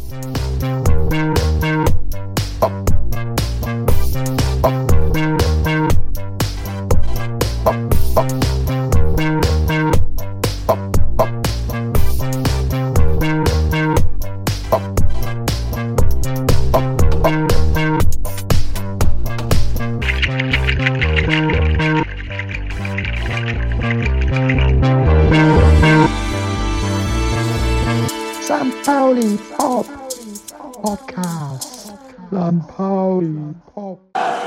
St. Pauli Pop Podcast. St. Pauli Pop.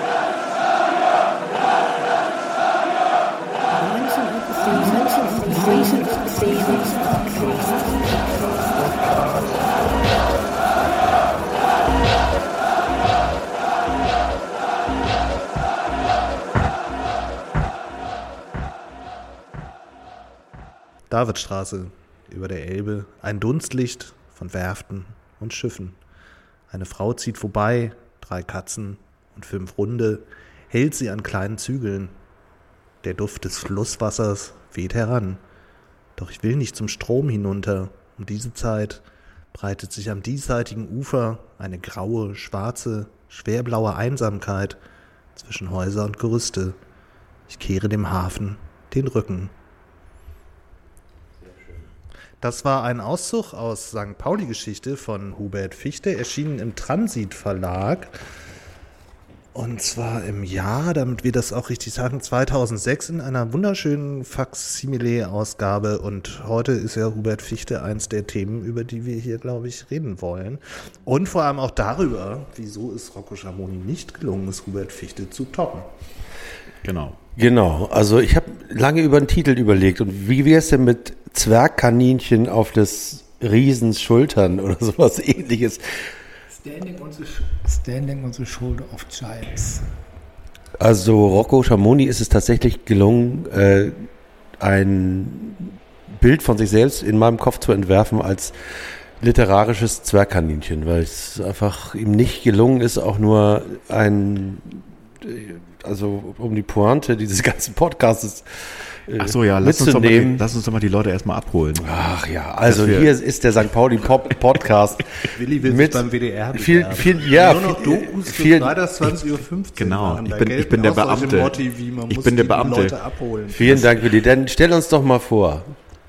Davidstraße über der Elbe, ein Dunstlicht von Werften und Schiffen. Eine Frau zieht vorbei, 3 Katzen und 5 Hunde, hält sie an kleinen Zügeln. Der Duft des Flusswassers weht heran. Doch ich will nicht zum Strom hinunter. Um diese Zeit breitet sich am diesseitigen Ufer eine graue, schwarze, schwerblaue Einsamkeit zwischen Häuser und Gerüste. Ich kehre dem Hafen den Rücken. Das war ein Auszug aus St. Pauli-Geschichte von Hubert Fichte, erschienen im Transit Verlag. Und zwar im Jahr, damit wir das auch richtig sagen, 2006 in einer wunderschönen Faksimile-Ausgabe. Und heute ist ja Hubert Fichte eins der Themen, über die wir hier, glaube ich, reden wollen. Und vor allem auch darüber, wieso es Rocco Schamoni nicht gelungen ist, Hubert Fichte zu toppen. Genau, also ich habe lange über den Titel überlegt. Und wie wäre es denn mit Zwergkaninchen auf des Riesens Schultern oder sowas Ähnliches? Standing on the Shoulder of Giants. Also Rocco Schamoni ist es tatsächlich gelungen, ein Bild von sich selbst in meinem Kopf zu entwerfen als literarisches Zwergkaninchen, weil es einfach ihm nicht gelungen ist, auch nur also um die Pointe dieses ganzen Podcasts Ach so, ja, lass uns doch mal die Leute erstmal abholen. Ach ja, also hier ist der St. Pauli Pop Podcast. Willi will sich beim WDR nur noch Dokus für Freitags 20.15 Uhr. Genau, ich bin der Beamte. Ich bin der Beamte. Vielen Dank, Willi. Dann stell uns doch mal vor.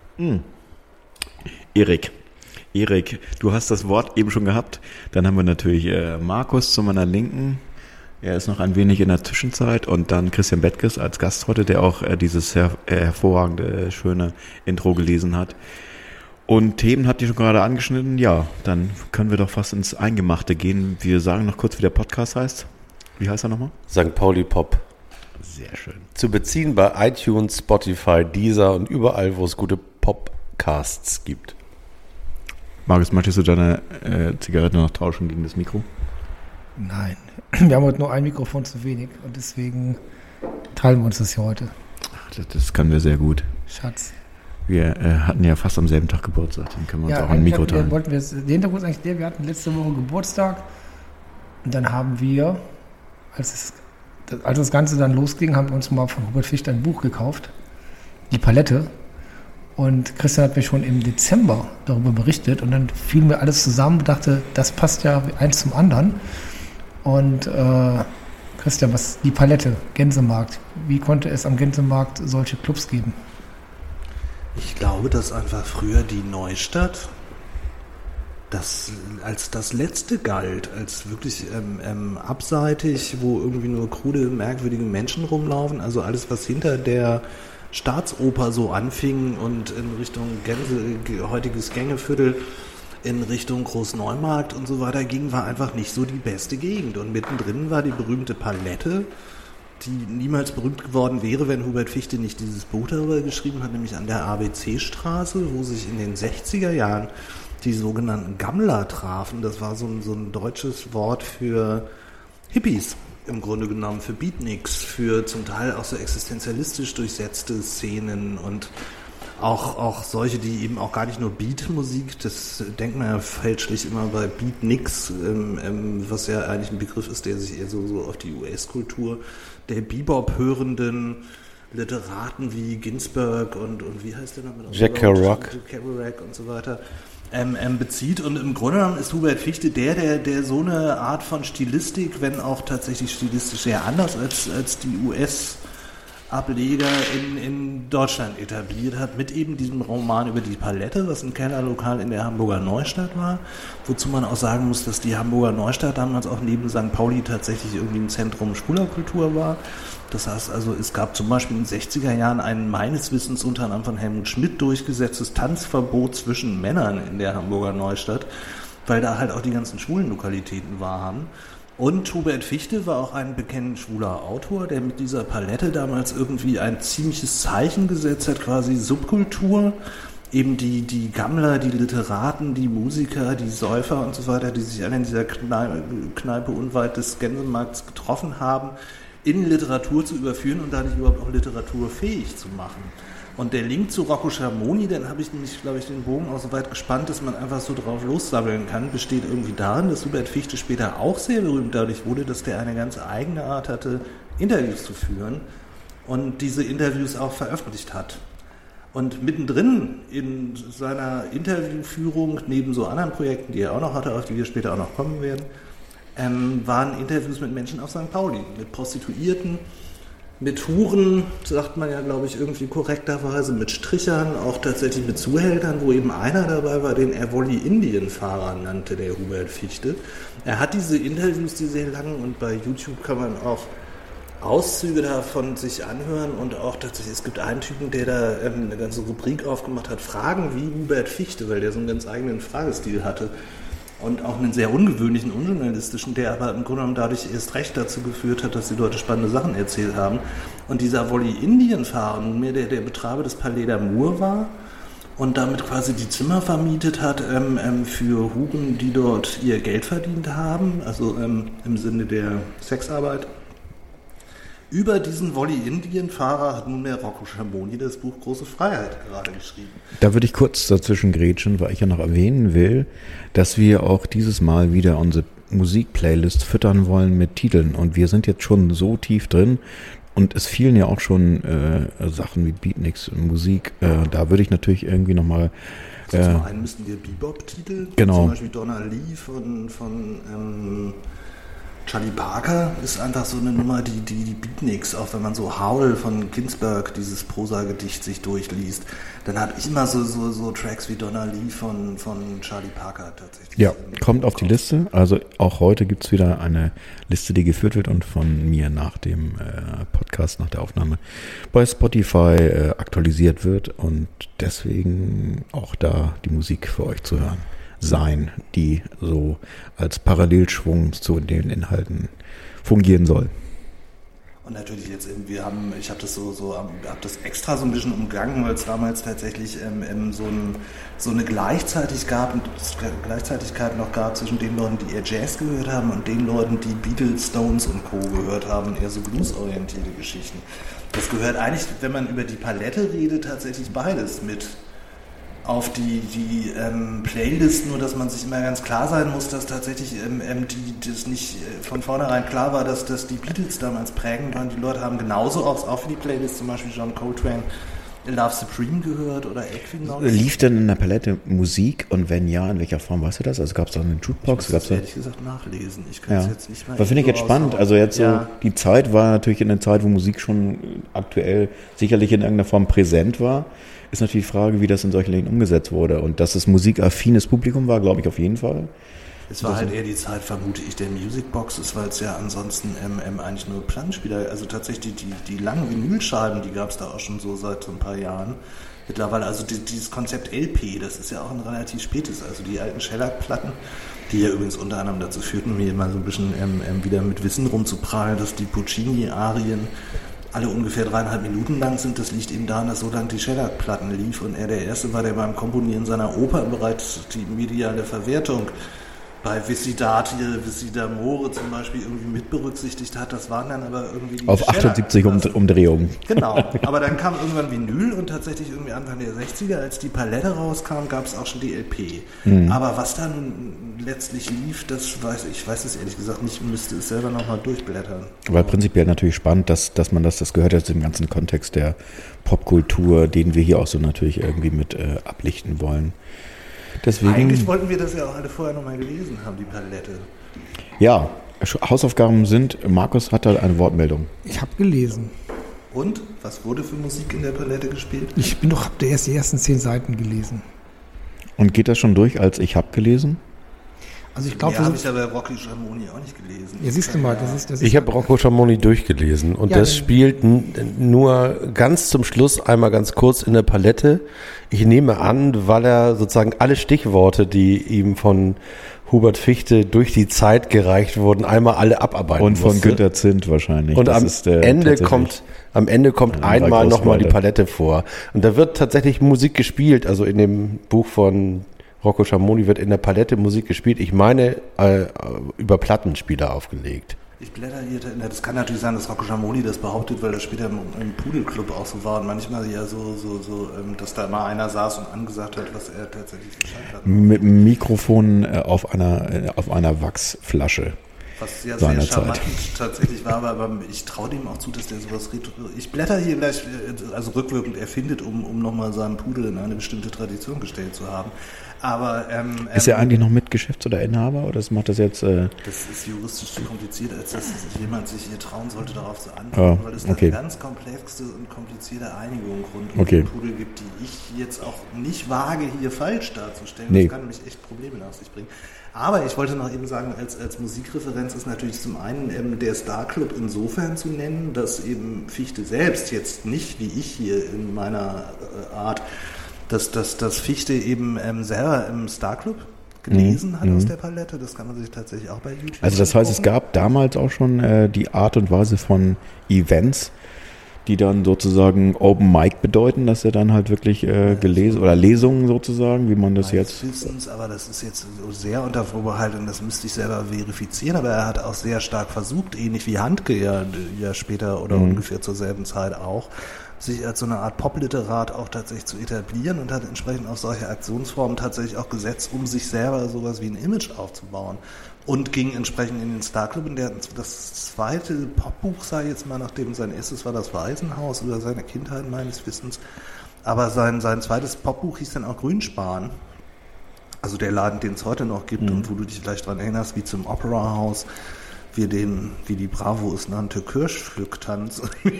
Erik, du hast das Wort eben schon gehabt. Dann haben wir natürlich Markus zu meiner Linken. Er ist noch ein wenig in der Zwischenzeit und dann Christian Bettges als Gast heute, der auch dieses hervorragende, schöne Intro gelesen hat. Und Themen hat die schon gerade angeschnitten. Ja, dann können wir doch fast ins Eingemachte gehen. Wir sagen noch kurz, wie der Podcast heißt. Wie heißt er nochmal? St. Pauli Pop. Sehr schön. Zu beziehen bei iTunes, Spotify, Deezer und überall, wo es gute Podcasts gibt. Markus, möchtest du deine Zigarette noch tauschen gegen das Mikro? Nein, wir haben heute nur ein Mikrofon zu wenig und deswegen teilen wir uns das hier heute. Ach, das können wir sehr gut. Schatz. Wir hatten ja fast am selben Tag Geburtstag, dann können wir uns auch ein Mikro teilen. Der Hintergrund ist eigentlich der, wir hatten letzte Woche Geburtstag und dann haben wir, als das Ganze dann losging, haben wir uns mal von Hubert Fichte ein Buch gekauft, Die Palette. Und Christian hat mir schon im Dezember darüber berichtet und dann fiel mir alles zusammen und dachte, das passt ja eins zum anderen. Und Christian, was die Palette, Gänsemarkt, wie konnte es am Gänsemarkt solche Clubs geben? Ich glaube, dass einfach früher die Neustadt als das Letzte galt, als wirklich abseitig, wo irgendwie nur krude, merkwürdige Menschen rumlaufen. Also alles, was hinter der Staatsoper so anfing und in Richtung heutiges Gängeviertel, in Richtung Großneumarkt und so weiter ging, war einfach nicht so die beste Gegend. Und mittendrin war die berühmte Palette, die niemals berühmt geworden wäre, wenn Hubert Fichte nicht dieses Buch darüber geschrieben hat, nämlich an der ABC-Straße, wo sich in den 60er Jahren die sogenannten Gammler trafen. Das war so ein deutsches Wort für Hippies. Im Grunde genommen für Beatniks, für zum Teil auch so existenzialistisch durchsetzte Szenen und auch solche, die eben auch gar nicht nur Beatmusik, das denkt man ja fälschlich immer bei Beatniks, was ja eigentlich ein Begriff ist, der sich eher so auf die US-Kultur der Bebop-hörenden Literaten wie Ginsberg und wie heißt der Name? Jack Kerouac und so weiter bezieht. Und im Grunde genommen ist Hubert Fichte der so eine Art von Stilistik, wenn auch tatsächlich stilistisch sehr anders als die US-Ableger in Deutschland etabliert hat, mit eben diesem Roman über die Palette, was ein Kellerlokal in der Hamburger Neustadt war, wozu man auch sagen muss, dass die Hamburger Neustadt damals auch neben St. Pauli tatsächlich irgendwie ein Zentrum schwuler Kultur war. Das heißt also, es gab zum Beispiel in den 60er Jahren ein meines Wissens unter anderem von Helmut Schmidt durchgesetztes Tanzverbot zwischen Männern in der Hamburger Neustadt, weil da halt auch die ganzen schwulen Lokalitäten waren. Und Hubert Fichte war auch ein bekennend schwuler Autor, der mit dieser Palette damals irgendwie ein ziemliches Zeichen gesetzt hat, quasi Subkultur, eben die Gammler, die Literaten, die Musiker, die Säufer und so weiter, die sich alle in dieser Kneipe unweit des Gänsemarkts getroffen haben, in Literatur zu überführen und dadurch überhaupt auch literaturfähig zu machen. Und der Link zu Rocco Schamoni, dann habe ich nämlich, glaube ich, den Bogen auch so weit gespannt, dass man einfach so drauf lossammeln kann, besteht irgendwie darin, dass Hubert Fichte später auch sehr berühmt dadurch wurde, dass der eine ganz eigene Art hatte, Interviews zu führen und diese Interviews auch veröffentlicht hat. Und mittendrin in seiner Interviewführung, neben so anderen Projekten, die er auch noch hatte, auf die wir später auch noch kommen werden, waren Interviews mit Menschen auf St. Pauli, mit Prostituierten, mit Huren, sagt man ja, glaube ich, irgendwie korrekterweise, mit Strichern, auch tatsächlich mit Zuhältern, wo eben einer dabei war, den er Wolli-Indien-Fahrer nannte, der Hubert Fichte. Er hat diese Interviews, die sehr langen, und bei YouTube kann man auch Auszüge davon sich anhören und auch tatsächlich, es gibt einen Typen, der da eine ganze Rubrik aufgemacht hat, Fragen wie Hubert Fichte, weil der so einen ganz eigenen Fragestil hatte. Und auch einen sehr ungewöhnlichen, unjournalistischen, der aber im Grunde genommen dadurch erst recht dazu geführt hat, dass die Leute spannende Sachen erzählt haben. Und dieser Wolli-Indien-Fahrer nunmehr der Betreiber des Palais d'Amour war und damit quasi die Zimmer vermietet hat für Huren, die dort ihr Geld verdient haben, also im Sinne der Sexarbeit. Über diesen Wolli-Indien-Fahrer hat nunmehr Rocco Schamoni das Buch Große Freiheit gerade geschrieben. Da würde ich kurz dazwischen grätschen, weil ich ja noch erwähnen will, dass wir auch dieses Mal wieder unsere Musikplaylist füttern wollen mit Titeln. Und wir sind jetzt schon so tief drin und es fielen ja auch schon Sachen wie Beatniks und Musik. Da würde ich natürlich irgendwie nochmal... Zum einen müssten wir Bebop-Titel, genau. Zum Beispiel Donna Lee von Charlie Parker ist einfach so eine Nummer, die Beatniks, auch wenn man so Howl von Ginsberg, dieses Prosagedicht, sich durchliest, dann habe ich immer so Tracks wie Donna Lee von Charlie Parker tatsächlich. Ja, kommt auf die Liste. Also auch heute gibt es wieder eine Liste, die geführt wird und von mir nach dem Podcast, nach der Aufnahme bei Spotify aktualisiert wird und deswegen auch da die Musik für euch zu hören sein, die so als Parallelschwung zu den Inhalten fungieren soll. Und natürlich jetzt, ich habe das hab das extra so ein bisschen umgangen, weil es damals tatsächlich so eine Gleichzeitigkeit noch gab zwischen den Leuten, die eher Jazz gehört haben und den Leuten, die Beatles, Stones und Co. gehört haben, eher so bluesorientierte Geschichten. Das gehört eigentlich, wenn man über die Palette redet, tatsächlich beides mit auf die Playlist, nur dass man sich immer ganz klar sein muss, dass tatsächlich das nicht von vornherein klar war, dass die Beatles damals prägend waren. Die Leute haben genauso auch für die Playlist zum Beispiel John Coltrane Love Supreme gehört oder Equinox. Lief denn in der Palette Musik und wenn ja, in welcher Form, weißt du das? Also gab es da eine Jukebox? Ich muss das ehrlich gesagt nachlesen. Ich kann es jetzt nicht mehr. Das finde ich jetzt spannend. Also jetzt so, die Zeit war natürlich in der Zeit, wo Musik schon aktuell sicherlich in irgendeiner Form präsent war. Ist natürlich die Frage, wie das in solchen Läden umgesetzt wurde. Und dass es musikaffines Publikum war, glaube ich auf jeden Fall. Es war halt eher die Zeit, vermute ich, der Musicboxes, weil es ja ansonsten eigentlich nur Plattenspieler, also tatsächlich die langen Vinylscheiben, die gab es da auch schon so seit so ein paar Jahren. Mittlerweile, also dieses Konzept LP, das ist ja auch ein relativ spätes, also die alten Shellac-Platten, die ja übrigens unter anderem dazu führten, mir mal so ein bisschen wieder mit Wissen rumzuprallen, dass die Puccini-Arien alle ungefähr 3,5 Minuten lang sind. Das liegt eben daran, dass so lang die Shellac-Platten lief und er der Erste war, der beim Komponieren seiner Oper bereits die mediale Verwertung bei Visidati, Visidamore zum Beispiel irgendwie mit berücksichtigt hat. Das waren dann aber irgendwie die auf 78 Umdrehungen. Genau, aber dann kam irgendwann Vinyl und tatsächlich irgendwie Anfang der 60er, als die Palette rauskam, gab es auch schon die LP. Aber was dann letztlich lief, das weiß ich es ehrlich gesagt nicht, müsste es selber nochmal durchblättern. Aber prinzipiell natürlich spannend, dass man das gehört hat im ganzen Kontext der Popkultur, den wir hier auch so natürlich irgendwie mit ablichten wollen. Deswegen, Eigentlich wollten wir das ja auch alle vorher nochmal gelesen haben, die Palette. ja, Hausaufgaben sind, Markus hat da eine Wortmeldung. Ich habe gelesen. Und? Was wurde für Musik in der Palette gespielt? Ich habe erst die ersten 10 Seiten gelesen. Und geht das schon durch als ich habe gelesen? Also ich glaube, Ja, habe ich aber Rocky Schamoni auch nicht gelesen. ja, siehst du mal, das ist Ich habe Rocco Schamoni durchgelesen und Ja, das dann- spielt nur ganz zum Schluss einmal ganz kurz in der Palette. Ich nehme an, weil er sozusagen alle Stichworte, die ihm von Hubert Fichte durch die Zeit gereicht wurden, einmal alle abarbeiten Und von musste. Günter Zint wahrscheinlich. Und Das am ist, Ende tatsächlich- kommt Ja, einmal nochmal die Ausbeute. Palette vor. Und da wird tatsächlich Musik gespielt. Also in dem Buch von Rocco Schamoni wird in der Palette Musik gespielt. Ich meine, über Plattenspieler aufgelegt. Ich blätter hier, das kann natürlich sein, dass Rocco Schamoni das behauptet, weil das später im Pudelclub auch so war und manchmal ja so, dass da mal einer saß und angesagt hat, was er tatsächlich verstanden hat. Mit dem Mikrofon auf einer Wachsflasche. Was ja sehr Seinerzeit. charmant tatsächlich war, aber ich traue dem auch zu, dass der sowas ich blätter hier gleich, also rückwirkend erfindet, um nochmal seinen Pudel in eine bestimmte Tradition gestellt zu haben. Aber Ist er eigentlich noch mit Geschäfts- oder Inhaber oder macht das jetzt? das ist juristisch zu kompliziert, als dass jemand sich hier trauen sollte, darauf zu antworten, weil es da okay. eine ganz komplexe und komplizierte Einigung rund um Okay. den Pudel gibt, die ich jetzt auch nicht wage, hier falsch darzustellen. Nee. Das kann nämlich echt Probleme nach sich bringen. Aber ich wollte noch eben sagen, als Musikreferenz ist natürlich zum einen der Star Club insofern zu nennen, dass eben Fichte selbst jetzt nicht, wie ich hier in meiner Art, dass Fichte eben selber im Star Club gelesen hat aus der Palette. Das kann man sich tatsächlich auch bei YouTube Also das heißt, es angucken. gab damals auch schon die Art und Weise von Events, die dann sozusagen Open Mic bedeuten, dass er dann halt wirklich gelesen oder Lesungen sozusagen, wie man das Meines jetzt. Wissens, aber das ist jetzt so sehr unter Vorbehalt und das müsste ich selber verifizieren, aber er hat auch sehr stark versucht, ähnlich wie Handke ja später oder ungefähr zur selben Zeit auch, sich als so eine Art Popliterat auch tatsächlich zu etablieren und hat entsprechend auf solche Aktionsformen tatsächlich auch gesetzt, um sich selber sowas wie ein Image aufzubauen. Und ging entsprechend in den Star Club, in der das zweite Popbuch, sei jetzt mal, nachdem sein erstes war das Waisenhaus oder seine Kindheit meines Wissens, aber sein zweites Popbuch hieß dann auch Grünspan. Also der Laden, den es heute noch gibt und wo du dich vielleicht dran erinnerst, wie zum Opera House, wie die Bravo es nannte, Kirschpflücktanz,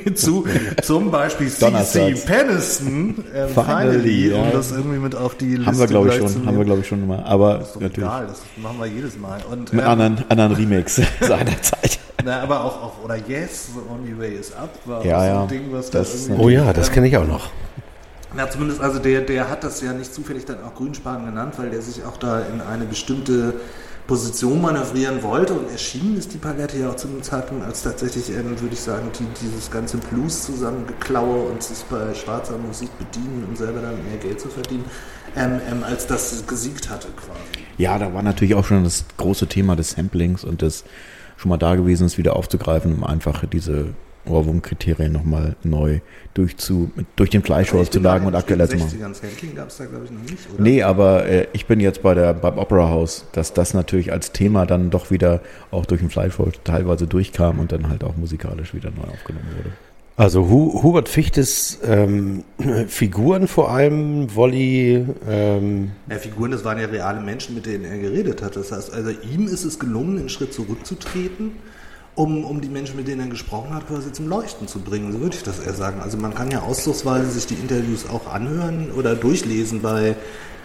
zum Beispiel C.C. Donnerstags. Peniston, Finally, ja. um das irgendwie mit auf die Liste Haben wir glaube ich gleich zu schon, nehmen. mal. Aber Ist doch natürlich egal, das machen wir jedes Mal. Und, mit anderen Remix seiner Zeit. na, aber auch, oder Yes, The Only Way Is Up, war Ja, auch so ja. ein Ding, was Das- da irgendwie... Oh ja, das kenne ich auch noch. Na, zumindest, also der hat das ja nicht zufällig dann auch Grünspan genannt, weil der sich auch da in eine bestimmte Position manövrieren wollte und erschienen ist die Palette ja auch zu dem Zeitpunkt, als tatsächlich, würde ich sagen, dieses ganze Blues zusammengeklaue und sich bei schwarzer Musik bedienen, um selber dann mehr Geld zu verdienen, als das gesiegt hatte quasi. Ja, da war natürlich auch schon das große Thema des Samplings und des schon mal da gewesen ist, wieder aufzugreifen, um einfach diese Ohrwurmkriterien nochmal neu durch den Fleischhaus zu lagen und aktueller zu machen. 60ern Sampling gab es da, glaube ich, noch nicht, oder? Nee, aber ich bin jetzt beim Opera House, dass das natürlich als Thema dann doch wieder auch durch den Fleischhaus teilweise durchkam und dann halt auch musikalisch wieder neu aufgenommen wurde. Also Hubert Fichtes Figuren vor allem, Wolli, Ja, Figuren, das waren ja reale Menschen, mit denen er geredet hat. Das heißt, also ihm ist es gelungen, einen Schritt zurückzutreten, um die Menschen, mit denen er gesprochen hat, quasi zum Leuchten zu bringen. So würde ich das eher sagen. Also man kann ja ausdrucksweise sich die Interviews auch anhören oder durchlesen bei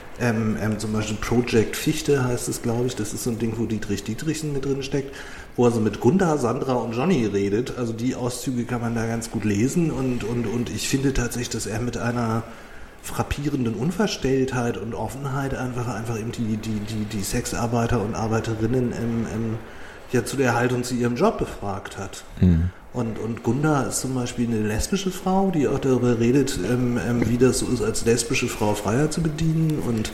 zum Beispiel Project Fichte heißt es, glaube ich. Das ist so ein Ding, wo Dietrich Dietrichsen mit drin steckt, wo er so mit Gunda, Sandra und Johnny redet. Also die Auszüge kann man da ganz gut lesen und ich finde tatsächlich, dass er mit einer frappierenden Unverstelltheit und Offenheit einfach eben die Sexarbeiter und Arbeiterinnen ja zu der Haltung zu ihrem Job befragt hat. Und Gunda ist zum Beispiel eine lesbische Frau, die auch darüber redet, wie das so ist, als lesbische Frau Freiheit zu bedienen. Und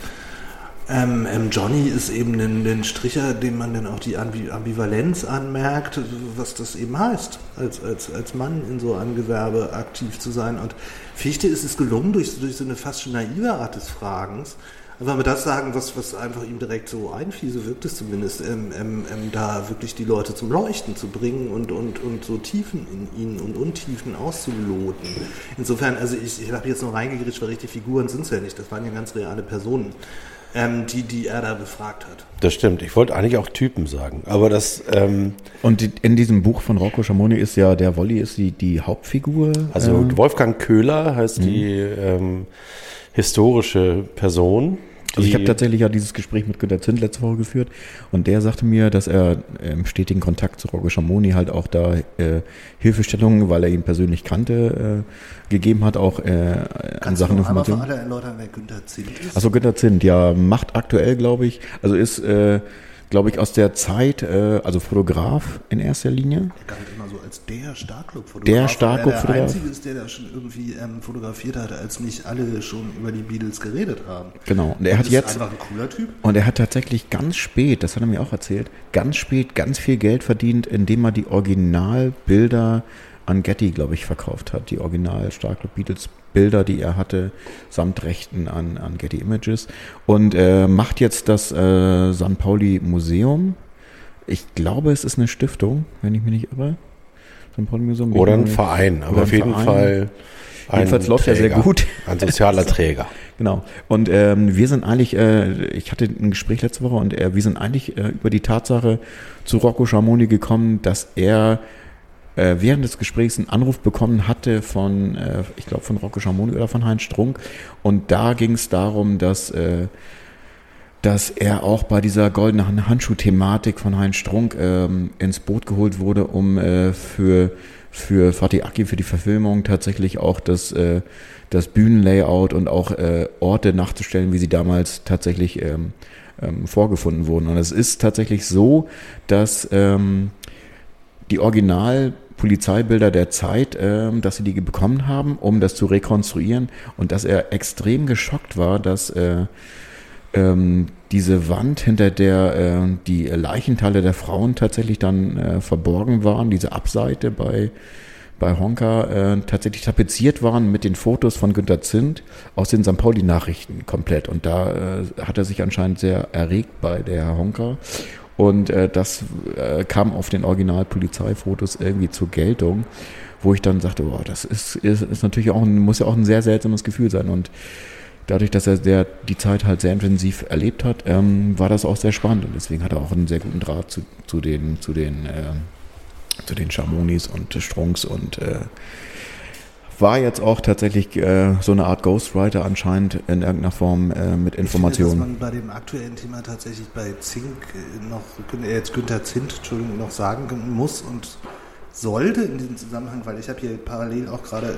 Johnny ist eben ein Stricher, dem man dann auch die Ambivalenz anmerkt, was das eben heißt, als Mann in so einem Gewerbe aktiv zu sein. Und Fichte ist es gelungen, durch so eine fast schon naive Art des Fragens, wenn wir das sagen, was einfach ihm direkt so einfiel, so wirkt es zumindest, da wirklich die Leute zum Leuchten zu bringen und so Tiefen in ihnen und Untiefen auszuloten. Insofern, also ich habe jetzt noch reingegritscht, weil richtig Figuren sind es ja nicht, das waren ja ganz reale Personen. die er da befragt hat. Das stimmt. Ich wollte eigentlich auch Typen sagen, aber das... Und in diesem Buch von Rocco Schamoni ist ja, der Wolli ist die Hauptfigur. Also Wolfgang Köhler heißt die historische Person. Also ich habe tatsächlich ja dieses Gespräch mit Günter Zint letzte Woche geführt und der sagte mir, dass er im stetigen Kontakt zu Rocco Schamoni halt auch da Hilfestellungen, weil er ihn persönlich kannte, gegeben hat, auch an Sachen Informationen. Kannst du für alle erläutern, wer Günter Zint ist? Also Günter Zint, ja, macht aktuell, glaube ich, also ist, glaube ich, aus der Zeit, also Fotograf in erster Linie. Er galt immer so als der Starkclub-Fotograf. Der Starkclub-Fotograf. Der Einzige ist, der da schon irgendwie fotografiert hat, als nicht alle schon über die Beatles geredet haben. Genau. Und er hat jetzt, ist einfach ein cooler Typ. Und er hat tatsächlich ganz spät, das hat er mir auch erzählt, ganz spät ganz viel Geld verdient, indem er die Originalbilder an Getty, glaube ich, verkauft hat. Die Original Starkclub Beatles Bilder, die er hatte, samt Rechten an Getty Images. Und macht jetzt das St. Pauli Museum. Ich glaube, es ist eine Stiftung, wenn ich mich nicht irre. St. Pauli Museum. Oder ein Verein, aber auf jeden Fall jedenfalls läuft ja sehr gut. Ein sozialer Träger. Genau. Und wir sind eigentlich, ich hatte ein Gespräch letzte Woche und wir sind eigentlich über die Tatsache zu Rocco Schamoni gekommen, dass er während des Gesprächs einen Anruf bekommen hatte von, ich glaube von Rocco Schamoni oder von Heinz Strunk. Und da ging es darum, dass er auch bei dieser goldenen Handschuh-Thematik von Heinz Strunk ins Boot geholt wurde, um für Fatih Akin, für die Verfilmung tatsächlich auch das Bühnenlayout und auch Orte nachzustellen, wie sie damals tatsächlich vorgefunden wurden. Und es ist tatsächlich so, dass die Original-Polizeibilder der Zeit, dass sie die bekommen haben, um das zu rekonstruieren und dass er extrem geschockt war, dass diese Wand, hinter der die Leichenteile der Frauen tatsächlich dann verborgen waren, diese Abseite bei Honka tatsächlich tapeziert waren mit den Fotos von Günter Zint aus den St. Pauli-Nachrichten komplett. Und da hat er sich anscheinend sehr erregt bei der Honka. Und das kam auf den Original-Polizeifotos irgendwie zur Geltung, wo ich dann sagte, boah, das ist natürlich auch muss ja auch ein sehr seltsames Gefühl sein. Und dadurch, dass er die Zeit halt sehr intensiv erlebt hat, war das auch sehr spannend. Und deswegen hat er auch einen sehr guten Draht zu den Schamonis und Strunks und war jetzt auch tatsächlich so eine Art Ghostwriter anscheinend in irgendeiner Form mit Informationen. Ich finde, dass man bei dem aktuellen Thema tatsächlich bei Günter Zint, noch sagen muss und sollte in diesem Zusammenhang, weil ich habe hier parallel auch gerade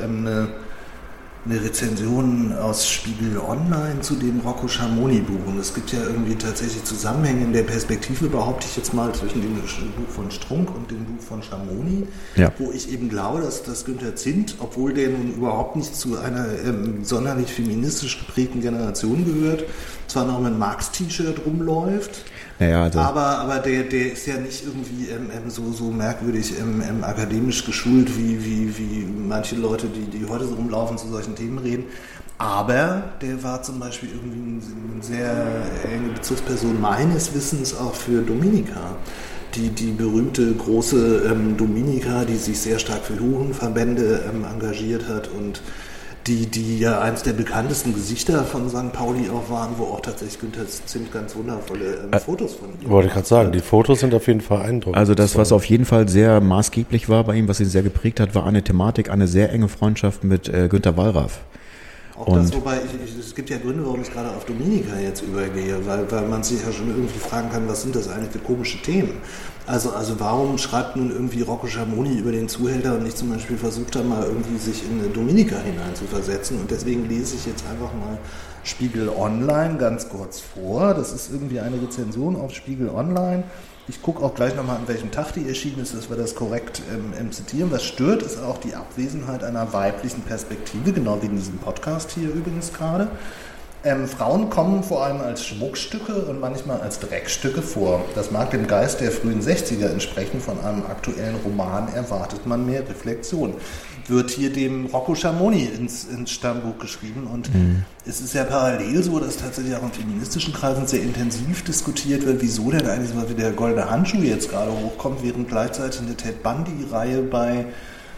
eine Rezension aus Spiegel Online zu dem Rocco Schamoni Buch. Und es gibt ja irgendwie tatsächlich Zusammenhänge in der Perspektive, behaupte ich jetzt mal, zwischen dem Buch von Strunk und dem Buch von Schamoni, ja, wo ich eben glaube, dass Günter Zint, obwohl der nun überhaupt nicht zu einer sonderlich feministisch geprägten Generation gehört, zwar noch mit einem Marx-T-Shirt rumläuft, naja, also aber der ist ja nicht irgendwie so merkwürdig akademisch geschult wie manche Leute, die heute so rumlaufen, zu solchen Themen reden. Aber der war zum Beispiel irgendwie eine sehr enge Bezugsperson meines Wissens auch für Dominica. Die berühmte große Dominica, die sich sehr stark für Hurenverbände engagiert hat und die ja eines der bekanntesten Gesichter von St. Pauli auch waren, wo auch tatsächlich Günter Zint ganz wundervolle Fotos von ihm. Wollte ich gerade sagen, die Fotos sind auf jeden Fall eindrucksvoll. Also das, was auf jeden Fall sehr maßgeblich war bei ihm, was ihn sehr geprägt hat, war eine Thematik, eine sehr enge Freundschaft mit Günter Wallraff. Auch das, wobei es gibt ja Gründe, warum ich gerade auf Dominica jetzt übergehe, weil man sich ja schon irgendwie fragen kann, was sind das eigentlich für komische Themen? Also warum schreibt nun irgendwie Rocco Schamoni über den Zuhälter und nicht zum Beispiel versucht er mal irgendwie sich in eine Dominica hineinzuversetzen? Und deswegen lese ich jetzt einfach mal Spiegel Online ganz kurz vor. Das ist irgendwie eine Rezension auf Spiegel Online. Ich gucke auch gleich nochmal, an welchem Tag die erschienen ist, dass wir das korrekt zitieren. Was stört, ist auch die Abwesenheit einer weiblichen Perspektive, genau wie in diesem Podcast hier übrigens gerade. Frauen kommen vor allem als Schmuckstücke und manchmal als Dreckstücke vor. Das mag dem Geist der frühen 60er entsprechen. Von einem aktuellen Roman erwartet man mehr Reflexion. Wird hier dem Rocco Schamoni ins Stammbuch geschrieben. Und es ist ja parallel so, dass tatsächlich auch in feministischen Kreisen sehr intensiv diskutiert wird, wieso denn eigentlich so wie der goldene Handschuh jetzt gerade hochkommt, während gleichzeitig eine Ted Bundy-Reihe bei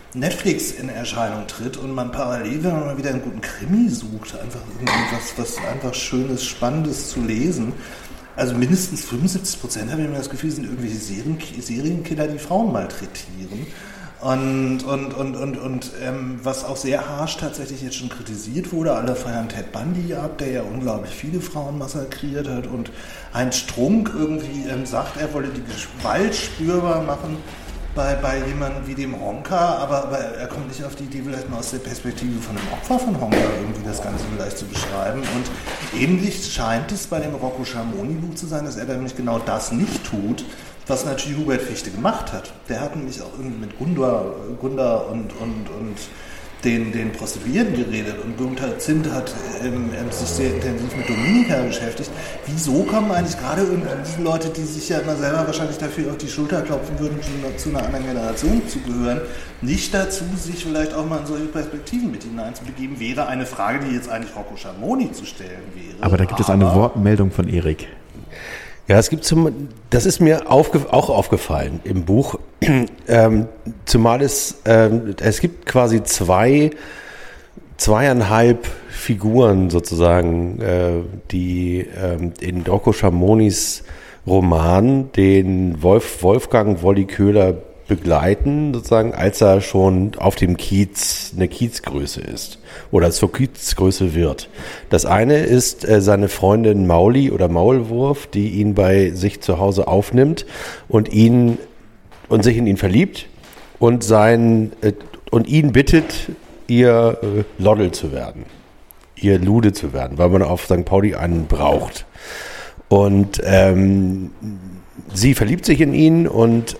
Netflix in Erscheinung tritt und man parallel, wenn man mal wieder einen guten Krimi sucht, einfach irgendwas, was einfach Schönes, Spannendes zu lesen. Also mindestens 75% habe ich mir das Gefühl, sind irgendwelche Serienkiller, die Frauen malträtieren. Und was auch sehr harsch tatsächlich jetzt schon kritisiert wurde, alle feiern Ted Bundy ab, der ja unglaublich viele Frauen massakriert hat, und Heinz Strunk irgendwie sagt, er wolle die Gewalt spürbar machen bei jemandem wie dem Honka, aber er kommt nicht auf die Idee, vielleicht mal aus der Perspektive von einem Opfer von Honka irgendwie das Ganze vielleicht zu beschreiben. Und ähnlich scheint es bei dem Rocco Schamoni-Buch zu sein, dass er nämlich genau das nicht tut, was natürlich Hubert Fichte gemacht hat. Der hat nämlich auch irgendwie mit Gunda und den Prostituierten geredet, und Günther Zint hat sich sehr intensiv mit Dominika beschäftigt. Wieso kommen eigentlich gerade diese Leute, die sich ja immer selber wahrscheinlich dafür auf die Schulter klopfen würden, zu einer anderen Generation zu gehören, nicht dazu, sich vielleicht auch mal in solche Perspektiven mit hineinzubegeben? Wäre eine Frage, die jetzt eigentlich Rocco Schamoni zu stellen wäre. Aber da gibt es eine Wortmeldung von Erik. Ja, das ist mir auch aufgefallen im Buch, zumal es gibt quasi zweieinhalb Figuren sozusagen, die in Rocco Schamonis Roman den Wolfgang Wolli Köhler begleiten, sozusagen, als er schon auf dem Kiez eine Kiezgröße ist oder zur Kiezgröße wird. Das eine ist seine Freundin Mauli oder Maulwurf, die ihn bei sich zu Hause aufnimmt und sich in ihn verliebt und ihn bittet, ihr Loddel zu werden, ihr Lude zu werden, weil man auf St. Pauli einen braucht. Und sie verliebt sich in ihn und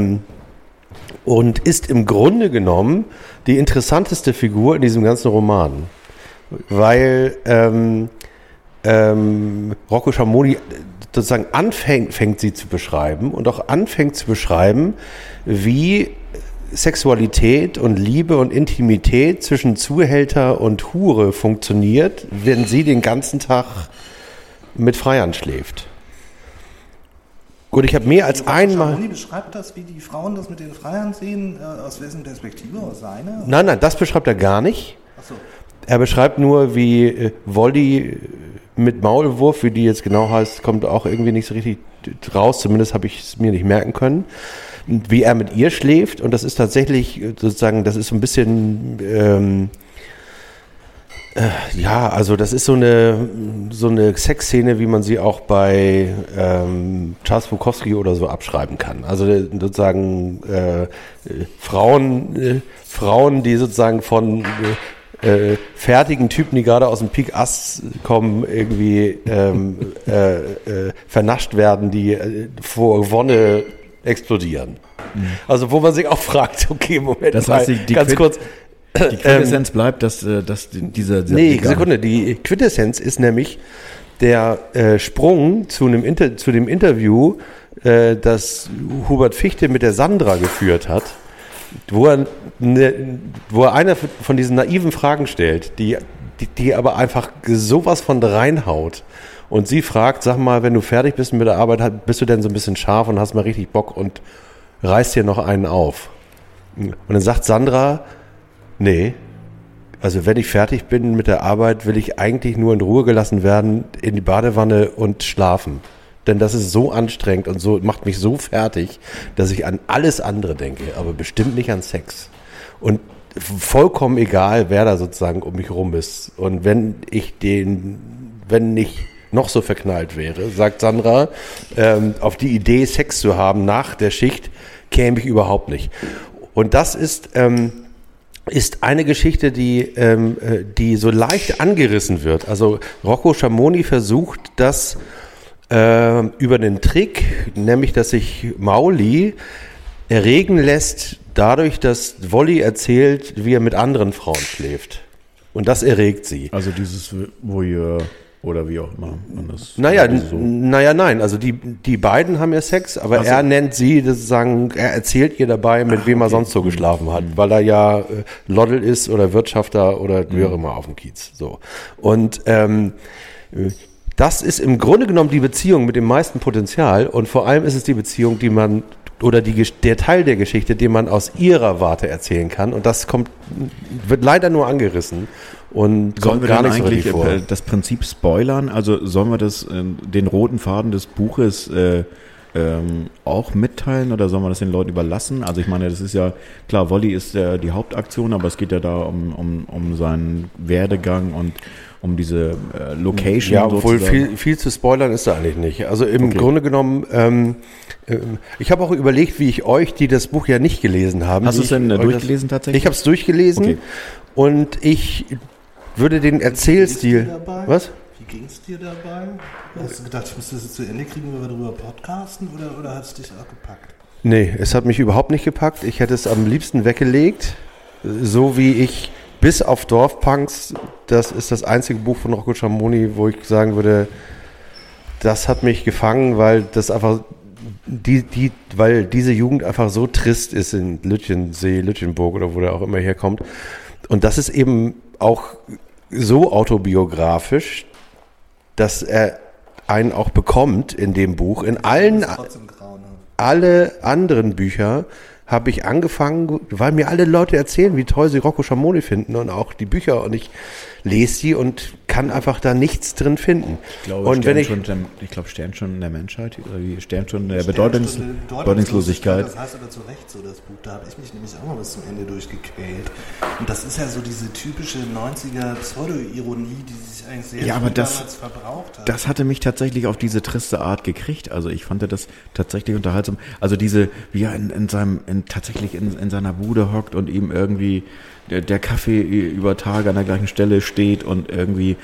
ist im Grunde genommen die interessanteste Figur in diesem ganzen Roman, weil Rocco Schamoni sozusagen fängt sie zu beschreiben und auch anfängt zu beschreiben, wie Sexualität und Liebe und Intimität zwischen Zuhälter und Hure funktioniert, wenn sie den ganzen Tag mit Freiern schläft. Gut, ich habe mehr als einmal... Schamoni beschreibt das, wie die Frauen das mit den Freiern sehen, aus wessen Perspektive, aus seiner? Nein, das beschreibt er gar nicht. Ach so. Er beschreibt nur, wie Wolli mit Maulwurf, wie die jetzt genau heißt, kommt auch irgendwie nicht so richtig raus, zumindest habe ich es mir nicht merken können, wie er mit ihr schläft, und das ist tatsächlich sozusagen, das ist so ein bisschen... also das ist so eine Sexszene, wie man sie auch bei Charles Bukowski oder so abschreiben kann. Also sozusagen Frauen, die sozusagen von fertigen Typen, die gerade aus dem Pik Ass kommen, irgendwie vernascht werden, die vor Wonne explodieren. Mhm. Also wo man sich auch fragt, okay, Moment, das heißt, ganz kurz... Die Quintessenz bleibt, dass dieser Sekunde. Die Quintessenz ist nämlich der Sprung zu dem Interview, das Hubert Fichte mit der Sandra geführt hat, wo er eine von diesen naiven Fragen stellt, die aber einfach sowas von reinhaut. Und sie fragt, sag mal, wenn du fertig bist mit der Arbeit, bist du denn so ein bisschen scharf und hast mal richtig Bock und reißt dir noch einen auf? Und dann sagt Sandra, nee, also wenn ich fertig bin mit der Arbeit, will ich eigentlich nur in Ruhe gelassen werden, in die Badewanne und schlafen. Denn das ist so anstrengend und so macht mich so fertig, dass ich an alles andere denke, aber bestimmt nicht an Sex. Und vollkommen egal, wer da sozusagen um mich rum ist. Und wenn ich noch so verknallt wäre, sagt Sandra, auf die Idee, Sex zu haben nach der Schicht, käme ich überhaupt nicht. Und das ist eine Geschichte, die so leicht angerissen wird. Also Rocco Schamoni versucht das über den Trick, nämlich dass sich Mauli erregen lässt dadurch, dass Wolli erzählt, wie er mit anderen Frauen schläft. Und das erregt sie. Also dieses Voyeur oder wie auch immer man das... Nein. Also die beiden haben ja Sex, aber er nennt sie, sozusagen, er erzählt ihr dabei, mit wem er sonst so geschlafen hat, weil er ja Loddel ist oder Wirtschafter oder wie auch immer auf dem Kiez. So. Und das ist im Grunde genommen die Beziehung mit dem meisten Potenzial, und vor allem ist es die Beziehung, die man oder der Teil der Geschichte, den man aus ihrer Warte erzählen kann. Und das wird leider nur angerissen und Sollen kommt wir gar dann nicht so eigentlich richtig vor. das Prinzip spoilern? Also sollen wir den roten Faden des Buches auch mitteilen oder sollen wir das den Leuten überlassen? Also ich meine, das ist ja, klar, Wolli ist die Hauptaktion, aber es geht ja da um seinen Werdegang und um diese Location. Ja, obwohl sozusagen. viel zu spoilern ist da eigentlich nicht. Also im Grunde genommen, ich habe auch überlegt, wie ich euch, die das Buch ja nicht gelesen haben. Hast du es denn durchgelesen tatsächlich? Ich habe es durchgelesen Okay. und ich würde den Erzählstil... Was? Wie ging es dir dabei? Hast du gedacht, ich muss das jetzt zu Ende kriegen, wenn wir darüber podcasten, oder hat es dich auch gepackt? Nee, es hat mich überhaupt nicht gepackt. Ich hätte es am liebsten weggelegt, so wie ich bis auf Dorfpunks, das ist das einzige Buch von Rocco Schamoni, wo ich sagen würde, das hat mich gefangen, weil das einfach weil diese Jugend einfach so trist ist in Lütjensee, Lütjenburg oder wo der auch immer herkommt. Und das ist eben auch so autobiografisch, dass er einen auch bekommt in dem Buch. In alle anderen Bücher habe ich angefangen, weil mir alle Leute erzählen, wie toll sie Rocco Schamoni finden und auch die Bücher, und ich lese sie und kann einfach da nichts drin finden. Ich glaube, Stern schon in der Menschheit, oder wie Stern schon in der Bedeutungslosigkeit. Das heißt aber zu Recht so, das Buch. Da habe ich mich nämlich auch mal bis zum Ende durchgequält. Und das ist ja so diese typische 90er Pseudo-Ironie, die sich eigentlich sehr damals verbraucht hat. Das hatte mich tatsächlich auf diese triste Art gekriegt. Also ich fand das tatsächlich unterhaltsam. Also diese, wie er in seiner Bude hockt und ihm irgendwie der Kaffee über Tage an der gleichen Stelle steht und irgendwie,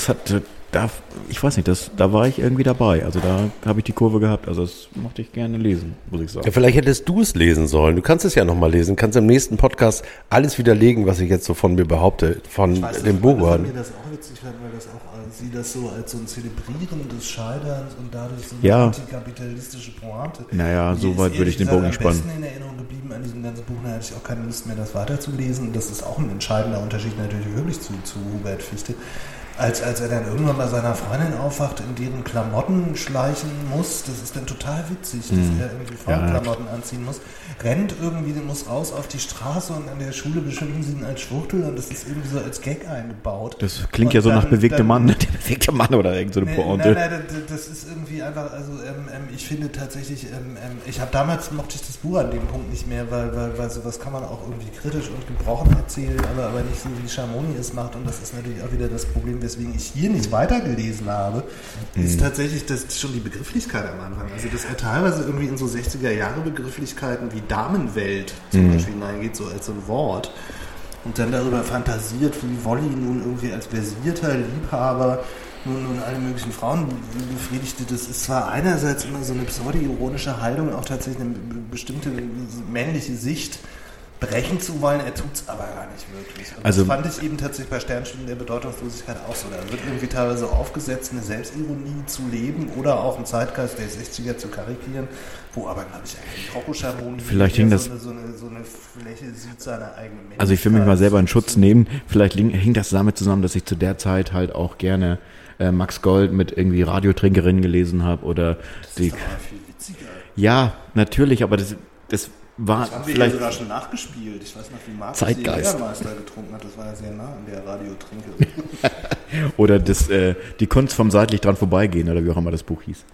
ich weiß nicht, da war ich irgendwie dabei. Also da habe ich die Kurve gehabt. Also das mochte ich gerne lesen, muss ich sagen. Ja, vielleicht hättest du es lesen sollen. Du kannst es ja nochmal lesen. Kannst im nächsten Podcast alles widerlegen, was ich jetzt so von mir behaupte, von dem Buch. Ich mir das auch witzig fand, weil sie das so als so ein Zelebrieren des Scheiterns und dadurch so eine antikapitalistische Pointe. Naja, so weit würde ich den Bogen nicht spannen. Am besten in Erinnerung geblieben an diesem ganzen Buch, da hatte ich auch keine Lust mehr, das weiterzulesen. Das ist auch ein entscheidender Unterschied natürlich wirklich zu Hubert Fichte. Als er dann irgendwann bei seiner Freundin aufwacht, in deren Klamotten schleichen muss, das ist dann total witzig, dass er irgendwie Frauenklamotten anziehen muss, rennt irgendwie, muss raus auf die Straße und an der Schule beschimpfen sie ihn als Schwuchtel und das ist irgendwie so als Gag eingebaut. Das klingt und ja so nach bewegter Mann, der bewegte Mann oder irgend so eine Pointe. Nein, das ist irgendwie einfach, also ich finde tatsächlich, damals mochte ich das Buch an dem Punkt nicht mehr, weil sowas kann man auch irgendwie kritisch und gebrochen erzählen, aber nicht so wie Schamoni es macht, und das ist natürlich auch wieder das Problem, weswegen ich hier nicht weitergelesen habe, ist tatsächlich das schon die Begrifflichkeit am Anfang. Also dass er teilweise irgendwie in so 60er-Jahre-Begrifflichkeiten wie Damenwelt zum Beispiel hineingeht, so als so ein Wort, und dann darüber fantasiert, wie Wolli nun irgendwie als versierter Liebhaber nun alle möglichen Frauen befriedigte. Das ist zwar einerseits immer so eine pseudo-ironische Haltung, auch tatsächlich eine bestimmte männliche Sicht brechen zu wollen, er tut es aber gar nicht wirklich. Und das fand ich eben tatsächlich bei Sternstunden der Bedeutungslosigkeit auch so. Da wird irgendwie teilweise aufgesetzt, eine Selbstironie zu leben oder auch einen Zeitgeist der 60er zu karikieren, wo aber, glaube ich, eigentlich Rocco Schamoni vielleicht hing das so eine Fläche sieht seine eigene Männlichkeit. Also ich will mich mal selber in Schutz nehmen. Vielleicht hing das damit zusammen, dass ich zu der Zeit halt auch gerne Max Gold mit irgendwie Radiotrinkerinnen gelesen habe oder das ist aber viel witziger. Ja, natürlich, aber das war das haben wir vielleicht ja sogar schon nachgespielt. Ich weiß noch, wie Markus Zeitgeist. den Jägermeister getrunken hat. Das war ja sehr nah an der Radiotrinkerin. Oder die Kunst vom seitlich dran vorbeigehen, oder wie auch immer das Buch hieß.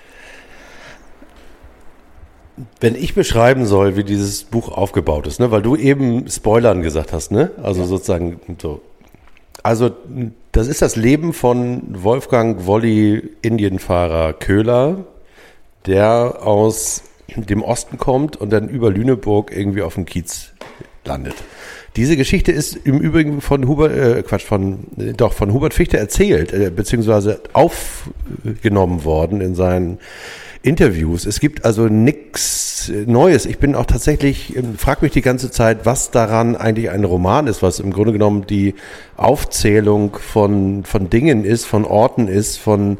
Wenn ich beschreiben soll, wie dieses Buch aufgebaut ist, ne, weil du eben Spoilern gesagt hast, ne? Also sozusagen so. Also das ist das Leben von Wolfgang Wolli Indienfahrer Köhler, der aus dem Osten kommt und dann über Lüneburg irgendwie auf dem Kiez landet. Diese Geschichte ist im Übrigen von Hubert Fichte erzählt, beziehungsweise aufgenommen worden in seinen Interviews. Es gibt also nichts Neues. Ich bin auch tatsächlich, frage mich die ganze Zeit, was daran eigentlich ein Roman ist, was im Grunde genommen die Aufzählung von Dingen ist, von Orten ist, von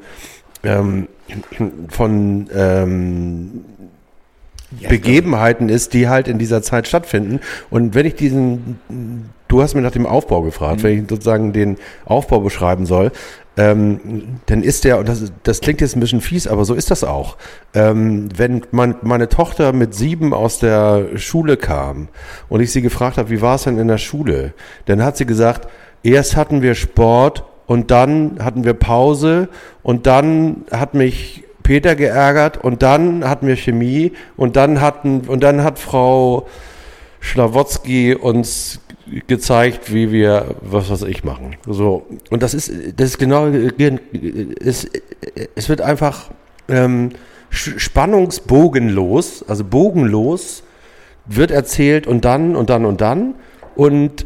Begebenheiten ist, die halt in dieser Zeit stattfinden. Und wenn ich du hast mir nach dem Aufbau gefragt, wenn ich sozusagen den Aufbau beschreiben soll, dann ist der, und das klingt jetzt ein bisschen fies, aber so ist das auch. Wenn meine Tochter mit 7 aus der Schule kam und ich sie gefragt habe, wie war es denn in der Schule, dann hat sie gesagt, erst hatten wir Sport und dann hatten wir Pause und dann hat mich Peter geärgert und dann hatten wir Chemie und dann hat Frau Schlawotzki uns gezeigt, wie wir was weiß ich machen. So. Und das ist genau, es wird einfach spannungsbogenlos, also bogenlos wird erzählt und dann und dann und dann. Und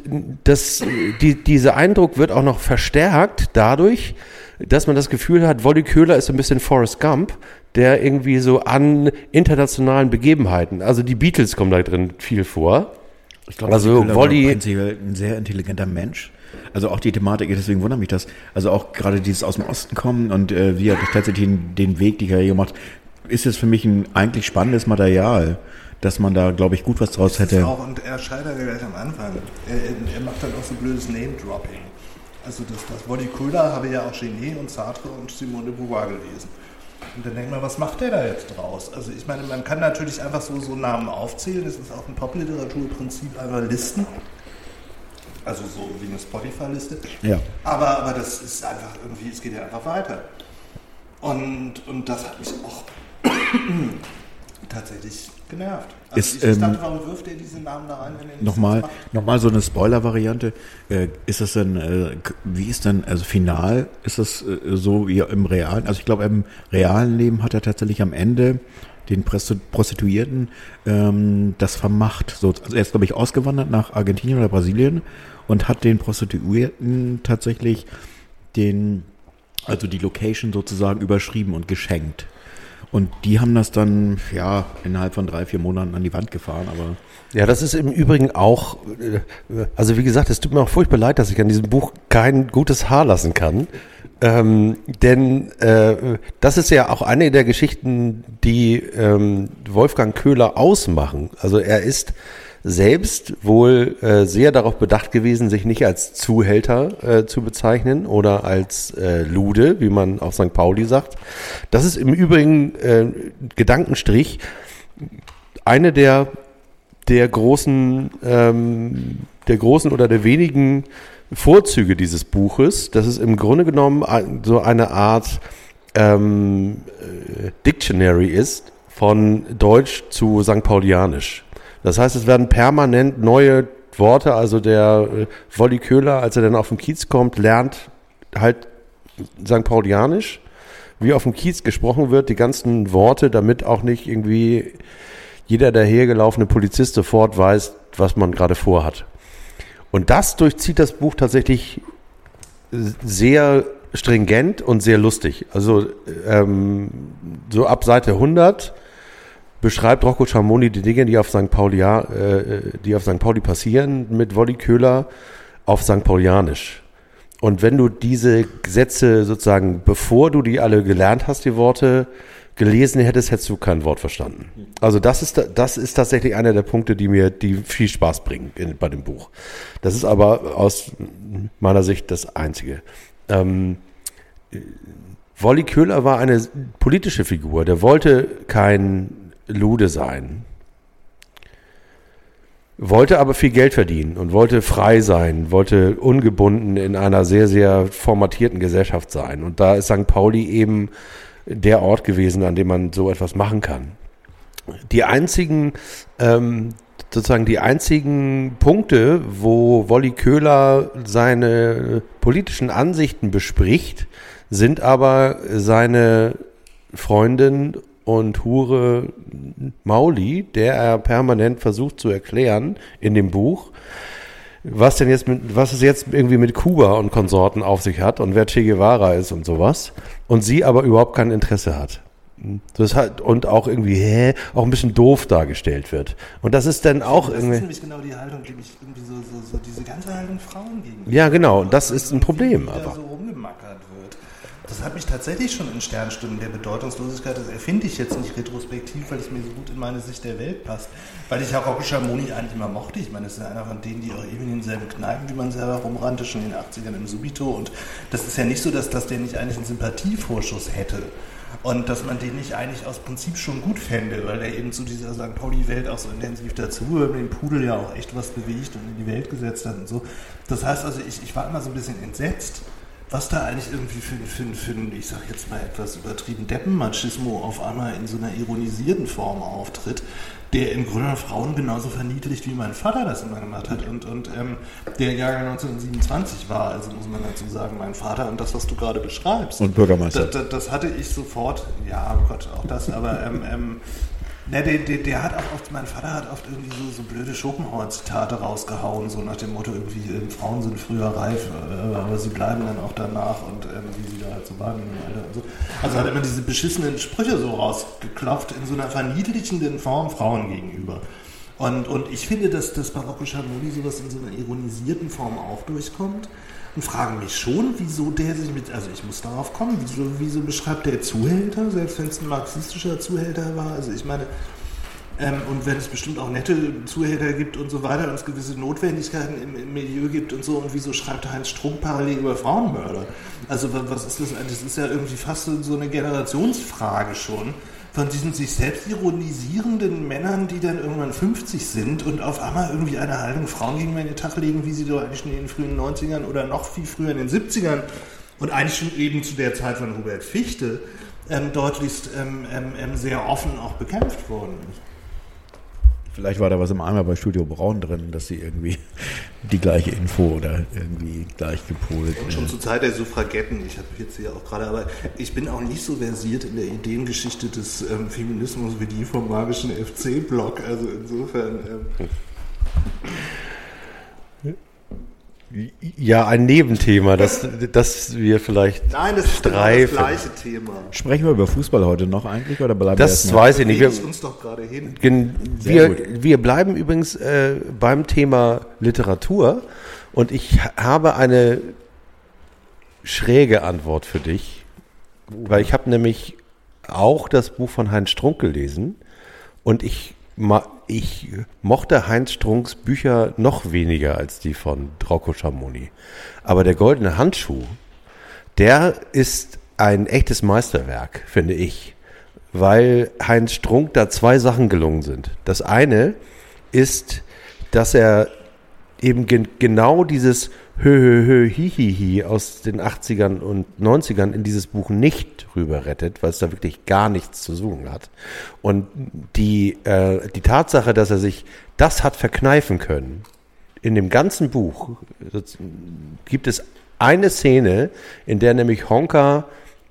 dieser Eindruck wird auch noch verstärkt dadurch, dass man das Gefühl hat, Wolli Köhler ist so ein bisschen Forrest Gump, der irgendwie so an internationalen Begebenheiten, also die Beatles kommen da drin viel vor. Ich glaube, also Wolli prinzipiell ein sehr intelligenter Mensch. Also auch die Thematik, deswegen wundert mich das. Also auch gerade dieses aus dem Osten kommen und wie er tatsächlich den Weg, die Karriere macht, ist jetzt für mich ein eigentlich spannendes Material, dass man da, glaube ich, gut was draus hätte. Auch, und er scheitert ja gleich am Anfang. Er macht dann auch so blödes Name-Dropping. Also das Wolli Köhler habe ja auch Genet und Sartre und Simone de Beauvoir gelesen. Und dann denkt man, was macht der da jetzt draus? Also ich meine, man kann natürlich einfach so Namen aufzählen, das ist auch ein Popliteraturprinzip, einfach Listen. Also so wie eine Spotify-Liste. Ja. Aber das ist einfach irgendwie, es geht ja einfach weiter. Und das hat mich auch tatsächlich genervt. Also ich dachte, warum wirft er diese Namen da rein, wenn er nichts macht? Nochmal so eine Spoiler-Variante. Ist das denn, wie ist denn, also final, ist das so wie im realen, also ich glaube im realen Leben hat er tatsächlich am Ende den Prostituierten das vermacht. So, also er ist, glaube ich, ausgewandert nach Argentinien oder Brasilien und hat den Prostituierten tatsächlich die Location sozusagen überschrieben und geschenkt. Und die haben das dann, ja, innerhalb von 3-4 Monaten an die Wand gefahren, aber... Ja, das ist im Übrigen auch, also wie gesagt, es tut mir auch furchtbar leid, dass ich an diesem Buch kein gutes Haar lassen kann. Denn das ist ja auch eine der Geschichten, die Wolfgang Köhler ausmachen. Also er ist selbst wohl sehr darauf bedacht gewesen, sich nicht als Zuhälter zu bezeichnen oder als Lude, wie man auf St. Pauli sagt. Das ist im Übrigen Gedankenstrich eine der großen oder der wenigen Vorzüge dieses Buches, dass es im Grunde genommen so eine Art Dictionary ist von Deutsch zu St. Paulianisch. Das heißt, es werden permanent neue Worte, also der Wolli Köhler, als er dann auf den Kiez kommt, lernt halt St. Paulianisch, wie auf dem Kiez gesprochen wird, die ganzen Worte, damit auch nicht irgendwie jeder dahergelaufene Polizist sofort weiß, was man gerade vorhat. Und das durchzieht das Buch tatsächlich sehr stringent und sehr lustig. Also so ab Seite 100 beschreibt Rocco Schamoni die Dinge, die auf St. Pauli passieren, mit Wolli Köhler auf St. Paulianisch. Und wenn du diese Sätze sozusagen, bevor du die alle gelernt hast, die Worte gelesen hättest, hättest du kein Wort verstanden. Also das ist tatsächlich einer der Punkte, die viel Spaß bringen bei dem Buch. Das ist aber aus meiner Sicht das Einzige. Wolli Köhler war eine politische Figur. Der wollte kein Lude sein. Wollte aber viel Geld verdienen und wollte frei sein, wollte ungebunden in einer sehr, sehr formatierten Gesellschaft sein. Und da ist St. Pauli eben der Ort gewesen, an dem man so etwas machen kann. Die einzigen Punkte, wo Wolli Köhler seine politischen Ansichten bespricht, sind aber seine Freundin und Hure Mauli, der er permanent versucht zu erklären in dem Buch, was es jetzt irgendwie mit Kuba und Konsorten auf sich hat und wer Che Guevara ist und sowas, und sie aber überhaupt kein Interesse hat. Das hat, und auch irgendwie auch ein bisschen doof dargestellt wird. Und das ist dann auch irgendwie... Das ist nämlich genau die Haltung, die mich irgendwie so diese ganze Haltung Frauen gegenüber. Ja, genau, das ist ein Problem. Aber so rumgemackert wird. Das hat mich tatsächlich schon in Sternstunden der Bedeutungslosigkeit, das erfinde ich jetzt nicht retrospektiv, weil es mir so gut in meine Sicht der Welt passt, weil ich auch Rocco Schamoni eigentlich immer mochte. Ich meine, das ist ja einer von denen, die auch eben in denselben Kneipen, wie man selber rumrannte, schon in den 80ern im Subito, und das ist ja nicht so, dass der nicht eigentlich einen Sympathievorschuss hätte. Und dass man den nicht eigentlich aus Prinzip schon gut fände, weil der eben zu dieser St. Pauli-Welt auch so intensiv dazugehört, den Pudel ja auch echt was bewegt und in die Welt gesetzt hat und so. Das heißt also, ich war immer so ein bisschen entsetzt, was da eigentlich irgendwie für ich sag jetzt mal etwas übertrieben Deppenmachismo auf einmal in so einer ironisierten Form auftritt, der im Grunde Frauen genauso verniedlicht, wie mein Vater das immer gemacht hat. Und der Jahrgang 1927 war, also muss man dazu sagen, mein Vater und das, was du gerade beschreibst. Und Bürgermeister. Das hatte ich sofort, ja, oh Gott, auch das, aber der hat auch oft, mein Vater hat oft irgendwie so blöde Schopenhauer-Zitate rausgehauen, so nach dem Motto irgendwie, Frauen sind früher reif, aber sie bleiben dann auch danach, und wie sie da halt so waren im Alter und so. Also hat immer diese beschissenen Sprüche so rausgeklopft in so einer verniedlichenden Form Frauen gegenüber. Und ich finde, dass bei Rocco Schamoni sowas in so einer ironisierten Form auch durchkommt. Und frage mich schon, wieso der sich also ich muss darauf kommen, wieso beschreibt der Zuhälter, selbst wenn es ein marxistischer Zuhälter war, also ich meine, und wenn es bestimmt auch nette Zuhälter gibt und so weiter und es gewisse Notwendigkeiten im Milieu gibt und so, und wieso schreibt Heinz Strunk parallel über Frauenmörder? Also was ist das? Das ist ja irgendwie fast so eine Generationsfrage schon, von diesen sich selbst ironisierenden Männern, die dann irgendwann 50 sind und auf einmal irgendwie eine Haltung Frauen gegenüber in den Tag legen, wie sie doch eigentlich schon in den frühen 90ern oder noch viel früher in den 70ern und eigentlich schon eben zu der Zeit von Hubert Fichte deutlichst sehr offen auch bekämpft worden ist. Vielleicht war da was im Eimer bei Studio Braun drin, dass sie irgendwie die gleiche Info oder irgendwie gleich gepolt. Und schon zur Zeit der Suffragetten, ich habe jetzt hier auch gerade, aber ich bin auch nicht so versiert in der Ideengeschichte des Feminismus wie die vom magischen FC-Blog, also insofern... Ja, ein Nebenthema, das wir vielleicht Nein, das ist genau das gleiche Thema. Sprechen wir über Fußball heute noch eigentlich, oder bleiben das weiß ich nicht. Wir uns doch gerade hin. Wir bleiben übrigens beim Thema Literatur, und ich habe eine schräge Antwort für dich, weil ich habe nämlich auch das Buch von Heinz Strunk gelesen, und ich mochte Heinz Strunks Bücher noch weniger als die von Rocco Schamoni. Aber der Goldene Handschuh, der ist ein echtes Meisterwerk, finde ich, weil Heinz Strunk da zwei Sachen gelungen sind. Das eine ist, dass er eben genau dieses Hihihi aus den 80ern und 90ern in dieses Buch nicht rüber rettet, weil es da wirklich gar nichts zu suchen hat. Und die Tatsache, dass er sich das hat verkneifen können, in dem ganzen Buch gibt es eine Szene, in der nämlich Honka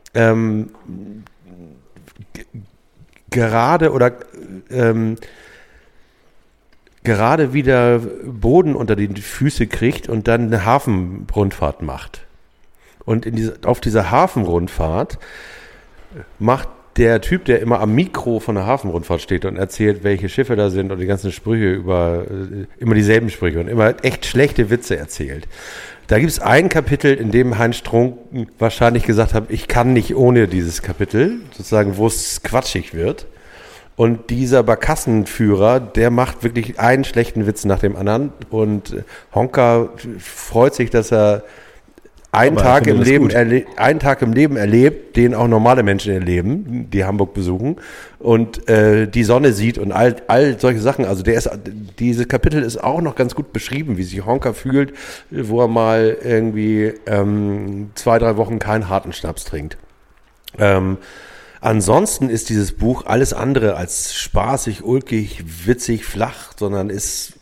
gerade wieder Boden unter die Füße kriegt und dann eine Hafenrundfahrt macht. Und auf dieser Hafenrundfahrt macht der Typ, der immer am Mikro von der Hafenrundfahrt steht und erzählt, welche Schiffe da sind und die ganzen Sprüche immer dieselben Sprüche und immer echt schlechte Witze erzählt. Da gibt es ein Kapitel, in dem Heinz Strunk wahrscheinlich gesagt hat, ich kann nicht ohne dieses Kapitel, sozusagen, wo es quatschig wird. Und dieser Barkassenführer, der macht wirklich einen schlechten Witz nach dem anderen. Und Honka freut sich, dass er einen Tag im Leben erlebt, den auch normale Menschen erleben, die Hamburg besuchen und die Sonne sieht und all solche Sachen. Also dieses Kapitel ist auch noch ganz gut beschrieben, wie sich Honka fühlt, wo er mal irgendwie 2-3 Wochen keinen harten Schnaps trinkt. Ansonsten ist dieses Buch alles andere als spaßig, ulkig, witzig, flach, sondern ist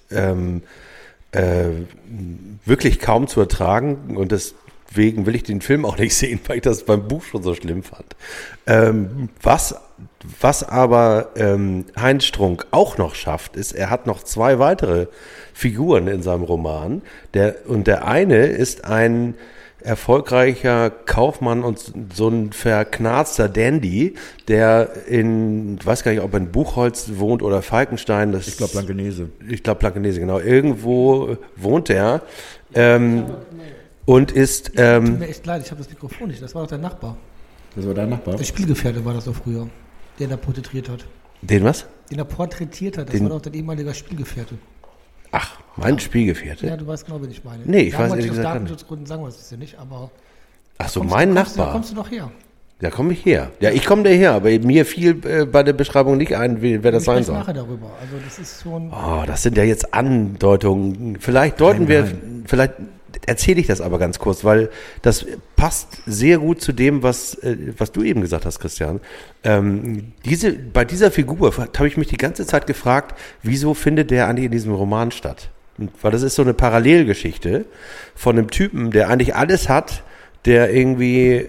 wirklich kaum zu ertragen, und deswegen will ich den Film auch nicht sehen, weil ich das beim Buch schon so schlimm fand. Was aber Heinz Strunk auch noch schafft, ist, er hat noch 2 weitere Figuren in seinem Roman. Der eine ist ein erfolgreicher Kaufmann und so ein verknarzter Dandy, der ich weiß gar nicht, ob er in Buchholz wohnt oder Falkenstein. Ich glaube Blankenese. Genau. Irgendwo wohnt er. Und ist... Tut mir echt leid, ich habe das Mikrofon nicht. Das war doch der Nachbar. Das war dein Nachbar? Der Spielgefährte war das doch früher, der da porträtiert hat. Den was? Den er porträtiert hat, das war doch dein ehemaliger Spielgefährte. Ach, mein Spielgefährte? Ja, du weißt genau, wen ich meine. Nee, ich weiß ehrlich aus gesagt gar nicht. Datenschutzgründen sagen wir das ja nicht, aber... Ach so, mein Nachbar. Da kommst du doch her. Da komme ich her. Ja, ich komme daher, aber mir fiel bei der Beschreibung nicht ein, wer das sein soll. Ich nachher darüber. Also das ist schon... Oh, das sind ja jetzt Andeutungen. Vielleicht erzähle ich das aber ganz kurz, weil das passt sehr gut zu dem, was du eben gesagt hast, Christian. Bei dieser Figur habe ich mich die ganze Zeit gefragt, wieso findet der eigentlich in diesem Roman statt? Weil das ist so eine Parallelgeschichte von einem Typen, der eigentlich alles hat, der irgendwie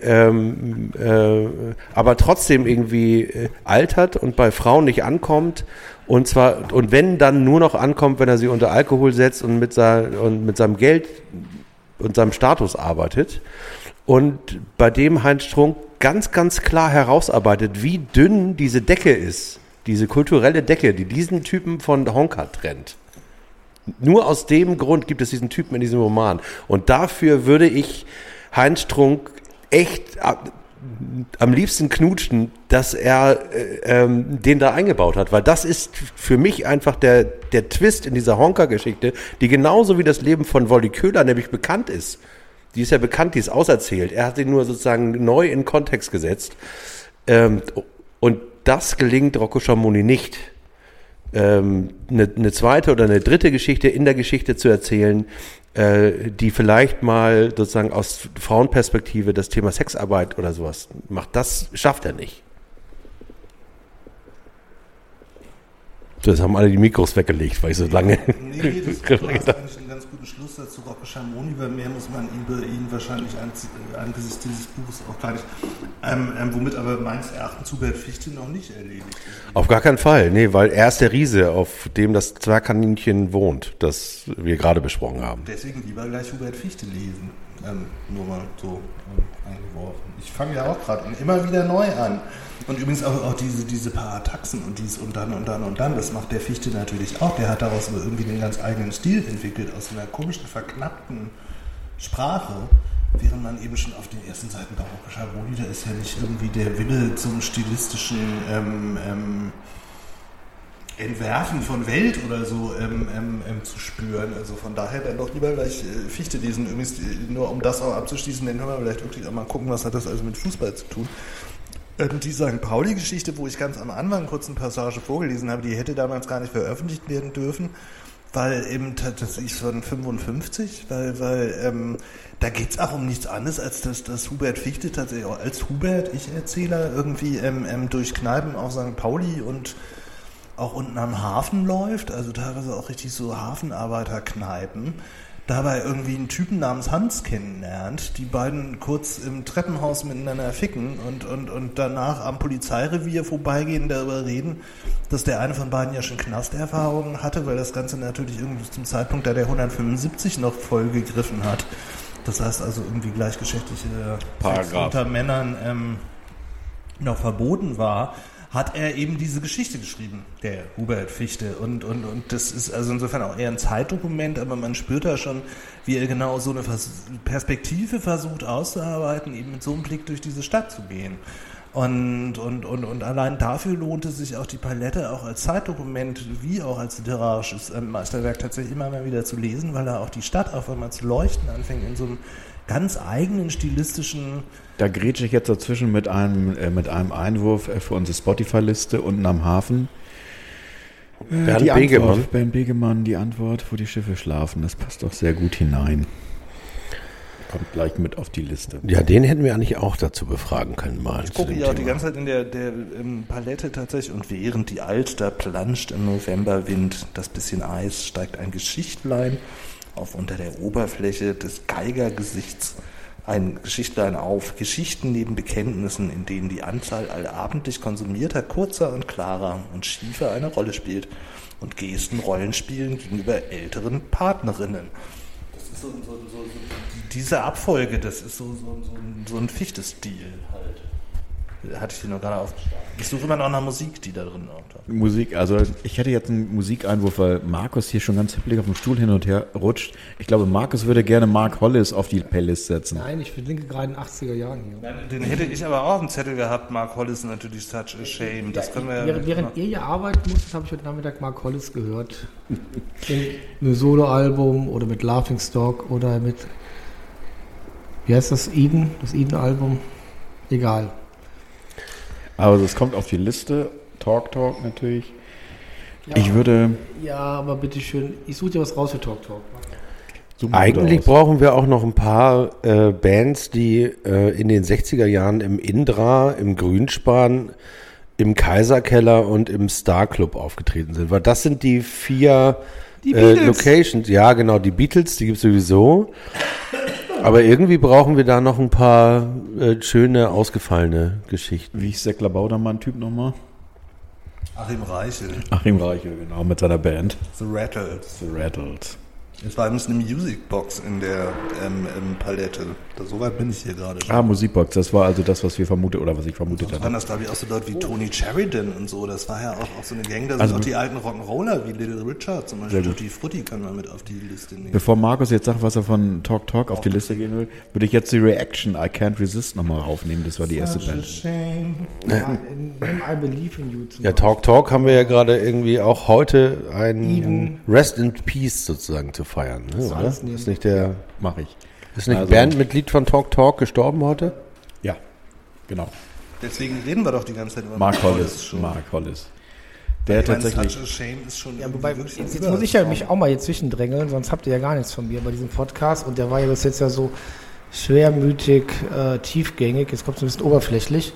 aber trotzdem irgendwie altert und bei Frauen nicht ankommt und wenn dann nur noch ankommt, wenn er sie unter Alkohol setzt und mit seinem Geld und seinem Status arbeitet und bei dem Heinz Strunk ganz, ganz klar herausarbeitet, wie dünn diese Decke ist, diese kulturelle Decke, die diesen Typen von Honka trennt. Nur aus dem Grund gibt es diesen Typen in diesem Roman und dafür würde ich Heinz Strunk echt am liebsten knutschen, dass er den da eingebaut hat, weil das ist für mich einfach der Twist in dieser Honka-Geschichte, die genauso wie das Leben von Wolli Köhler nämlich bekannt ist. Die ist ja bekannt, die ist auserzählt. Er hat sie nur sozusagen neu in Kontext gesetzt. Und das gelingt Rocco Schamoni nicht. Eine zweite oder eine dritte Geschichte in der Geschichte zu erzählen, die vielleicht mal sozusagen aus Frauenperspektive das Thema Sexarbeit oder sowas macht. Das schafft er nicht. So, jetzt haben alle die Mikros weggelegt, weil ich so lange... Nee, du hast eigentlich einen ganz guten Schluss dazu, Rocco Schamoni, weil mehr muss man über ihn wahrscheinlich angesichts dieses Buches auch gar nicht, womit aber meines Erachtens Hubert Fichte noch nicht erledigt ist. Auf gar keinen Fall, nee, weil er ist der Riese, auf dem das Zwergkaninchen wohnt, das wir gerade besprochen haben. Deswegen lieber gleich Hubert Fichte lesen, nur mal so eingeworfen. Ich fange ja auch gerade immer wieder neu an. Und übrigens auch diese Parataxen und dies und dann, das macht der Fichte natürlich auch. Der hat daraus irgendwie den ganz eigenen Stil entwickelt, aus einer komischen, verknappten Sprache, während man eben schon auf den ersten Seiten bei Rocco Schamoni, da ist ja nicht irgendwie der Wille zum stilistischen Entwerfen von Welt oder so zu spüren. Also von daher dann doch lieber gleich Fichte lesen. Übrigens, nur um das auch abzuschließen, dann können wir vielleicht wirklich auch mal gucken, was hat das also mit Fußball zu tun. Die St. Pauli-Geschichte, wo ich ganz am Anfang kurz eine Passage vorgelesen habe, die hätte damals gar nicht veröffentlicht werden dürfen, weil eben, das ist von 55, weil da geht es auch um nichts anderes, als dass Hubert Fichte tatsächlich auch als Hubert, Ich-Erzähler, irgendwie durch Kneipen auf St. Pauli und auch unten am Hafen läuft, also teilweise auch richtig so Hafenarbeiterkneipen, dabei irgendwie einen Typen namens Hans kennenlernt, die beiden kurz im Treppenhaus miteinander ficken und danach am Polizeirevier vorbeigehen, darüber reden, dass der eine von beiden ja schon Knasterfahrungen hatte, weil das Ganze natürlich irgendwie zum Zeitpunkt, da der 175 noch voll gegriffen hat. Das heißt also irgendwie gleichgeschlechtliche Sex unter Männern noch verboten war, hat er eben diese Geschichte geschrieben, der Hubert Fichte. Und das ist also insofern auch eher ein Zeitdokument, aber man spürt da schon, wie er genau so eine Perspektive versucht auszuarbeiten, eben mit so einem Blick durch diese Stadt zu gehen. Und allein dafür lohnt es sich auch die Palette auch als Zeitdokument wie auch als literarisches Meisterwerk tatsächlich immer mal wieder zu lesen, weil da auch die Stadt auf einmal zu leuchten anfängt in so einem ganz eigenen stilistischen... Da grätsche ich jetzt dazwischen mit einem Einwurf für unsere Spotify-Liste unten am Hafen. Bernd Begemann. Bernd Begemann, die Antwort, wo die Schiffe schlafen. Das passt doch sehr gut hinein. Kommt gleich mit auf die Liste. Ja, den hätten wir eigentlich auch dazu befragen können mal. Ich gucke ja auch die ganze Zeit in der Palette tatsächlich und während die Alster planscht im Novemberwind, das bisschen Eis, steigt ein Geschichtlein auf unter der Oberfläche des Geigergesichts ein Geschichtlein auf. Geschichten neben Bekenntnissen, in denen die Anzahl allabendlich konsumierter, kurzer und klarer und schiefer eine Rolle spielt und Gesten Rollenspielen gegenüber älteren Partnerinnen. Das ist so diese Abfolge, das ist so ein Fichte-Stil halt. Hatte ich die noch gerade aufgeschrieben. Ich suche immer noch nach Musik, die da drin auftaucht. Musik, also ich hätte jetzt einen Musikeinwurf, weil Markus hier schon ganz hippelig auf dem Stuhl hin und her rutscht. Ich glaube, Markus würde gerne Mark Hollis auf die Playlist setzen. Nein, ich verlinke gerade in den 80er Jahren hier. Den hätte ich aber auch auf dem Zettel gehabt, Mark Hollis natürlich Such a Shame. Das können wir Während ihr hier arbeiten musstet, habe ich heute Nachmittag Mark Hollis gehört. In einem Soloalbum oder mit Laughingstock oder mit, wie heißt das, Eden? Das Eden-Album? Egal. Also es kommt auf die Liste. Talk natürlich. Ja, Ich würde... Ja, aber bitteschön, ich suche dir was raus für Talk. Eigentlich brauchen wir auch noch ein paar Bands, die in den 60er Jahren im Indra, im Grünspan, im Kaiserkeller und im Star Club aufgetreten sind. Weil das sind die 4 Locations. Ja, genau, die Beatles, die gibt es sowieso. Aber irgendwie brauchen wir da noch ein paar schöne, ausgefallene Geschichten. Wie ist der Klabautermann-Typ nochmal? Achim Reichel, Achim Reichel, genau, mit seiner Band. The Rattles. The Rattles. Es war übrigens eine Musicbox in der Palette. Soweit bin ich hier gerade schon. Ah, Musikbox, das war also das, was wir vermutet, oder was ich vermutet Sonst hatte. waren das, glaube ich, auch so Leute wie Tony Sheridan und so. Das war ja auch so eine Gang. Da sind auch die alten Rock'n'Roller wie Little Richard zum Beispiel. Tutti Frutti können wir mit auf die Liste nehmen. Bevor Markus jetzt sagt, was er von Talk auf die Liste gehen will, würde ich jetzt die Reaction I Can't Resist nochmal aufnehmen. Das war die erste Band. Ja, I Believe in You. Ja, Talk haben wir ja gerade irgendwie auch heute ein Rest in Peace sozusagen zu feiern, ne, oder? Ist nicht der, Mache ich. ist nicht ein Also- Bandmitglied von Talk gestorben heute? Ja, genau. Deswegen reden wir doch die ganze Zeit über Mark Hollis. schon. Mark Hollis. Der Ich meine, tatsächlich... Such a Shame ist schon Ja, wobei, wirklich jetzt muss ich ja mich auch mal hier zwischendrängeln, sonst habt ihr ja gar nichts von mir bei diesem Podcast. Und der war ja bis jetzt ja so schwermütig, tiefgängig, jetzt kommt es ein bisschen oberflächlich.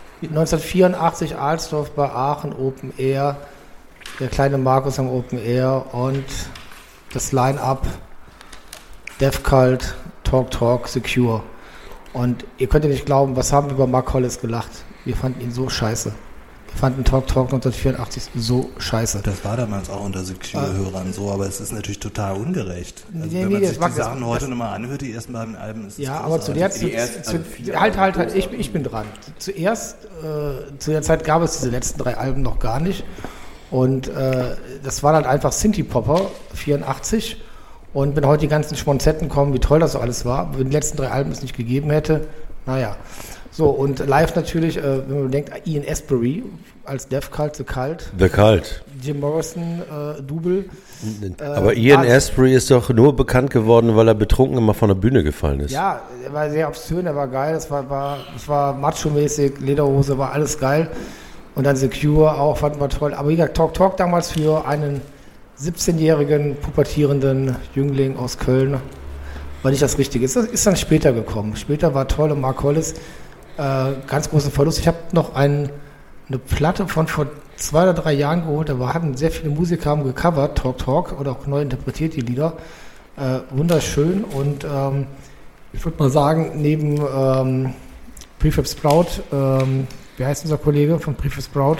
1984 Alsdorf bei Aachen Open Air, der kleine Markus am Open Air und das Line-Up Death Cult, Talk, Secure. Und ihr könnt ja nicht glauben, was haben wir über Mark Hollis gelacht. Wir fanden ihn so scheiße. Wir fanden Talk 1984 so scheiße. Das war damals auch unter Secure-Hörern so, aber es ist natürlich total ungerecht. Also Nee, wenn nee, man das sich war- die Sachen das- heute nochmal anhört, die ersten beiden Alben, ist es Ja, aber zu großartig. der halt, ich bin dran. Zuerst, zu der Zeit gab es diese letzten 3 Alben noch gar nicht. Und das waren halt einfach Synthie-Popper, 84. Und wenn heute die ganzen Schmonzetten kommen, wie toll das so alles war, wenn die letzten 3 Alben es nicht gegeben hätte, naja. So, und live natürlich, wenn man denkt, Ian Astbury als Death Cult, The Cult, Jim Morrison, Double. Aber Ian Astbury ist doch nur bekannt geworden, weil er betrunken immer von der Bühne gefallen ist. Ja, er war sehr obszön, er war geil, das war macho-mäßig, Lederhose, war alles geil. Und dann Secure auch, fanden wir toll. Aber wie gesagt, Talk damals für einen 17-jährigen, pubertierenden Jüngling aus Köln war nicht das Richtige. Ist dann später gekommen. Später war toll und Mark Hollis, ganz großen Verlust. Ich habe noch eine Platte von vor 2 oder 3 Jahren geholt, da haben sehr viele Musiker haben gecovert, Talk oder auch neu interpretiert die Lieder. Wunderschön und ich würde mal sagen, neben Prefab Sprout, wie heißt unser Kollege von Prefab Sprout?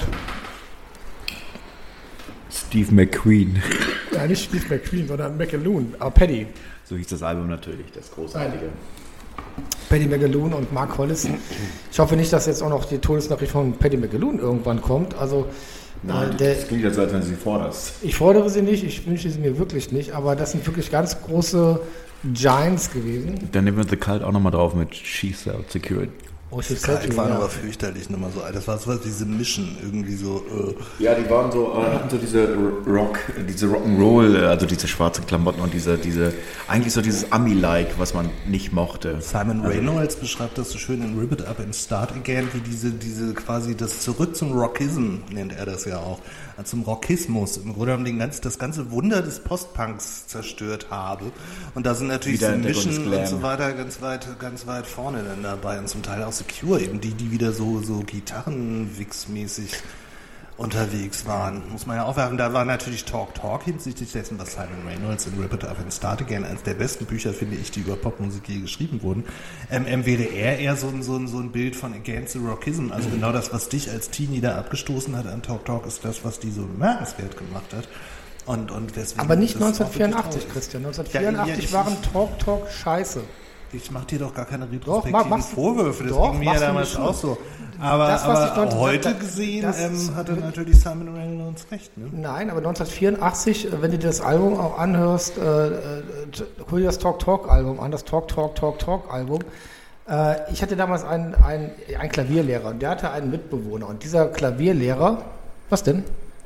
Steve McQueen. Ja, nicht Steve McQueen, sondern McAloon, aber Paddy. So hieß das Album natürlich, das großartige. Paddy McAloon und Mark Hollis. Ich hoffe nicht, dass jetzt auch noch die Todesnachricht von Paddy McAloon irgendwann kommt. Also, Das klingt jetzt, als wenn du sie forderst. ich fordere sie nicht, ich wünsche sie mir wirklich nicht, aber das sind wirklich ganz große Giants gewesen. Dann nehmen wir The Cult auch nochmal drauf mit She Sells Security. Oh, ich Das Kalt waren aber fürchterlich nochmal so. Das war so diese Mission irgendwie so. Ja, die waren so, hatten so diese Rock'n'Roll, also diese schwarzen Klamotten und diese, eigentlich so dieses Ami-like, was man nicht mochte. Simon Reynolds beschreibt das so schön in Rip It Up and Start Again, wie diese quasi das Zurück zum Rockism, nennt er das ja auch, zum Rockismus, im Grunde genommen das ganze Wunder des Postpunks zerstört habe. Und da sind natürlich so Mission und so weiter ganz weit vorne dann dabei und zum Teil auch Secure, eben die wieder so Gitarrenwix-mäßig unterwegs waren. Muss man ja aufwerfen, da war natürlich Talk hinsichtlich dessen, was Simon Reynolds in Rip It Up and Start Again, eines der besten Bücher, finde ich, die über Popmusik je geschrieben wurden, wäre er eher so ein Bild von Against the Rockism, also genau das, was dich als Teenie da abgestoßen hat an Talk, ist das, was die so bemerkenswert gemacht hat. Und deswegen, aber nicht 1984, Christian. 1984 waren Talk scheiße. Ich mache dir doch gar keine Doch, retrospektiven machst- Vorwürfe, das doch, ging mir machst ja du mir damals schon. auch so. Aber, Das, was ich aber 19 heute das- gesehen das- hatte natürlich Simon Reynolds recht. Ne? Nein, aber 1984, wenn du dir das Album auch anhörst, hol dir das Talk-Talk-Album an, das Talk-Talk-Talk-Talk-Album. Ich hatte damals einen Klavierlehrer und der hatte einen Mitbewohner. Und dieser Klavierlehrer, was denn?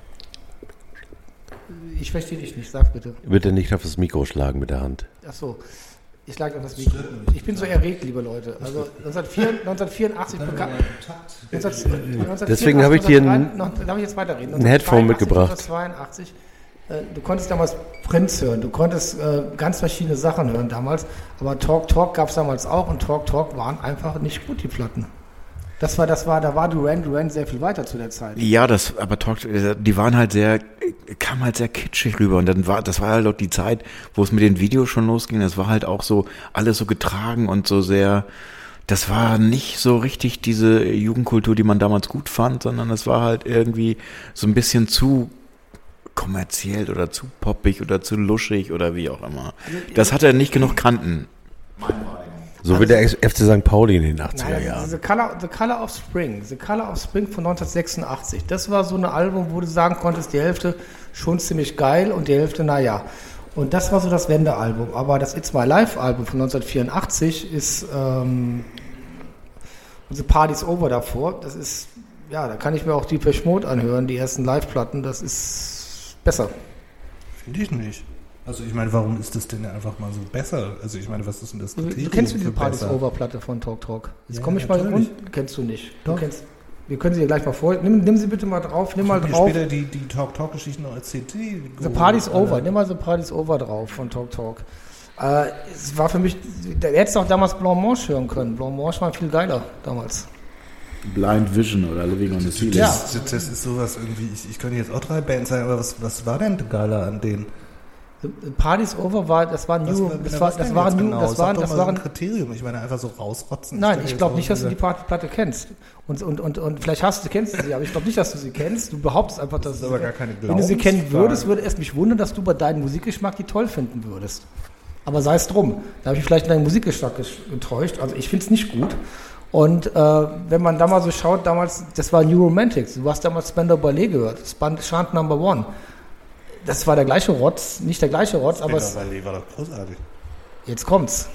Ich verstehe dich nicht, sag bitte. Bitte nicht auf das Mikro schlagen mit der Hand. Ach so, ich schlag auf das Mikro. Ich bin so erregt, liebe Leute. Also 1984 bekam... Deswegen habe ich dir darf ich jetzt weiterreden? ein Headphone 1982, mitgebracht. 1982, du konntest damals Prince hören, du konntest ganz verschiedene Sachen hören damals, aber Talk Talk gab es damals auch und Talk Talk waren einfach nicht gut, die Platten. Da war Duran sehr viel weiter zu der Zeit. Ja, aber die waren halt kam halt sehr kitschig rüber und das war halt auch die Zeit, wo es mit den Videos schon losging, das war halt auch so, alles so getragen und so sehr, das war nicht so richtig diese Jugendkultur, die man damals gut fand, sondern es war halt irgendwie so ein bisschen zu kommerziell oder zu poppig oder zu luschig oder wie auch immer. Das hatte nicht genug Kanten. So wie der FC St. Pauli in den 80er Nein, Jahren. The Color of Spring von 1986, das war so ein Album, wo du sagen konntest, die Hälfte schon ziemlich geil und die Hälfte naja. Und das war so das Wendealbum. Aber das It's My Life Album von 1984 ist The Party's Over davor. Das ist, ja, da kann ich mir auch Depeche Mode anhören, die ersten Live-Platten, das ist besser. Finde ich nicht. Also ich meine, warum ist das denn einfach mal so besser? Also ich meine, was ist denn das Kriterium Du kennst du für die Party's besser? Over Platte von Talk Talk? Jetzt Ja, komme ich mal natürlich. rund. Kennst du nicht. Doch. Wir können sie dir gleich mal vor. Nimm sie bitte mal drauf. Nimm mal Ich drauf. später die Talk-Talk-Geschichten noch als CD. The Party's Over. Nimm mal The Party's Over drauf von Talk Talk. Es war für mich, der hättest auch damals Blanc-Mange hören können. Blanc-Mange war viel geiler damals. Blind Vision oder Living on the Ceiling. Ja. Das ist sowas irgendwie, ich könnte jetzt auch 3 Bands sagen, aber was war denn geiler an denen? The Party's Over war New. Das war ein Kriterium. Ich meine, einfach so rausrotzen. Nein, ich glaube nicht, dass du die Platte kennst. Und vielleicht kennst du sie, aber ich glaube nicht, dass du sie kennst. Du behauptest einfach, dass Das ist aber gar keine wenn du sie kennen Glaubensfrage. würdest, würde es mich wundern, dass du bei deinem Musikgeschmack die toll finden würdest. Aber sei es drum. Da habe ich vielleicht in deinen Musikgeschmack getäuscht. Also ich finde es nicht gut. Und wenn man da mal so schaut, damals, das war New Romantics. Du hast damals Spandau Ballet gehört. Chant Number One. Das war der gleiche Rotz, nicht der gleiche Rotz, aber Ballet war doch großartig. jetzt kommt's.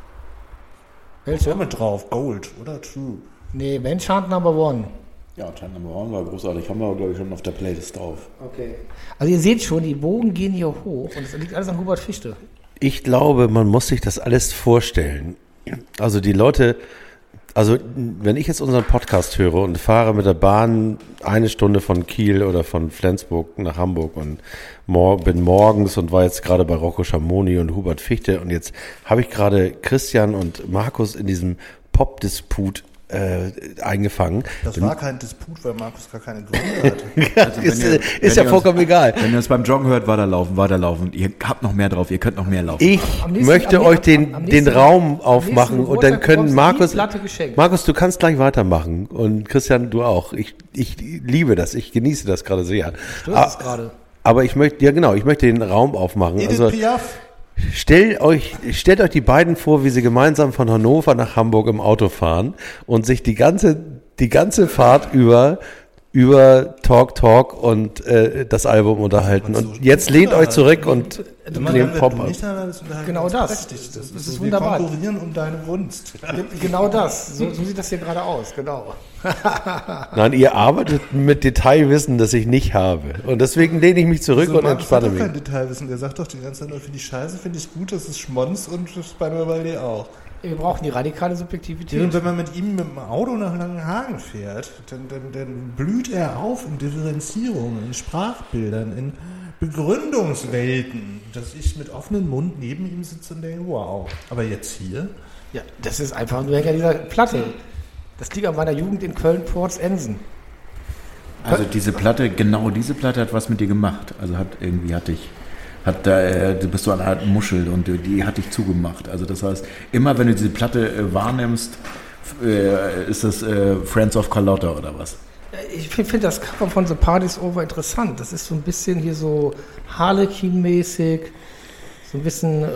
Welche? War mit drauf, Gold oder True. Nee, wenn Chant Number One. Ja, Chant Number One war großartig. Haben wir, glaube ich, schon auf der Playlist drauf. Okay. Also ihr seht schon, die Wogen gehen hier hoch und es liegt alles an Hubert Fichte. Ich glaube, man muss sich das alles vorstellen. Also die Leute, also wenn ich jetzt unseren Podcast höre und fahre mit der Bahn 1 Stunde von Kiel oder von Flensburg nach Hamburg und bin morgens und war jetzt gerade bei Rocco Schamoni und Hubert Fichte und jetzt habe ich gerade Christian und Markus in diesem Pop-Disput eingefangen. Das war kein Disput, weil Markus gar keine Gründe hatte. Ist ja vollkommen egal. Wenn ihr uns beim Joggen hört, weiterlaufen. Ihr habt noch mehr drauf, ihr könnt noch mehr laufen. Ich möchte euch den Raum aufmachen und dann können Markus, du kannst gleich weitermachen und Christian, du auch. Ich liebe das, ich genieße das gerade sehr. Störst es gerade. Aber ich möchte den Raum aufmachen. Edith Also Piaf. stellt euch die beiden vor, wie sie gemeinsam von Hannover nach Hamburg im Auto fahren und sich die ganze Fahrt über Talk und das Album unterhalten. Und jetzt lehnt euch zurück und nehmt Pop ab. Genau das. Das ist so, wunderbar. Wir konkurrieren um deine Gunst. Genau das. So sieht das hier gerade aus. Genau. Nein, ihr arbeitet mit Detailwissen, das ich nicht habe. Und deswegen lehne ich mich zurück und entspanne mich. kein Detailwissen. Der sagt doch die ganze Zeit nur, finde ich scheiße, finde ich gut, das ist Schmonz und das ist bei mir Ballet auch. Wir brauchen die radikale Ja, Subjektivität. und wenn man mit ihm mit dem Auto nach Langenhagen fährt, dann blüht er auf in Differenzierungen, in Sprachbildern, in Begründungswelten, dass ich mit offenem Mund neben ihm sitze und denke, wow. Aber jetzt hier? Ja, das ist einfach ein Hänger dieser Platte. Das liegt an meiner Jugend in Köln-Porz-Ensen. Also diese Platte hat was mit dir gemacht. Also du bist so eine Art Muschel und die hat dich zugemacht. Also das heißt, immer wenn du diese Platte wahrnimmst, ist das Friends of Carlotta oder was? Ich finde das Cover von The Party's Over interessant. Das ist so ein bisschen hier so Harlequin-mäßig. so ein bisschen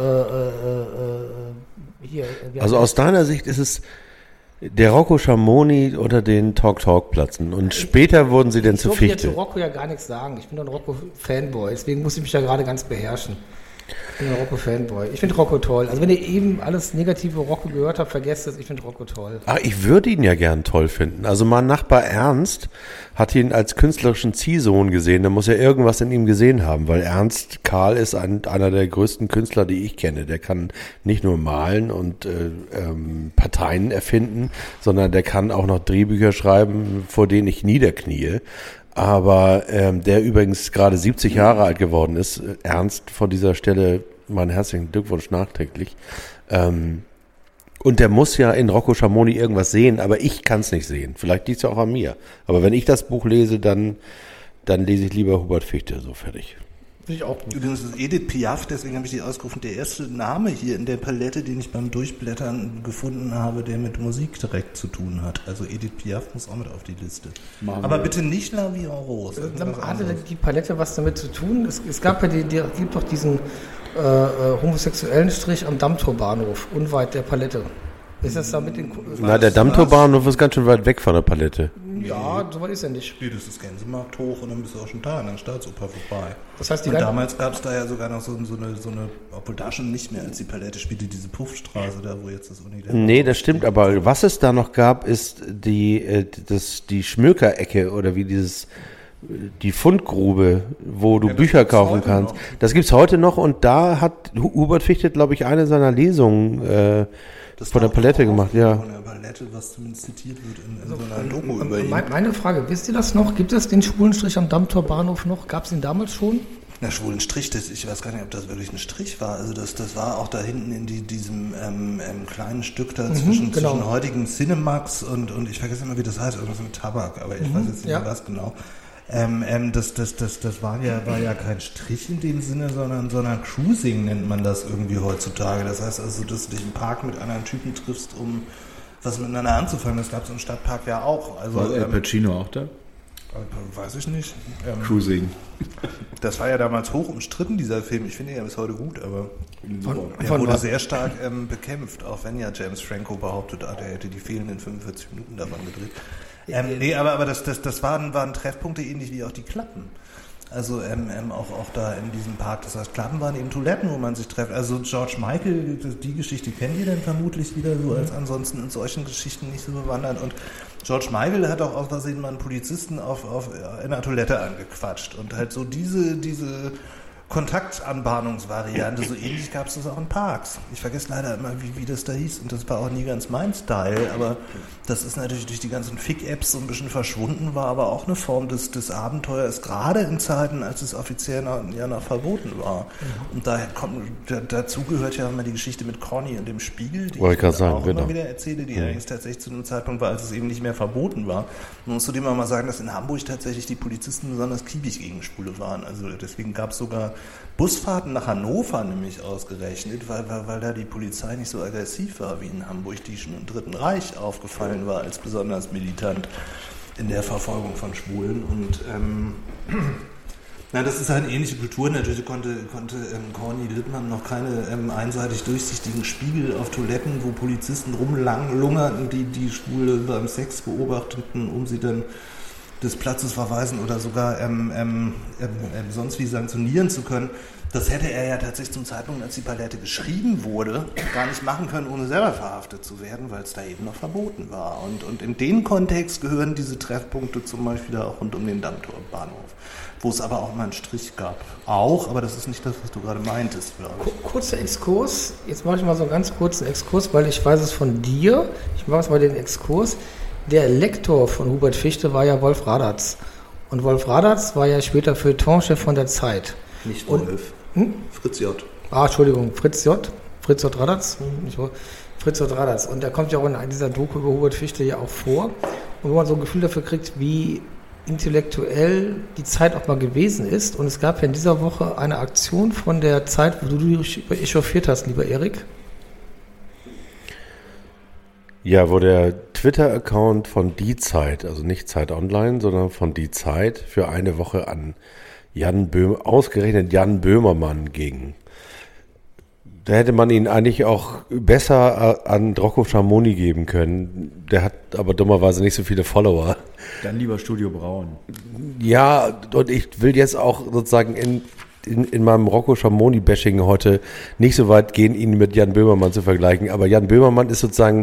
hier. Also aus deiner Sicht ist es der Rocco Schamoni unter den Talk-Talk-Platzen. Und später wurden sie denn zu Ich durfte Fichte. zu Rocco ja gar nichts sagen. Ich bin doch ein Rocco-Fanboy, deswegen muss ich mich ja gerade ganz beherrschen. Ich bin ein Rocco-Fanboy. Ich finde Rocco toll. Also wenn ihr eben alles negative Rocco gehört habt, vergesst es, ich finde Rocco toll. Ah, ich würde ihn ja gern toll finden. Also mein Nachbar Ernst hat ihn als künstlerischen Ziehsohn gesehen. Da muss er irgendwas in ihm gesehen haben, weil Ernst Karl ist einer der größten Künstler, die ich kenne. Der kann nicht nur malen und Parteien erfinden, sondern der kann auch noch Drehbücher schreiben, vor denen ich niederknie. Aber der übrigens gerade 70 Jahre alt geworden ist, Ernst, von dieser Stelle meinen herzlichen Glückwunsch nachträglich. Und der muss ja in Rocco Schamoni irgendwas sehen, aber ich kann es nicht sehen. Vielleicht liegt es ja auch an mir. Aber wenn ich das Buch lese, dann lese ich lieber Hubert Fichte, so fertig. Finde ich auch gut. Übrigens ist Edith Piaf, deswegen habe ich die ausgerufen, der erste Name hier in der Palette, den ich beim Durchblättern gefunden habe, der mit Musik direkt zu tun hat. Also Edith Piaf muss auch mit auf die Liste. Aber bitte nicht La Vie en Rose. Hatte die Palette was damit zu tun? Es gab ja gibt doch diesen homosexuellen Strich am Dammtorbahnhof, unweit der Palette. Ist das da mit den... Na, der Dammtorbahnhof ist ganz schön weit weg von der Palette. Ja, so weit ist er nicht. Nee, das ist Gänsemarkt hoch und dann bist du auch schon da an der Staatsoper vorbei. Das heißt, und damals gab es da ja sogar noch so eine, obwohl da schon nicht mehr, als die Palette spielte, diese Puffstraße da, wo jetzt das Unilever... Nee, das stimmt, aber was es da noch gab, ist die Schmökerecke oder wie die Fundgrube, wo du Bücher kaufen kannst. Noch. Das gibt's heute noch und da hat Hubert Fichte, glaube ich, eine seiner Lesungen von der Palette gemacht, ja. Von der Palette, was zumindest zitiert wird in so einer Doku über ihn. Meine Frage, wisst ihr das noch? Gibt es den schwulen Strich am Dammtorbahnhof noch? Gab es den damals schon? Na, schwulen Strich, ich weiß gar nicht, ob das wirklich ein Strich war. Also das war auch da hinten in diesem kleinen Stück da zwischen heutigen Cinemax und ich vergesse immer, wie das heißt, irgendwas mit Tabak, aber ich weiß jetzt nicht mehr was genau. Das war ja kein Strich in dem Sinne, sondern Cruising nennt man das irgendwie heutzutage. Das heißt also, dass du dich im Park mit anderen Typen triffst, um was miteinander anzufangen. Das gab es im Stadtpark ja auch. Also, war Al Pacino auch da? Weiß ich nicht. Cruising. Das war ja damals hoch umstritten, dieser Film. Ich finde ihn ja bis heute gut, aber er von wurde was? sehr stark bekämpft, auch wenn ja James Franco behauptet hat, er hätte die fehlenden 45 Minuten davon gedreht. Nee, aber das waren Treffpunkte ähnlich wie auch die Klappen. Also auch da in diesem Park. Das heißt, Klappen waren eben Toiletten, wo man sich trifft. Also George Michael, die Geschichte kennt ihr denn vermutlich wieder so, als ansonsten in solchen Geschichten nicht so bewandert. Und George Michael hat auch aus Versehen mal einen Polizisten in einer Toilette angequatscht. Und halt so diese Kontaktanbahnungsvariante, so ähnlich gab es das auch in Parks. Ich vergesse leider immer, wie das da hieß und das war auch nie ganz mein Style, aber das ist natürlich durch die ganzen Fick-Apps so ein bisschen verschwunden, war aber auch eine Form des Abenteuers, gerade in Zeiten, als es offiziell noch verboten war. Und dazu gehört ja immer die Geschichte mit Conny und dem Spiegel, die ich auch immer wieder erzähle, die allerdings tatsächlich zu einem Zeitpunkt war, als es eben nicht mehr verboten war. Man muss zudem auch mal sagen, dass in Hamburg tatsächlich die Polizisten besonders kiebig gegen Schwule waren. Also deswegen gab es sogar Busfahrten nach Hannover nämlich ausgerechnet, weil da die Polizei nicht so aggressiv war wie in Hamburg, die schon im Dritten Reich aufgefallen war als besonders militant in der Verfolgung von Schwulen. Und das ist halt eine ähnliche Kultur. Natürlich konnte Corny Littmann noch keine einseitig durchsichtigen Spiegel auf Toiletten, wo Polizisten rumlungerten, die Schwule beim Sex beobachteten, um sie dann des Platzes verweisen oder sogar sonst wie sanktionieren zu können. Das hätte er ja tatsächlich zum Zeitpunkt, als die Palette geschrieben wurde, gar nicht machen können, ohne selber verhaftet zu werden, weil es da eben noch verboten war. Und in den Kontext gehören diese Treffpunkte zum Beispiel auch rund um den Dammtorbahnhof, wo es aber auch mal einen Strich gab. Auch, aber das ist nicht das, was du gerade meintest, glaube ich. Kurzer Exkurs. Jetzt mache ich mal so einen ganz kurzen Exkurs, weil ich weiß es von dir. Ich mache jetzt mal den Exkurs. Der Lektor von Hubert Fichte war ja Wolf Radatz. Und Wolf Radatz war ja später Feuilletonchef von der Zeit. Nicht Wolf. Fritz J. Entschuldigung, Fritz J. Fritz J. Radatz. Fritz J. Radatz. Und der kommt ja auch in dieser Doku über Hubert Fichte ja auch vor. Und wo man so ein Gefühl dafür kriegt, wie intellektuell die Zeit auch mal gewesen ist. Und es gab ja in dieser Woche eine Aktion von der Zeit, wo du dich echauffiert hast, lieber Erik. Ja, wo der Twitter-Account von Die Zeit, also nicht Zeit Online, sondern von Die Zeit für eine Woche an ausgerechnet Jan Böhmermann ging. Da hätte man ihn eigentlich auch besser an Rocco Schamoni geben können. Der hat aber dummerweise nicht so viele Follower. Dann lieber Studio Braun. Ja, und ich will jetzt auch sozusagen in meinem Rocco Schamoni-Bashing heute nicht so weit gehen, ihn mit Jan Böhmermann zu vergleichen. Aber Jan Böhmermann ist sozusagen,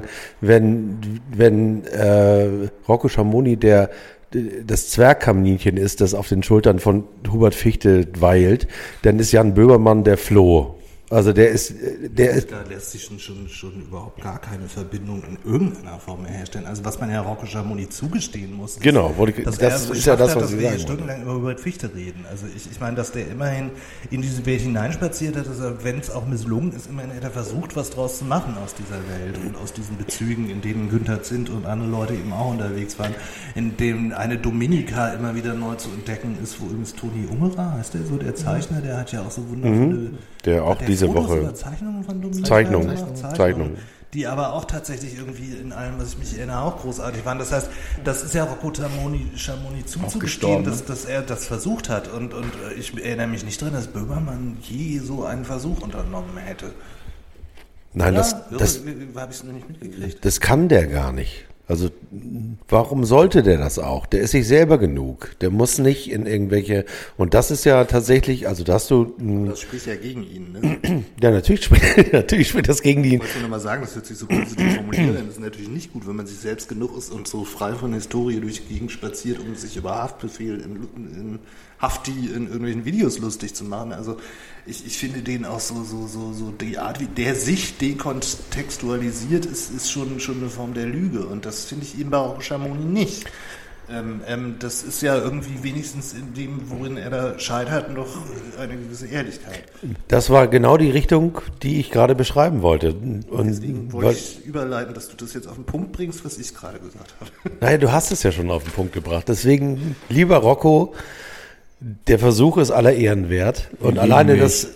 wenn Rocco Schamoni das Zwergkaninchen ist, das auf den Schultern von Hubert Fichte weilt, dann ist Jan Böhmermann der Floh. Also der ist. Da lässt sich schon überhaupt gar keine Verbindung in irgendeiner Form mehr herstellen. Also was man ja Rocco Schamoni zugestehen muss, genau, das ist ja das, was wir Sie sagen. stundenlang über Hubert Fichte reden. Also ich meine, dass der immerhin in diese Welt hineinspaziert hat, dass er, wenn es auch misslungen ist, immerhin hat er versucht, was draus zu machen aus dieser Welt und aus diesen Bezügen, in denen Günther Zint und andere Leute eben auch unterwegs waren, in dem eine Dominika immer wieder neu zu entdecken ist, wo übrigens Toni Ungerer, heißt der so, der Zeichner, der hat ja auch so wundervolle... Der auch diese Fotos Woche. oder Zeichnungen von Dominika Zeichnungen. Die aber auch tatsächlich irgendwie in allem, was ich mich erinnere, auch großartig waren. Das heißt, das ist ja Rocco Schamoni zuzugestehen, dass er das versucht hat. Und ich erinnere mich nicht dran, dass Böhmermann je so einen Versuch unternommen hätte. Nein, ja, das habe ich es noch nicht mitgekriegt. Das kann der gar nicht. Also warum sollte der das auch? Der ist sich selber genug. Der muss nicht in irgendwelche, und das ist ja tatsächlich, also dass du... Das spricht ja gegen ihn, ne? Ja, natürlich spricht das gegen ihn. Ich wollte nur mal sagen, das hört sich so positiv formuliert an. Das ist natürlich nicht gut, wenn man sich selbst genug ist und so frei von Historie durch die Gegend spaziert, um sich über Haftbefehl in Hafti in irgendwelchen Videos lustig zu machen. Also ich finde den auch so die Art, wie der sich dekontextualisiert, ist schon eine Form der Lüge. Und das finde ich eben bei Rocco Schamoni nicht. Das ist ja irgendwie wenigstens in dem, worin er da scheitert, noch eine gewisse Ehrlichkeit. Das war genau die Richtung, die ich gerade beschreiben wollte. Und deswegen wollte ich überleiten, dass du das jetzt auf den Punkt bringst, was ich gerade gesagt habe. Naja, du hast es ja schon auf den Punkt gebracht. Deswegen, lieber Rocco, der Versuch ist aller Ehren wert. Und alleine das,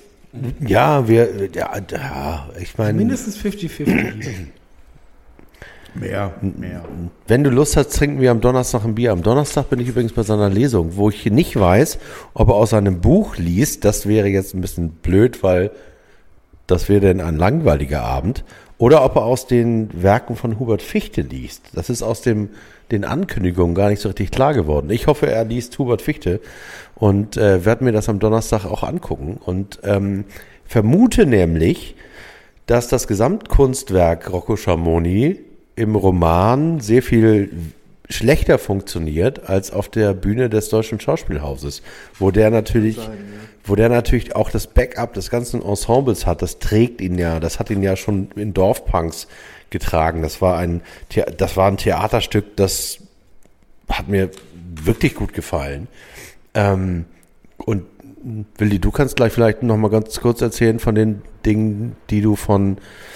ich meine... Mindestens 50-50. Mehr. Wenn du Lust hast, trinken wir am Donnerstag ein Bier. Am Donnerstag bin ich übrigens bei seiner Lesung, wo ich nicht weiß, ob er aus seinem Buch liest. Das wäre jetzt ein bisschen blöd, weil das wäre dann ein langweiliger Abend. Oder ob er aus den Werken von Hubert Fichte liest. Das ist aus den Ankündigungen gar nicht so richtig klar geworden. Ich hoffe, er liest Hubert Fichte und werde mir das am Donnerstag auch angucken. Und vermute nämlich, dass das Gesamtkunstwerk Rocco Schamoni im Roman sehr viel schlechter funktioniert als auf der Bühne des Deutschen Schauspielhauses, wo der natürlich auch das Backup des ganzen Ensembles hat. Das trägt ihn ja, das hat ihn ja schon in Dorfpunks getragen. Das war ein Theaterstück, das hat mir wirklich gut gefallen. Und Willi, du kannst gleich vielleicht noch mal ganz kurz erzählen von den Dingen, die du von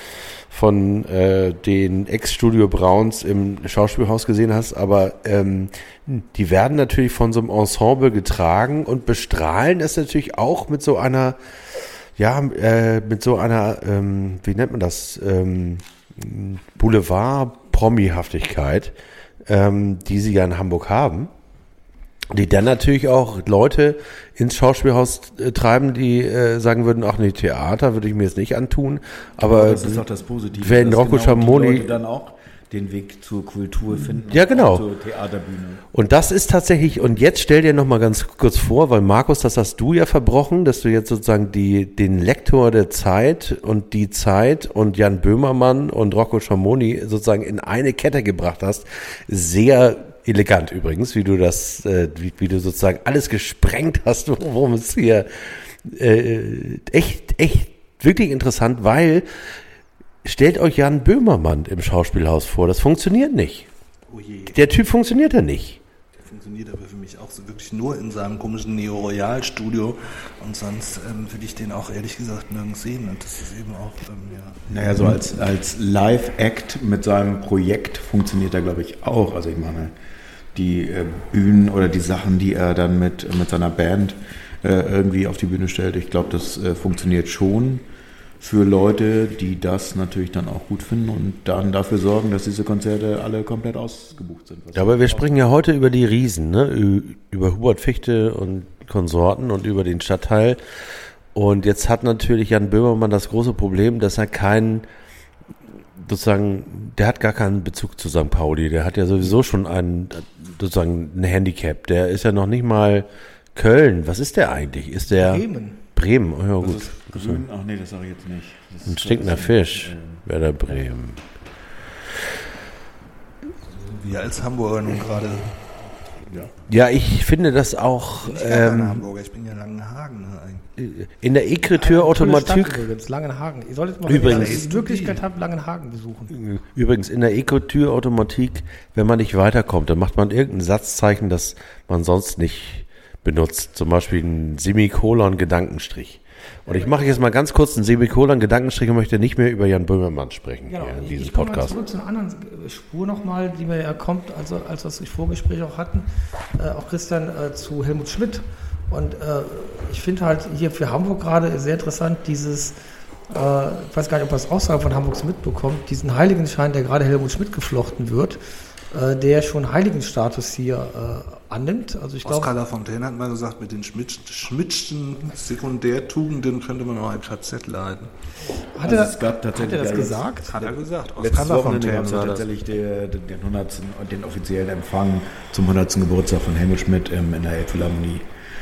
den Ex-Studio Brauns im Schauspielhaus gesehen hast, aber die werden natürlich von so einem Ensemble getragen und bestrahlen es natürlich auch mit so einer, wie nennt man das, Boulevard-Promi-Haftigkeit, die sie ja in Hamburg haben. Die dann natürlich auch Leute ins Schauspielhaus treiben, die sagen würden, ach nee, Theater würde ich mir jetzt nicht antun. Aber das ist doch das Positive, wenn Rocco Schamoni die Leute dann auch den Weg zur Kultur finden. Ja, genau. Zur Theaterbühne. Und das ist tatsächlich, und jetzt stell dir noch mal ganz kurz vor, weil Markus, das hast du ja verbrochen, dass du jetzt sozusagen den Lektor der Zeit und die Zeit und Jan Böhmermann und Rocco Schamoni sozusagen in eine Kette gebracht hast. Sehr elegant übrigens, wie du das, wie du sozusagen alles gesprengt hast, worum es hier echt wirklich interessant, weil stellt euch Jan Böhmermann im Schauspielhaus vor, das funktioniert nicht. Oh je. Der Typ funktioniert ja nicht. Der funktioniert aber für mich auch so wirklich nur in seinem komischen Neo-Royal-Studio und sonst will ich den auch ehrlich gesagt nirgends sehen und das ist eben auch, Naja, so als Live-Act mit seinem Projekt funktioniert er, glaube ich, auch. Also ich meine, die Bühnen oder die Sachen, die er dann mit seiner Band irgendwie auf die Bühne stellt, ich glaube, das funktioniert schon für Leute, die das natürlich dann auch gut finden und dann dafür sorgen, dass diese Konzerte alle komplett ausgebucht sind. Ja, aber wir sprechen ja heute über die Riesen, ne? Über Hubert Fichte und Konsorten und über den Stadtteil. Und jetzt hat natürlich Jan Böhmermann das große Problem, dass er der hat gar keinen Bezug zu St. Pauli. Der hat ja sowieso schon ein Handicap. Der ist ja noch nicht mal Köln. Was ist der eigentlich? Ist der Bremen? Oh ja, gut. Grün? Ach nee, das sage ich jetzt nicht. Ein stinkender Fisch. Werder Bremen. Wir als Hamburger nun gerade. Ja, ich finde das auch. Ich bin kein Hamburger, ich bin ja Langenhagen eigentlich. In der Ekriteur-Automatik. Langenhagen. Ihr solltet mal, Übrigens, wenn ihr die Möglichkeit habt, Langenhagen besuchen. Übrigens, in der Ekriteur-Automatik, wenn man nicht weiterkommt, dann macht man irgendein Satzzeichen, das man sonst nicht benutzt. Zum Beispiel ein Semikolon-Gedankenstrich. Und ich mache jetzt mal ganz kurz einen Semikolon-Gedankenstrich und möchte nicht mehr über Jan Böhmermann sprechen Genau, hier in diesem ich komme mal Podcast. zurück zu einer anderen Spur nochmal, die mir ja kommt, also als wir das Vorgespräch auch hatten, auch Christian, zu Helmut Schmidt. Und ich finde halt hier für Hamburg gerade sehr interessant dieses, ich weiß gar nicht, ob man das außerhalb von Hamburgs mitbekommt, diesen Heiligenschein, der gerade Helmut Schmidt geflochten wird, der schon Heiligenstatus hier annimmt. Also ich Oskar glaube, Lafontaine hat mal gesagt, mit den Schmidtschen Sekundärtugenden könnte man auch ein KZ leiten. hat er es gab tatsächlich das ja gesagt? Hat er gesagt. Letztes Wochenende gab Lafontaine es ja war das. tatsächlich den offiziellen Empfang zum 100. Geburtstag von Helmut Schmidt in der Elbphilharmonie.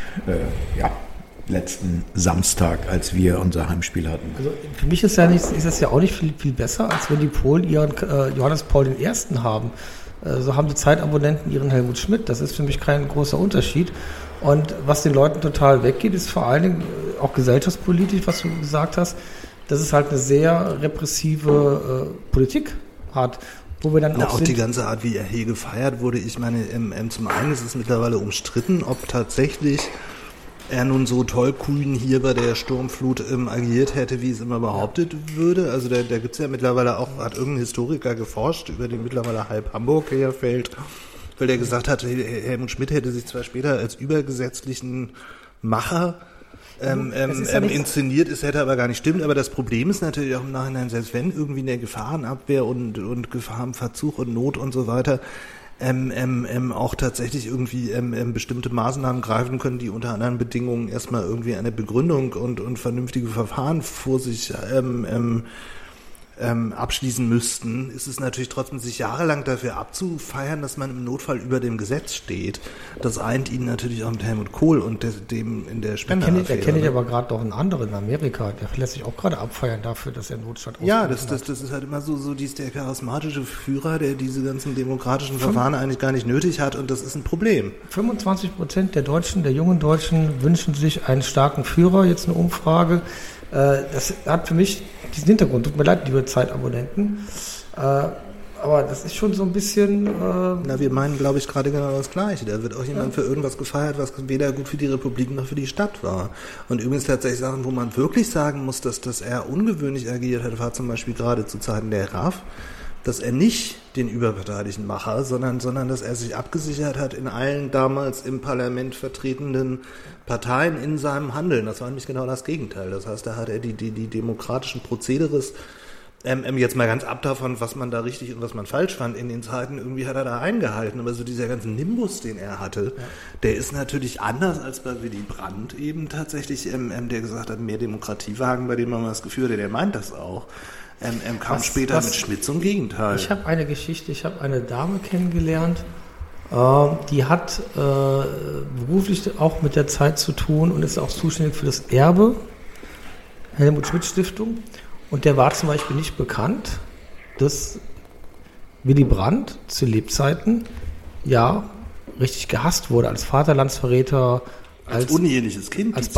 Letzten Samstag, als wir unser Heimspiel hatten. Also für mich ist das ja auch nicht viel besser, als wenn die Polen ihren Johannes Paul I. haben. So haben die Zeitabonnenten ihren Helmut Schmidt. Das ist für mich kein großer Unterschied. Und was den Leuten total weggeht, ist vor allen Dingen auch gesellschaftspolitisch, was du gesagt hast, dass es halt eine sehr repressive Politik hat. Wo wir dann auch die ganze Art, wie er hier gefeiert wurde. Ich meine, zum einen ist es mittlerweile umstritten, ob tatsächlich er nun so tollkühn hier bei der Sturmflut agiert hätte, wie es immer behauptet würde. Also da gibt es ja mittlerweile auch, hat irgendein Historiker geforscht, über den mittlerweile halb Hamburg herfällt, weil der gesagt hat, Helmut Schmidt hätte sich zwar später als übergesetzlichen Macher inszeniert, es hätte aber gar nicht stimmt. Aber das Problem ist natürlich auch im Nachhinein, selbst wenn irgendwie in der Gefahrenabwehr und Gefahrenverzug und Not und so weiter auch tatsächlich irgendwie bestimmte Maßnahmen greifen können, die unter anderen Bedingungen erstmal irgendwie eine Begründung und vernünftige Verfahren vor sich abschließen müssten, ist es natürlich trotzdem, sich jahrelang dafür abzufeiern, dass man im Notfall über dem Gesetz steht. Das eint ihn natürlich auch mit Helmut Kohl und dem in der Spendenaffäre. Da kenne ich aber gerade noch einen anderen in Amerika, der lässt sich auch gerade abfeiern dafür, dass er Notstand ja, das ist halt immer so der charismatische Führer, der diese ganzen demokratischen Verfahren eigentlich gar nicht nötig hat, und das ist ein Problem. 25% der jungen Deutschen wünschen sich einen starken Führer, jetzt eine Umfrage. Das hat für mich diesen Hintergrund. Tut mir leid, liebe Zeitabonnenten. Aber das ist schon so ein bisschen... wir meinen, glaube ich, gerade genau das Gleiche. Da wird auch jemand für irgendwas gefeiert, was weder gut für die Republik noch für die Stadt war. Und übrigens tatsächlich Sachen, wo man wirklich sagen muss, dass er ungewöhnlich agiert hat, war zum Beispiel gerade zu Zeiten der RAF, dass er nicht den überparteilichen Macher, sondern dass er sich abgesichert hat in allen damals im Parlament vertretenen Parteien in seinem Handeln. Das war nämlich genau das Gegenteil. Das heißt, da hat er die demokratischen Prozederes, jetzt mal ganz ab davon, was man da richtig und was man falsch fand in den Zeiten, irgendwie hat er da eingehalten. Aber so dieser ganze Nimbus, den er hatte, der ist natürlich anders als bei Willy Brandt eben tatsächlich, der gesagt hat, mehr Demokratie wagen, bei dem man das Gefühl hatte, der meint das auch. Kam später mit Schmidt zum Gegenteil. Ich habe eine Geschichte, ich habe eine Dame kennengelernt, die hat beruflich auch mit der Zeit zu tun und ist auch zuständig für das Erbe, Helmut Schmidt Stiftung. Und der war zum Beispiel nicht bekannt, dass Willy Brandt zu Lebzeiten richtig gehasst wurde als Vaterlandsverräter, als uneheliches Kind, als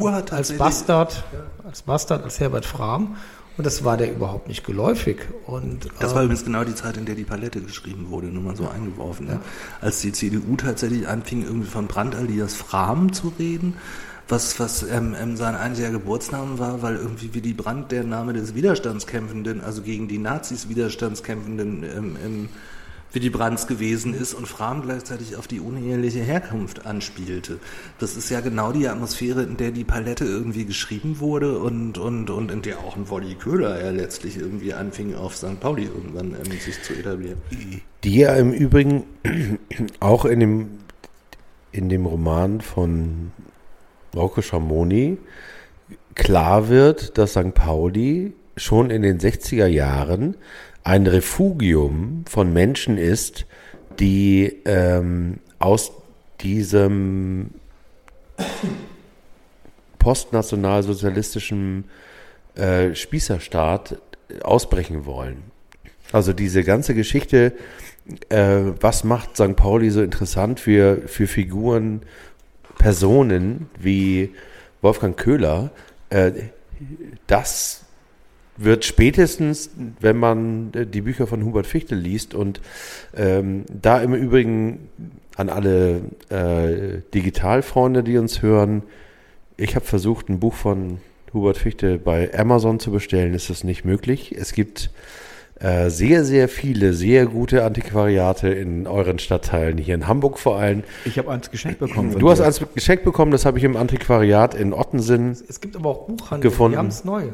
Bastard, als Herbert Frahm. Und das war der überhaupt nicht geläufig. Und, das war übrigens genau die Zeit, in der die Palette geschrieben wurde, nur mal so eingeworfen. Ja. Als die CDU tatsächlich anfing, irgendwie von Brandt alias Frahm zu reden, was sein einziger Geburtsname war, weil irgendwie Willy Brandt der Name des Widerstandskämpfenden, also gegen die Nazis Widerstandskämpfenden Willy Brandts gewesen ist und Frahm gleichzeitig auf die uneheliche Herkunft anspielte. Das ist ja genau die Atmosphäre, in der die Palette irgendwie geschrieben wurde und in der auch ein Wolli Köhler ja letztlich irgendwie anfing, auf St. Pauli irgendwann sich zu etablieren. Die ja im Übrigen auch in dem Roman von Rocco Schamoni klar wird, dass St. Pauli schon in den 60er Jahren ein Refugium von Menschen ist, die aus diesem postnationalsozialistischen Spießerstaat ausbrechen wollen. Also diese ganze Geschichte, was macht St. Pauli so interessant für Figuren, Personen wie Wolfgang Köhler, das wird spätestens, wenn man die Bücher von Hubert Fichte liest und da im Übrigen an alle Digitalfreunde, die uns hören, ich habe versucht, ein Buch von Hubert Fichte bei Amazon zu bestellen, ist das nicht möglich. Es gibt sehr, sehr viele, sehr gute Antiquariate in euren Stadtteilen, hier in Hamburg vor allem. Ich habe eins geschenkt bekommen. Du hast eins geschenkt bekommen, das habe ich im Antiquariat in Ottensen Es gibt aber auch Buchhandlungen, gefunden. die haben es neu.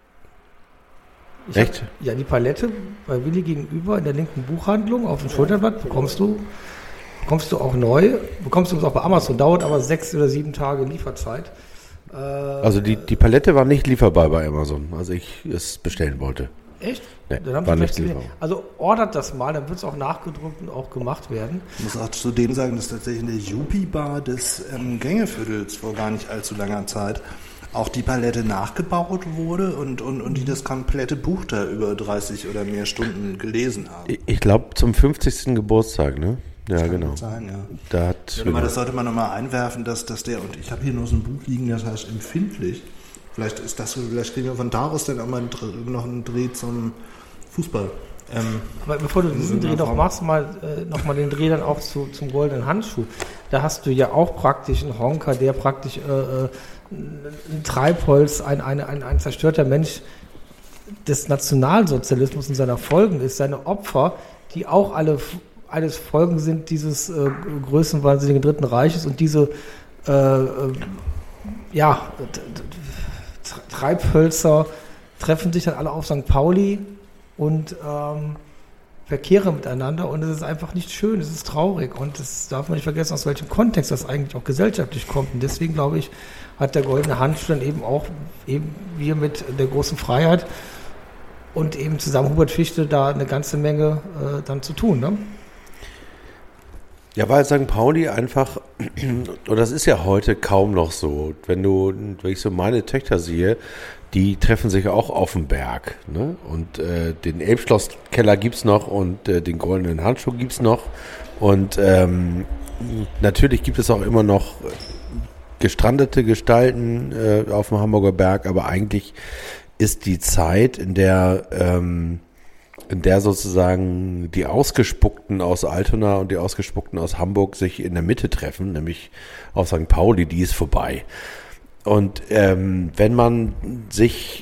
Echt? Ja, die Palette bei Willi gegenüber in der linken Buchhandlung auf dem Schulterblatt bekommst du auch neu. Bekommst du es auch bei Amazon, dauert aber 6 oder 7 Tage Lieferzeit. Also die Palette war nicht lieferbar bei Amazon, als ich es bestellen wollte. Echt? Nee, Dann haben war sie nicht vielleicht lieferbar. also ordert das mal, dann wird es auch nachgedruckt und auch gemacht werden. Ich muss auch zudem sagen, dass tatsächlich in der Jupi-Bar des Gängeviertels vor gar nicht allzu langer Zeit auch die Palette nachgebaut wurde und die das komplette Buch da über 30 oder mehr Stunden gelesen haben. Ich glaube zum 50. Geburtstag, ne? Ja, Kann genau. gut sein, ja. Da hat, Ja, aber das sollte man nochmal einwerfen, dass der, und ich habe hier noch so ein Buch liegen, das heißt Empfindlich. Vielleicht ist das so, vielleicht kriegen wir von daraus dann auch mal noch einen Dreh zum Fußball. Aber bevor du diesen Dreh noch machst, noch mal den Dreh dann auch zum goldenen Handschuh. Da hast du ja auch praktisch einen Honker, der praktisch ein Treibholz, ein zerstörter Mensch des Nationalsozialismus und seiner Folgen ist, seine Opfer, die auch alles Folgen sind dieses größenwahnsinnigen Dritten Reiches und diese Treibhölzer treffen sich dann alle auf St. Pauli und verkehren miteinander und es ist einfach nicht schön, es ist traurig und das darf man nicht vergessen, aus welchem Kontext das eigentlich auch gesellschaftlich kommt und deswegen glaube ich, hat der goldene Handschuh dann eben auch wir mit der großen Freiheit und eben zusammen Hubert Fichte da eine ganze Menge dann zu tun, ne? ja, weil St. Pauli einfach, und das ist ja heute kaum noch so, wenn ich so meine Töchter sehe, die treffen sich auch auf dem Berg, ne? Und den Elbschlosskeller gibt's noch und den goldenen Handschuh gibt's noch und natürlich gibt es auch immer noch gestrandete Gestalten auf dem Hamburger Berg, aber eigentlich ist die Zeit, in der sozusagen die Ausgespuckten aus Altona und die Ausgespuckten aus Hamburg sich in der Mitte treffen, nämlich auf St. Pauli, die ist vorbei. Und wenn man sich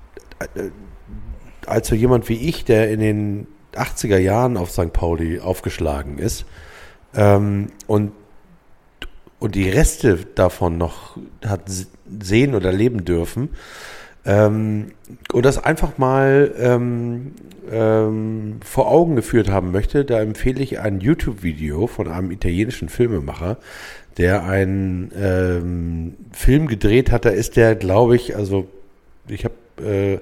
als so jemand wie ich, der in den 80er Jahren auf St. Pauli aufgeschlagen ist und die Reste davon noch hat sehen oder leben dürfen, und das einfach mal vor Augen geführt haben möchte, da empfehle ich ein YouTube-Video von einem italienischen Filmemacher, der einen Film gedreht hat. Da ist der, glaube ich, also ich habe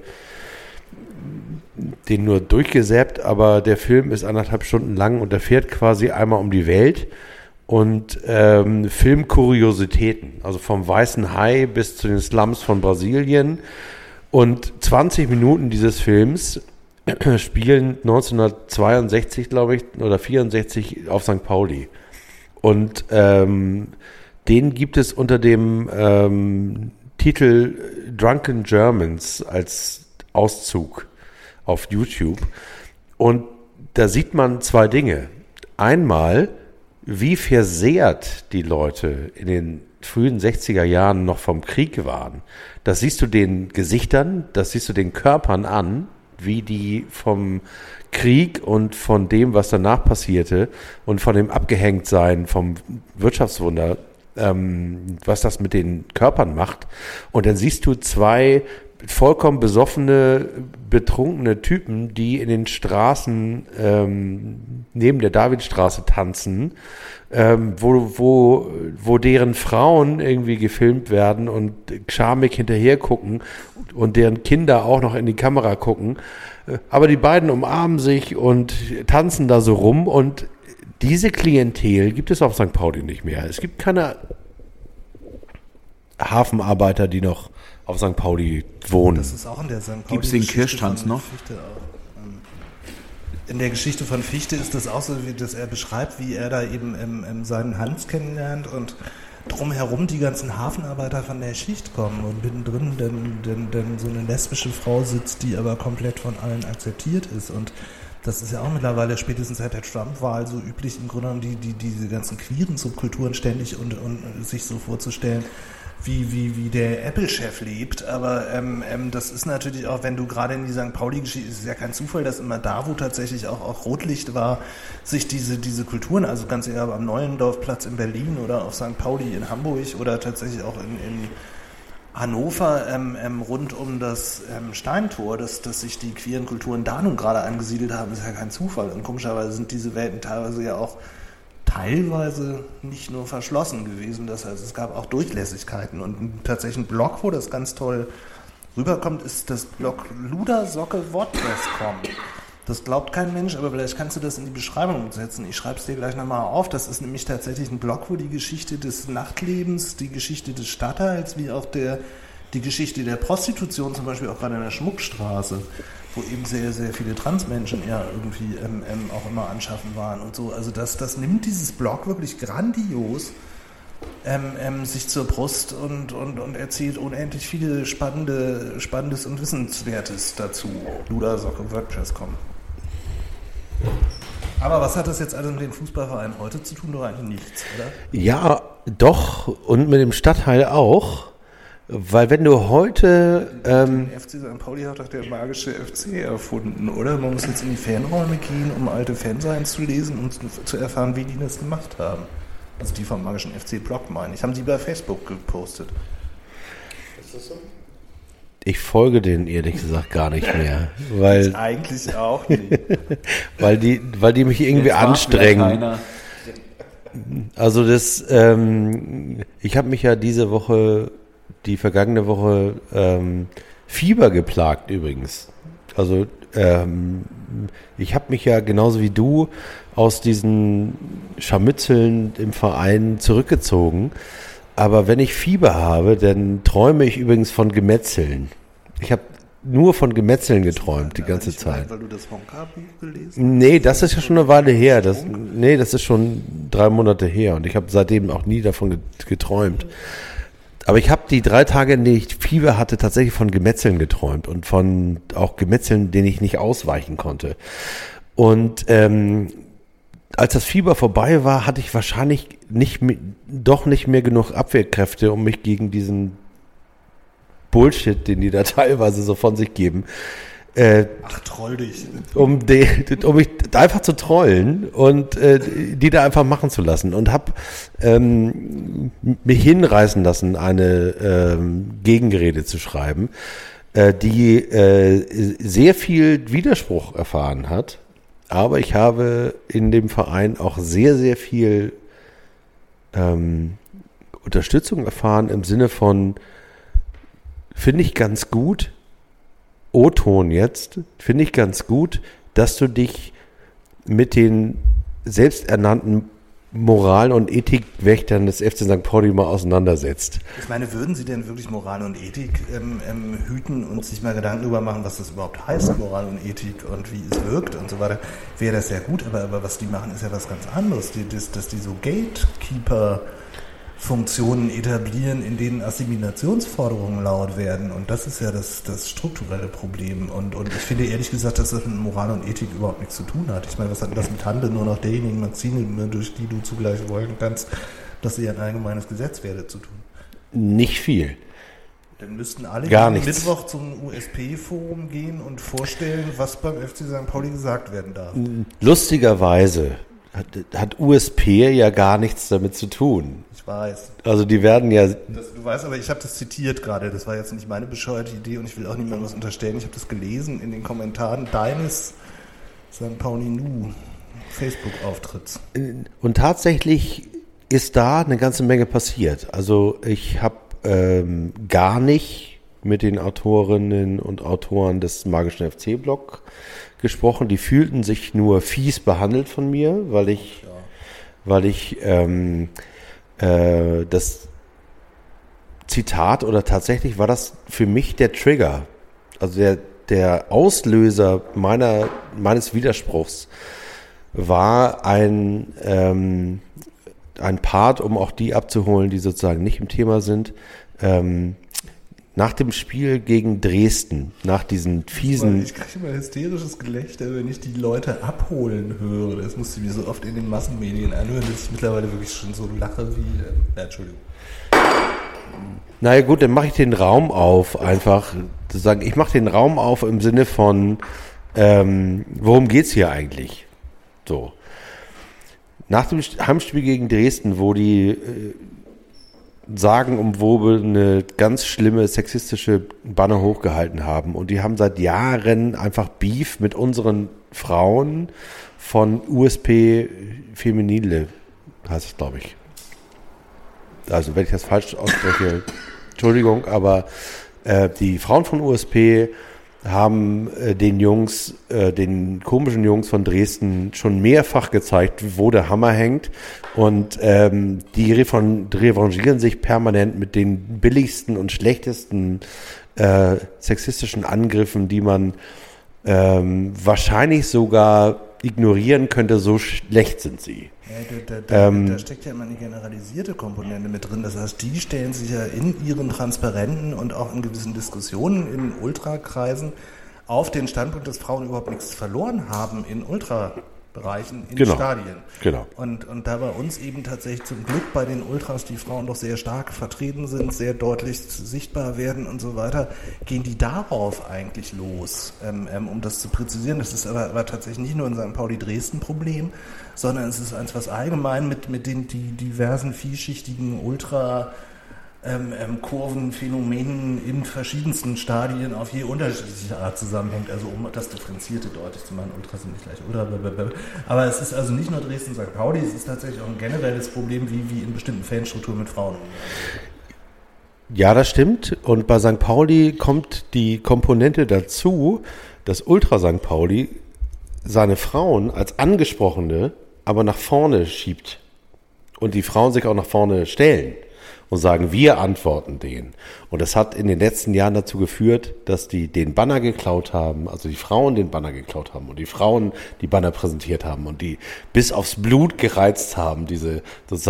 den nur durchgesäppt, aber der Film ist 1,5 Stunden lang und der fährt quasi einmal um die Welt und Filmkuriositäten, also vom Weißen Hai bis zu den Slums von Brasilien. Und 20 Minuten dieses Films spielen 1962, glaube ich, oder 64 auf St. Pauli. Und den gibt es unter dem Titel Drunken Germans als Auszug auf YouTube. Und da sieht man 2 Dinge. Einmal, wie versehrt die Leute in den frühen 60er Jahren noch vom Krieg waren. Das siehst du den Gesichtern, das siehst du den Körpern an, wie die vom Krieg und von dem, was danach passierte und von dem Abgehängtsein vom Wirtschaftswunder, was das mit den Körpern macht. Und dann siehst du 2 vollkommen besoffene, betrunkene Typen, die in den Straßen neben der Davidstraße tanzen, wo deren Frauen irgendwie gefilmt werden und schamig hinterher gucken und deren Kinder auch noch in die Kamera gucken. Aber die beiden umarmen sich und tanzen da so rum, und diese Klientel gibt es auf St. Pauli nicht mehr. Es gibt keine Hafenarbeiter, die noch auf St. Pauli wohnen. Das ist auch in der St. Pauli. Gibt es den Kirschtanz noch? In der Geschichte von Fichte ist das auch so, wie das er beschreibt, wie er da eben seinen Hans kennenlernt und drumherum die ganzen Hafenarbeiter von der Schicht kommen und mittendrin denn so eine lesbische Frau sitzt, die aber komplett von allen akzeptiert ist. Und das ist ja auch mittlerweile spätestens seit der Trump-Wahl so üblich, im Grunde genommen diese ganzen queeren Subkulturen ständig und sich so vorzustellen, wie der Apple-Chef lebt, aber das ist natürlich auch, wenn du gerade in die St. Pauli-Geschichte, ist es ja kein Zufall, dass immer da, wo tatsächlich auch Rotlicht war, sich diese Kulturen, also ganz egal am Neuendorfplatz in Berlin oder auf St. Pauli in Hamburg oder tatsächlich auch in Hannover rund um das Steintor, dass sich die queeren Kulturen da nun gerade angesiedelt haben, ist ja kein Zufall. Und komischerweise sind diese Welten teilweise ja auch teilweise nicht nur verschlossen gewesen. Das heißt, es gab auch Durchlässigkeiten. Und tatsächlich ein Blog, wo das ganz toll rüberkommt, ist das Blog ludersocke.wordpress.com. Das glaubt kein Mensch, aber vielleicht kannst du das in die Beschreibung setzen. Ich schreibe es dir gleich nochmal auf. Das ist nämlich tatsächlich ein Blog, wo die Geschichte des Nachtlebens, die Geschichte des Stadtteils, wie auch die Geschichte der Prostitution, zum Beispiel auch gerade in der Schmuckstraße, wo eben sehr, sehr viele Transmenschen ja irgendwie auch immer anschaffen waren und so. Also das nimmt dieses Blog wirklich grandios sich zur Brust und erzählt unendlich viele Spannendes und Wissenswertes dazu. ludersocke.wordpress.com. Aber was hat das jetzt alles mit dem Fußballverein heute zu tun? Doch eigentlich nichts, oder? Ja, doch, und mit dem Stadtteil auch. Weil wenn du heute... Den FC St. Pauli hat doch der magische FC erfunden, oder? Man muss jetzt in die Fanräume gehen, um alte Fanseins zu lesen und zu erfahren, wie die das gemacht haben. Also die vom magischen FC-Blog meine ich. Haben die bei Facebook gepostet. Ist das so? Ich folge denen ehrlich gesagt gar nicht mehr. Weil, eigentlich auch nicht. weil die mich irgendwie anstrengen. Also das... ich habe mich ja die vergangene Woche Fieber geplagt übrigens. Also ich habe mich ja genauso wie du aus diesen Scharmützeln im Verein zurückgezogen. Aber wenn ich Fieber habe, dann träume ich übrigens von Gemetzeln. Ich habe nur von Gemetzeln geträumt die ganze Zeit. Weil du das Honka-Buch gelesen hast? Nee, das ist ja schon eine Weile her. Das ist schon 3 Monate her und ich habe seitdem auch nie davon geträumt. Aber ich habe die 3 Tage, in denen ich Fieber hatte, tatsächlich von Gemetzeln geträumt und von auch Gemetzeln, denen ich nicht ausweichen konnte. Und als das Fieber vorbei war, hatte ich wahrscheinlich nicht mehr genug Abwehrkräfte, um mich gegen diesen Bullshit, den die da teilweise so von sich geben, ach, troll dich. um mich einfach zu trollen und die da einfach machen zu lassen. Und habe mich hinreißen lassen, eine Gegenrede zu schreiben, die sehr viel Widerspruch erfahren hat. Aber ich habe in dem Verein auch sehr, sehr viel Unterstützung erfahren im Sinne von, finde ich ganz gut, O-Ton jetzt, finde ich ganz gut, dass du dich mit den selbsternannten Moral- und Ethikwächtern des FC St. Pauli mal auseinandersetzt. Ich meine, würden Sie denn wirklich Moral und Ethik hüten und sich mal Gedanken darüber machen, was das überhaupt heißt, Moral und Ethik und wie es wirkt und so weiter, wäre das ja gut, aber was die machen, ist ja was ganz anderes, dass die so Gatekeeper Funktionen etablieren, in denen Assimilationsforderungen laut werden. Und das ist ja das strukturelle Problem. Und ich finde ehrlich gesagt, dass das mit Moral und Ethik überhaupt nichts zu tun hat. Ich meine, was hat denn das mit Handel nur noch derjenigen Maxime, durch die du zugleich wollen kannst, dass sie ein allgemeines Gesetz werde, zu tun? Nicht viel. Dann müssten alle Gar jeden nichts. Mittwoch zum USP-Forum gehen und vorstellen, was beim FC St. Pauli gesagt werden darf. Lustigerweise hat USP ja gar nichts damit zu tun. Ich weiß. Also die werden ja... Du weißt aber, ich habe das zitiert gerade. Das war jetzt nicht meine bescheuerte Idee und ich will auch niemandem was unterstellen. Ich habe das gelesen in den Kommentaren deines St. Pauli Nu Facebook-Auftritts. Und tatsächlich ist da eine ganze Menge passiert. Also ich habe gar nicht mit den Autorinnen und Autoren des Magischen FC-Blog gesprochen. Die fühlten sich nur fies behandelt von mir, weil ich das Zitat oder tatsächlich war das für mich der Trigger, also der Auslöser meines Widerspruchs war ein Part, um auch die abzuholen, die sozusagen nicht im Thema sind. Nach dem Spiel gegen Dresden, nach diesen fiesen... Ich kriege immer hysterisches Gelächter, wenn ich die Leute abholen höre. Das musste ich mir so oft in den Massenmedien anhören, dass ich mittlerweile wirklich schon so lache wie... Entschuldigung. Naja gut, dann mache ich den Raum auf, einfach zu sagen, ich mache den Raum auf im Sinne von, worum geht's hier eigentlich? So. Nach dem Heimspiel gegen Dresden, wo die sagenumwobene, ganz schlimme sexistische Banner hochgehalten haben und die haben seit Jahren einfach Beef mit unseren Frauen von USP Feminile, heißt es, glaube ich. Also wenn ich das falsch ausspreche, Entschuldigung, aber die Frauen von USP haben den komischen Jungs von Dresden schon mehrfach gezeigt, wo der Hammer hängt und die revanchieren sich permanent mit den billigsten und schlechtesten sexistischen Angriffen, die man wahrscheinlich sogar ignorieren könnte, so schlecht sind sie. Ja, da steckt ja immer eine generalisierte Komponente mit drin. Das heißt, die stellen sich ja in ihren Transparenten und auch in gewissen Diskussionen in Ultrakreisen auf den Standpunkt, dass Frauen überhaupt nichts verloren haben in Ultrabereichen, in Stadien. Genau. Und da bei uns eben tatsächlich zum Glück bei den Ultras die Frauen doch sehr stark vertreten sind, sehr deutlich sichtbar werden und so weiter, gehen die darauf eigentlich los, um das zu präzisieren. Das ist aber tatsächlich nicht nur ein St. Pauli Dresden Problem, sondern es ist eins, was allgemein mit den die diversen vielschichtigen Kurvenphänomenen in verschiedensten Stadien auf je unterschiedliche Art zusammenhängt. Also um das Differenzierte deutlich zu machen, Ultras sind nicht gleich Ultra. Aber es ist also nicht nur Dresden, St. Pauli, es ist tatsächlich auch ein generelles Problem, wie in bestimmten Fanstrukturen mit Frauen umgehen. Ja, das stimmt. Und bei St. Pauli kommt die Komponente dazu, dass Ultra St. Pauli seine Frauen als Angesprochene aber nach vorne schiebt. Und die Frauen sich auch nach vorne stellen und sagen, wir antworten denen. Und das hat in den letzten Jahren dazu geführt, dass die den Banner geklaut haben, also die Frauen den Banner geklaut haben und die Frauen die Banner präsentiert haben und die bis aufs Blut gereizt haben, diese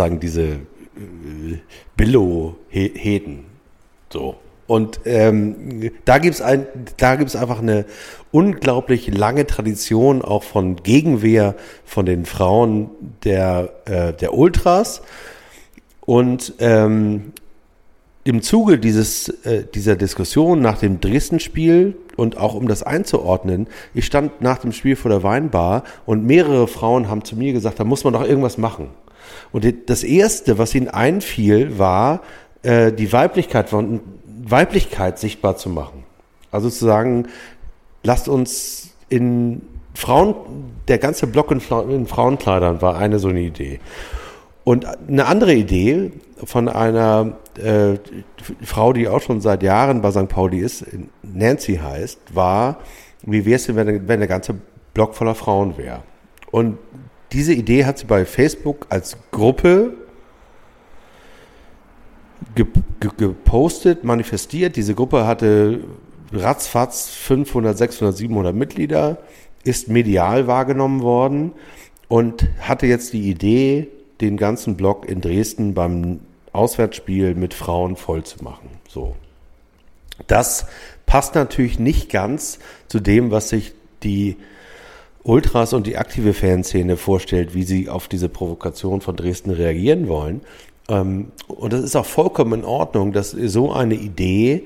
Billo-Heden. So. Und da gibt's einfach eine unglaublich lange Tradition auch von Gegenwehr von den Frauen der Ultras. Und im Zuge dieser Diskussion nach dem Dresden-Spiel und auch um das einzuordnen, ich stand nach dem Spiel vor der Weinbar und mehrere Frauen haben zu mir gesagt, da muss man doch irgendwas machen. Und das Erste, was ihnen einfiel, war, die Weiblichkeit sichtbar zu machen. Also zu sagen, lasst uns der ganze Block in Frauenkleidern war so eine Idee. Und eine andere Idee von einer Frau, die auch schon seit Jahren bei St. Pauli ist, Nancy heißt, war, wie wäre es denn, wenn der ganze Block voller Frauen wäre? Und diese Idee hat sie bei Facebook als Gruppe gepostet, manifestiert. Diese Gruppe hatte ratzfatz 500, 600, 700 Mitglieder, ist medial wahrgenommen worden und hatte jetzt die Idee, den ganzen Block in Dresden beim Auswärtsspiel mit Frauen voll zu machen. So. Das passt natürlich nicht ganz zu dem, was sich die Ultras und die aktive Fanszene vorstellt, wie sie auf diese Provokation von Dresden reagieren wollen. Und das ist auch vollkommen in Ordnung, dass so eine Idee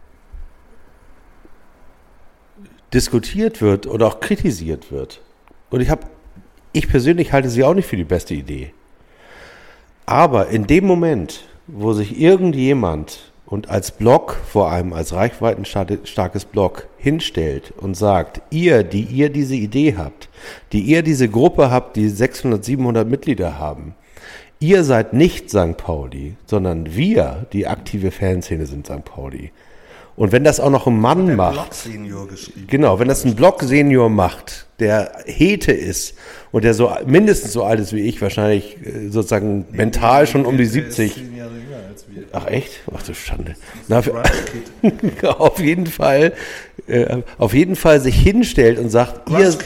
diskutiert wird oder auch kritisiert wird. Und ich persönlich halte sie auch nicht für die beste Idee. Aber in dem Moment, wo sich irgendjemand und als Blog, vor allem als reichweitenstarkes Blog, hinstellt und sagt, ihr diese Idee habt, ihr diese Gruppe habt, die 600, 700 Mitglieder haben, ihr seid nicht St. Pauli, sondern wir, die aktive Fanszene, sind St. Pauli. Und wenn das auch noch ein Mann macht, genau, wenn das ein Blog-Senior macht, der Hete ist und der so mindestens so alt ist wie ich, wahrscheinlich sozusagen mental schon um die 70. Ach echt? Ach du Schande. Na, auf jeden Fall sich hinstellt und sagt,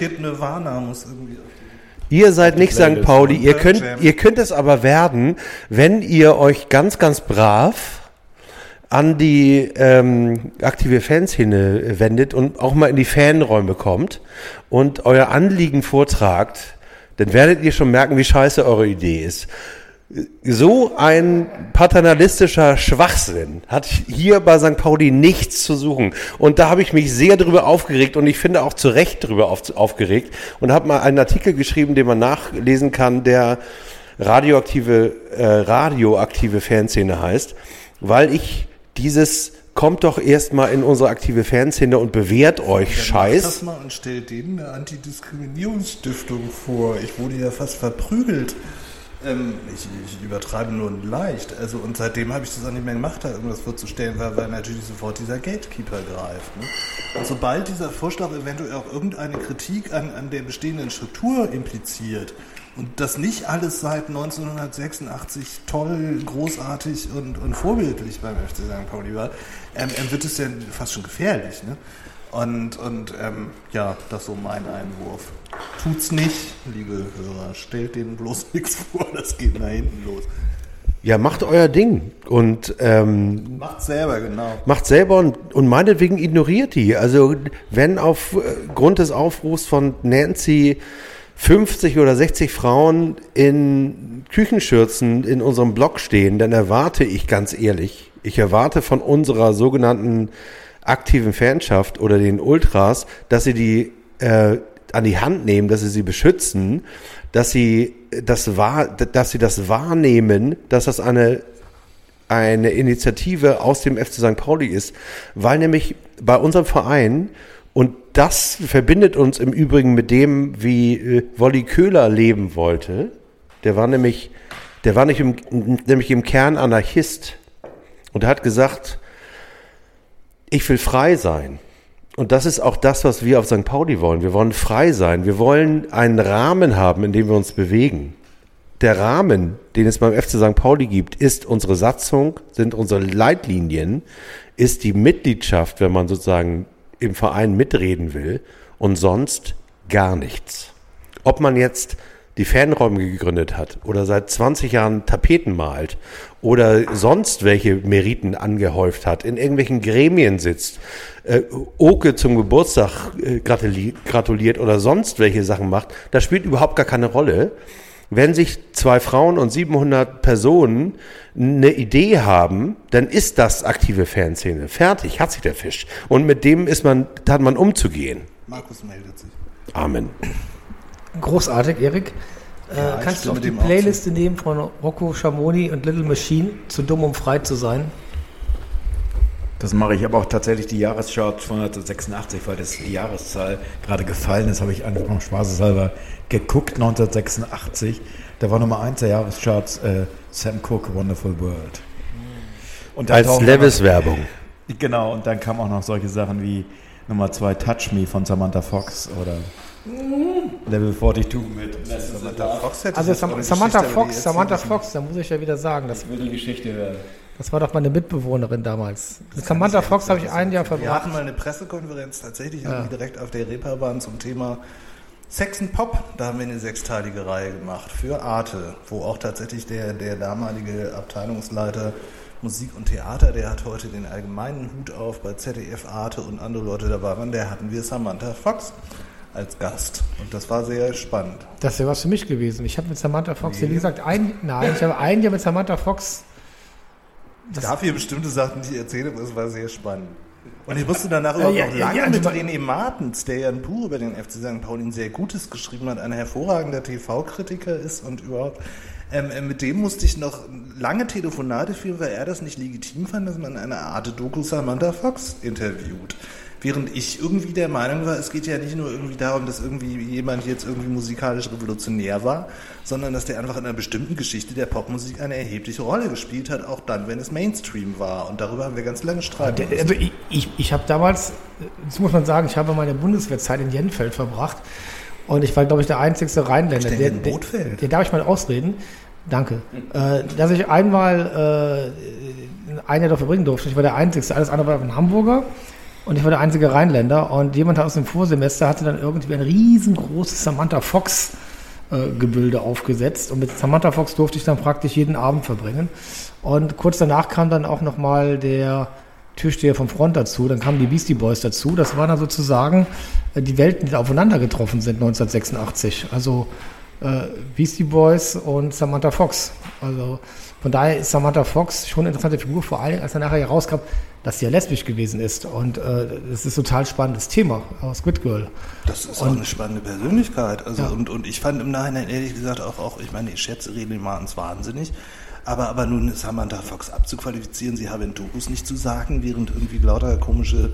ihr seid nicht St. Pauli, ihr könnt es aber werden, wenn ihr euch ganz, ganz brav an die aktive Fanszene wendet und auch mal in die Fanräume kommt und euer Anliegen vortragt, dann werdet ihr schon merken, wie scheiße eure Idee ist. So ein paternalistischer Schwachsinn hat hier bei St. Pauli nichts zu suchen. Und da habe ich mich sehr drüber aufgeregt und ich finde auch zu Recht drüber aufgeregt und habe mal einen Artikel geschrieben, den man nachlesen kann, der radioaktive Fanszene heißt, weil ich kommt doch erstmal in unsere aktive Fanszene und bewährt euch Scheiß. Macht das mal und stellt denen eine Antidiskriminierungsstiftung vor. Ich wurde ja fast verprügelt. Ich übertreibe nur leicht. Also, und seitdem habe ich das auch nicht mehr gemacht, da irgendwas vorzustellen, weil natürlich sofort dieser Gatekeeper greift. Ne? Und sobald dieser Vorschlag eventuell auch irgendeine Kritik an der bestehenden Struktur impliziert und das nicht alles seit 1986 toll, großartig und vorbildlich beim FC St. Pauli war, wird es ja fast schon gefährlich. Ne? Und das ist so mein Einwurf. Tut's nicht, liebe Hörer, stellt denen bloß nichts vor, das geht nach hinten los. Ja, macht euer Ding und macht selber, genau. Macht selber und meinetwegen ignoriert die. Also wenn aufgrund des Aufrufs von Nancy 50 oder 60 Frauen in Küchenschürzen in unserem Blog stehen, dann erwarte ich ganz ehrlich, von unserer sogenannten aktiven Fanschaft oder den Ultras, dass sie die an die Hand nehmen, dass sie beschützen, dass sie das wahrnehmen, dass das eine Initiative aus dem FC St. Pauli ist, weil nämlich bei unserem Verein, und das verbindet uns im Übrigen mit dem, wie Wolli Köhler leben wollte, der war nämlich im Kern Anarchist und er hat gesagt, ich will frei sein. Und das ist auch das, was wir auf St. Pauli wollen. Wir wollen frei sein. Wir wollen einen Rahmen haben, in dem wir uns bewegen. Der Rahmen, den es beim FC St. Pauli gibt, ist unsere Satzung, sind unsere Leitlinien, ist die Mitgliedschaft, wenn man sozusagen im Verein mitreden will, und sonst gar nichts. Ob man jetzt die Fanräume gegründet hat oder seit 20 Jahren Tapeten malt oder sonst welche Meriten angehäuft hat, in irgendwelchen Gremien sitzt, Oke zum Geburtstag gratuliert oder sonst welche Sachen macht, das spielt überhaupt gar keine Rolle. Wenn sich 2 Frauen und 700 Personen eine Idee haben, dann ist das aktive Fanszene. Fertig, hat sich der Fisch. Und mit dem hat man umzugehen. Markus meldet sich. Amen. Großartig, Erik. Kannst du auf die Playliste nehmen von Rocco Schamoni und Little Machine, zu dumm, um frei zu sein? Das mache ich, aber auch tatsächlich die Jahreschart von 1986, weil das die Jahreszahl gerade gefallen ist, habe ich einfach mal spaßeshalber geguckt, 1986. Da war Nummer 1 der Jahrescharts Sam Cooke, Wonderful World. Und als Levis-Werbung. Genau, und dann kamen auch noch solche Sachen wie Nummer 2 Touch Me von Samantha Fox oder Level 42 mit Samantha Fox, da muss ich ja wieder sagen, das will die Geschichte hören. Das war doch meine Mitbewohnerin damals. Mit Samantha Fox habe ich ein Jahr verbracht. Wir hatten mal eine Pressekonferenz tatsächlich direkt auf der Reeperbahn zum Thema Sex and Pop. Da haben wir eine 6-teilige Reihe gemacht für Arte, wo auch tatsächlich der damalige Abteilungsleiter Musik und Theater, der hat heute den allgemeinen Hut auf bei ZDF, Arte und andere Leute dabei waren. Der hatten wir Samantha Fox als Gast. Und das war sehr spannend. Das wäre was für mich gewesen. Ich habe mit Samantha Fox, wie gesagt, ich habe ein Jahr mit Samantha Fox. Ich darf hier bestimmte Sachen nicht erzählen, aber es war sehr spannend. Und ich musste danach überhaupt noch lange mit also- René Martens, der ja ein Buch über den FC St. Pauli, ein sehr gutes geschrieben hat, ein hervorragender TV-Kritiker ist und überhaupt, mit dem musste ich noch lange Telefonate führen, weil er das nicht legitim fand, dass man eine Art Doku Samantha Fox interviewt. Während ich irgendwie der Meinung war, es geht ja nicht nur irgendwie darum, dass irgendwie jemand jetzt irgendwie musikalisch revolutionär war, sondern dass der einfach in einer bestimmten Geschichte der Popmusik eine erhebliche Rolle gespielt hat, auch dann, wenn es Mainstream war. Und darüber haben wir ganz lange Streit. Also ich habe damals, das muss man sagen, ich habe meine Bundeswehrzeit in Jenfeld verbracht und ich war, glaube ich, der einzigste Rheinländer. Der darf ich mal ausreden? Danke. Dass ich einmal ein Jahr dafür bringen durfte. Ich war der Einzigste. Alles andere war ein Hamburger. Und ich war der einzige Rheinländer und jemand aus dem Vorsemester hatte dann irgendwie ein riesengroßes Samantha Fox Gebilde aufgesetzt und mit Samantha Fox durfte ich dann praktisch jeden Abend verbringen. Und kurz danach kam dann auch nochmal der Türsteher vom Front dazu, dann kamen die Beastie Boys dazu. Das waren dann sozusagen die Welten, die aufeinander getroffen sind 1986. Also Beastie Boys und Samantha Fox. Also von daher ist Samantha Fox schon eine interessante Figur, vor allem als er nachher herauskam, dass sie ja lesbisch gewesen ist. Und das ist ein total spannendes Thema aus Squid Girl. Das ist auch eine spannende Persönlichkeit. Also, ja. Und ich fand im Nachhinein ehrlich gesagt auch, ich meine, ich schätze René Martens wahnsinnig, aber nun Samantha Fox abzuqualifizieren, sie habe in Dokus nicht zu sagen, während irgendwie lauter komische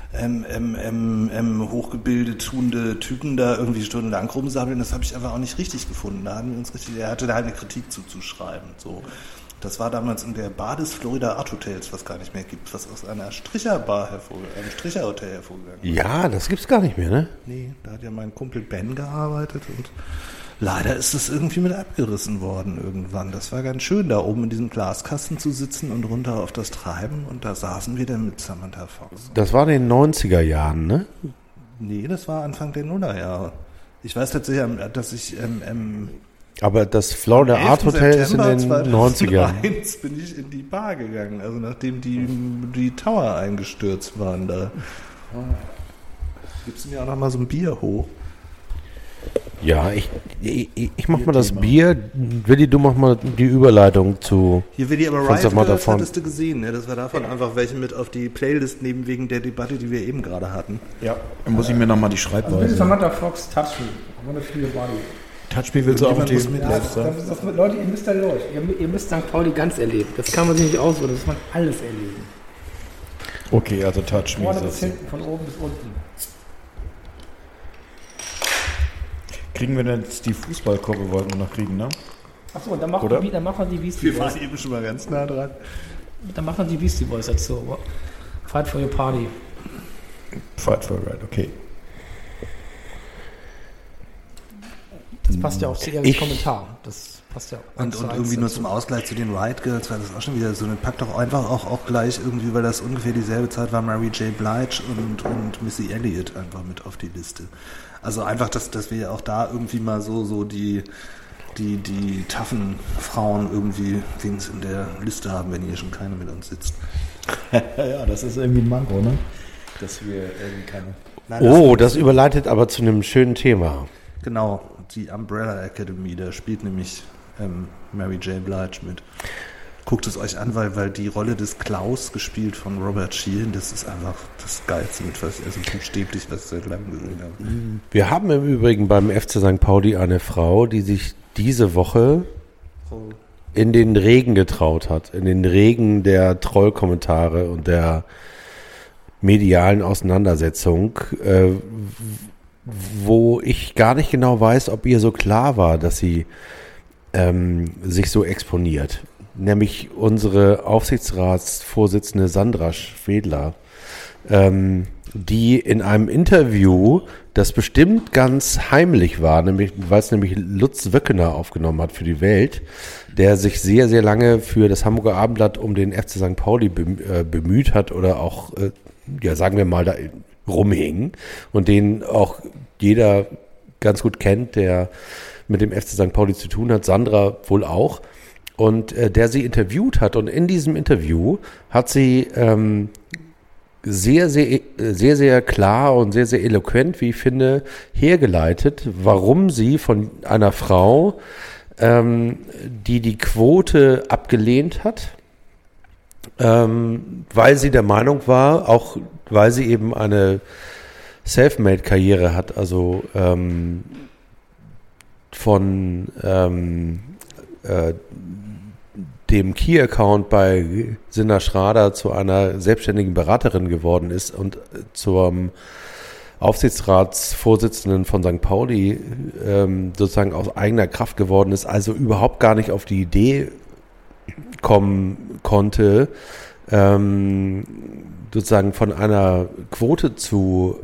hochgebildet tuende Typen da irgendwie stundenlang rumsammeln, das habe ich einfach auch nicht richtig gefunden. Da hatten wir uns er hatte da eine Kritik zuzuschreiben. So. Das war damals in der Bar des Florida Art Hotels, was gar nicht mehr gibt, was aus einer Stricherbar einem Stricherhotel hervorgegangen ist. Ja, das gibt's gar nicht mehr, ne? Nee, da hat ja mein Kumpel Ben gearbeitet und leider ist es irgendwie mit abgerissen worden irgendwann. Das war ganz schön, da oben in diesem Glaskasten zu sitzen und runter auf das Treiben und da saßen wir dann mit Samantha Fox. Das war in den 90er Jahren, ne? Nee, das war Anfang der Nullerjahre. Ich weiß tatsächlich, dass ich aber das Florida Art Hotel ist in den 90ern. Bin ich in die Bar gegangen, also nachdem die Tower eingestürzt waren da. Gibst du mir auch noch mal so ein Bier hoch? Ja, ich mach mal das Bier. Willi, du mach mal die Überleitung zu. Hier, Willi, aber Riot Girls hattest du gesehen, ne? Das war davon einfach welche mit auf die Playlist nehmen wegen der Debatte, die wir eben gerade hatten. Ja, dann muss ich mir noch mal die Schreibweise. Also Samantha Fox, Touch Me. I wanna feel your body. Touch Me willst du auch Leute, ihr müsst da durch. Ihr müsst St. Pauli ganz erleben. Das kann man sich nicht aussuchen, das muss man alles erleben. Okay, also Touch Me. Vorne bis hinten, von oben bis unten. Kriegen wir denn jetzt die Fußballkurve, wollten wir noch kriegen, ne? Achso, und dann machen wir die Beastie Boys. Wir waren eben schon mal ganz nah dran. Dann machen die Beastie Boys dazu. Fight for your party. Fight for your right, okay. Das passt ja auch zu ihrem Kommentar. Das passt ja auch. Und irgendwie nur zum Ausgleich zu den Riot Girls war das auch schon wieder so eine, packt doch einfach auch gleich irgendwie, weil das ungefähr dieselbe Zeit war, Mary J. Blige und Missy Elliott einfach mit auf die Liste. Also einfach, dass wir auch da irgendwie mal so die taffen Frauen irgendwie wenigstens in der Liste haben, wenn hier schon keine mit uns sitzt. Ja, das ist irgendwie ein Manko, ne? Dass wir irgendwie keine... Das überleitet aber zu einem schönen Thema. Genau, die Umbrella Academy, da spielt nämlich Mary J. Blige mit. Guckt es euch an, weil die Rolle des Klaus, gespielt von Robert Sheehan, das ist einfach das Geilste, buchstäblich, was ich seit langem gesehen habe. Wir haben im Übrigen beim FC St. Pauli eine Frau, die sich diese Woche in den Regen getraut hat, in den Regen der Trollkommentare und der medialen Auseinandersetzung, wo ich gar nicht genau weiß, ob ihr so klar war, dass sie sich so exponiert. Nämlich unsere Aufsichtsratsvorsitzende Sandra Schwedler, die in einem Interview, das bestimmt ganz heimlich war, weil es nämlich Lutz Wöckener aufgenommen hat für die Welt, der sich sehr, sehr lange für das Hamburger Abendblatt um den FC St. Pauli bemüht hat oder auch, sagen wir mal, da rumhing und den auch jeder ganz gut kennt, der mit dem FC St. Pauli zu tun hat, Sandra wohl auch, und der sie interviewt hat. Und in diesem Interview hat sie sehr, sehr, sehr, sehr klar und sehr, sehr eloquent, wie ich finde, hergeleitet, warum sie von einer Frau, die Quote abgelehnt hat, weil sie der Meinung war, auch weil sie eben eine Selfmade-Karriere hat, also von dem Key-Account bei Sinna Schrader zu einer selbstständigen Beraterin geworden ist und zum Aufsichtsratsvorsitzenden von St. Pauli sozusagen aus eigener Kraft geworden ist, also überhaupt gar nicht auf die Idee kommen konnte, sozusagen von einer Quote zu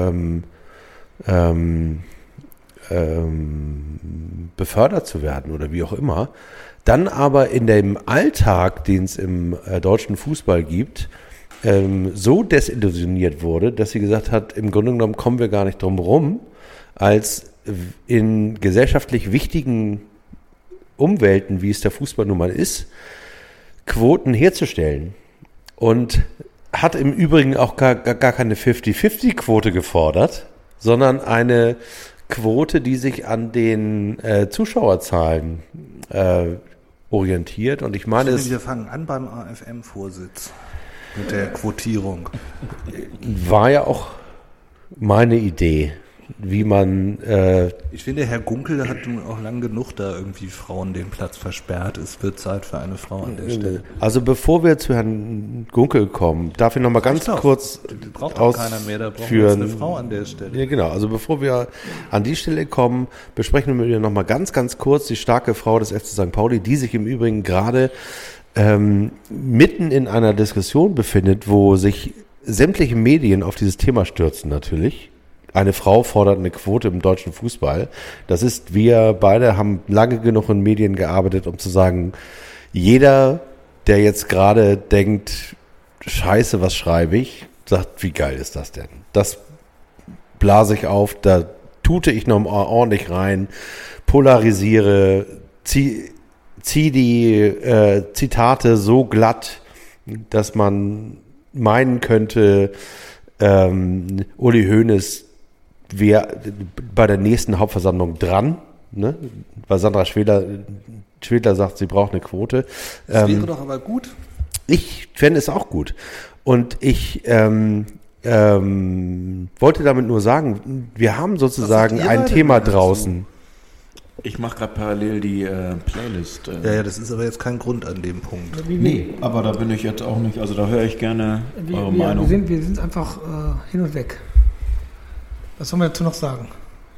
befördert zu werden oder wie auch immer, dann aber in dem Alltag, den es im deutschen Fußball gibt, so desillusioniert wurde, dass sie gesagt hat, im Grunde genommen kommen wir gar nicht drum rum, als in gesellschaftlich wichtigen Umwelten, wie es der Fußball nun mal ist, Quoten herzustellen. Und hat im Übrigen auch gar keine 50-50-Quote gefordert, sondern eine Quote, die sich an den Zuschauerzahlen orientiert. Und ich meine, wir fangen an beim AFM-Vorsitz mit der Quotierung. War ja auch meine Idee, wie man... ich finde, Herr Gunkel hat nun auch lang genug da irgendwie Frauen den Platz versperrt. Es wird Zeit für eine Frau an der Stelle. Also bevor wir zu Herrn Gunkel kommen, darf ich noch mal ganz kurz braucht auch keiner mehr, da brauchen wir jetzt eine Frau an der Stelle. Ja, genau. Also bevor wir an die Stelle kommen, besprechen wir noch mal ganz kurz die starke Frau des FC St. Pauli, die sich im Übrigen gerade mitten in einer Diskussion befindet, wo sich sämtliche Medien auf dieses Thema stürzen natürlich. Eine Frau fordert eine Quote im deutschen Fußball. Das ist, wir beide haben lange genug in Medien gearbeitet, um zu sagen, jeder, der jetzt gerade denkt, Scheiße, was schreibe ich, sagt, wie geil ist das denn? Das blase ich auf, da tute ich noch ordentlich rein, polarisiere, zieh die Zitate so glatt, dass man meinen könnte, Uli Hoeneß wäre bei der nächsten Hauptversammlung dran, ne? Weil Sandra Schwedler sagt, sie braucht eine Quote. Das wäre doch aber gut. Ich fände es auch gut. Und ich wollte damit nur sagen, wir haben sozusagen ein Thema draußen. Ich mache gerade parallel die Playlist. Ja, das ist aber jetzt kein Grund an dem Punkt. Nee, aber da bin ich jetzt auch nicht, also da höre ich gerne eure Meinung. Wir sind einfach hin und weg. Was soll man dazu noch sagen?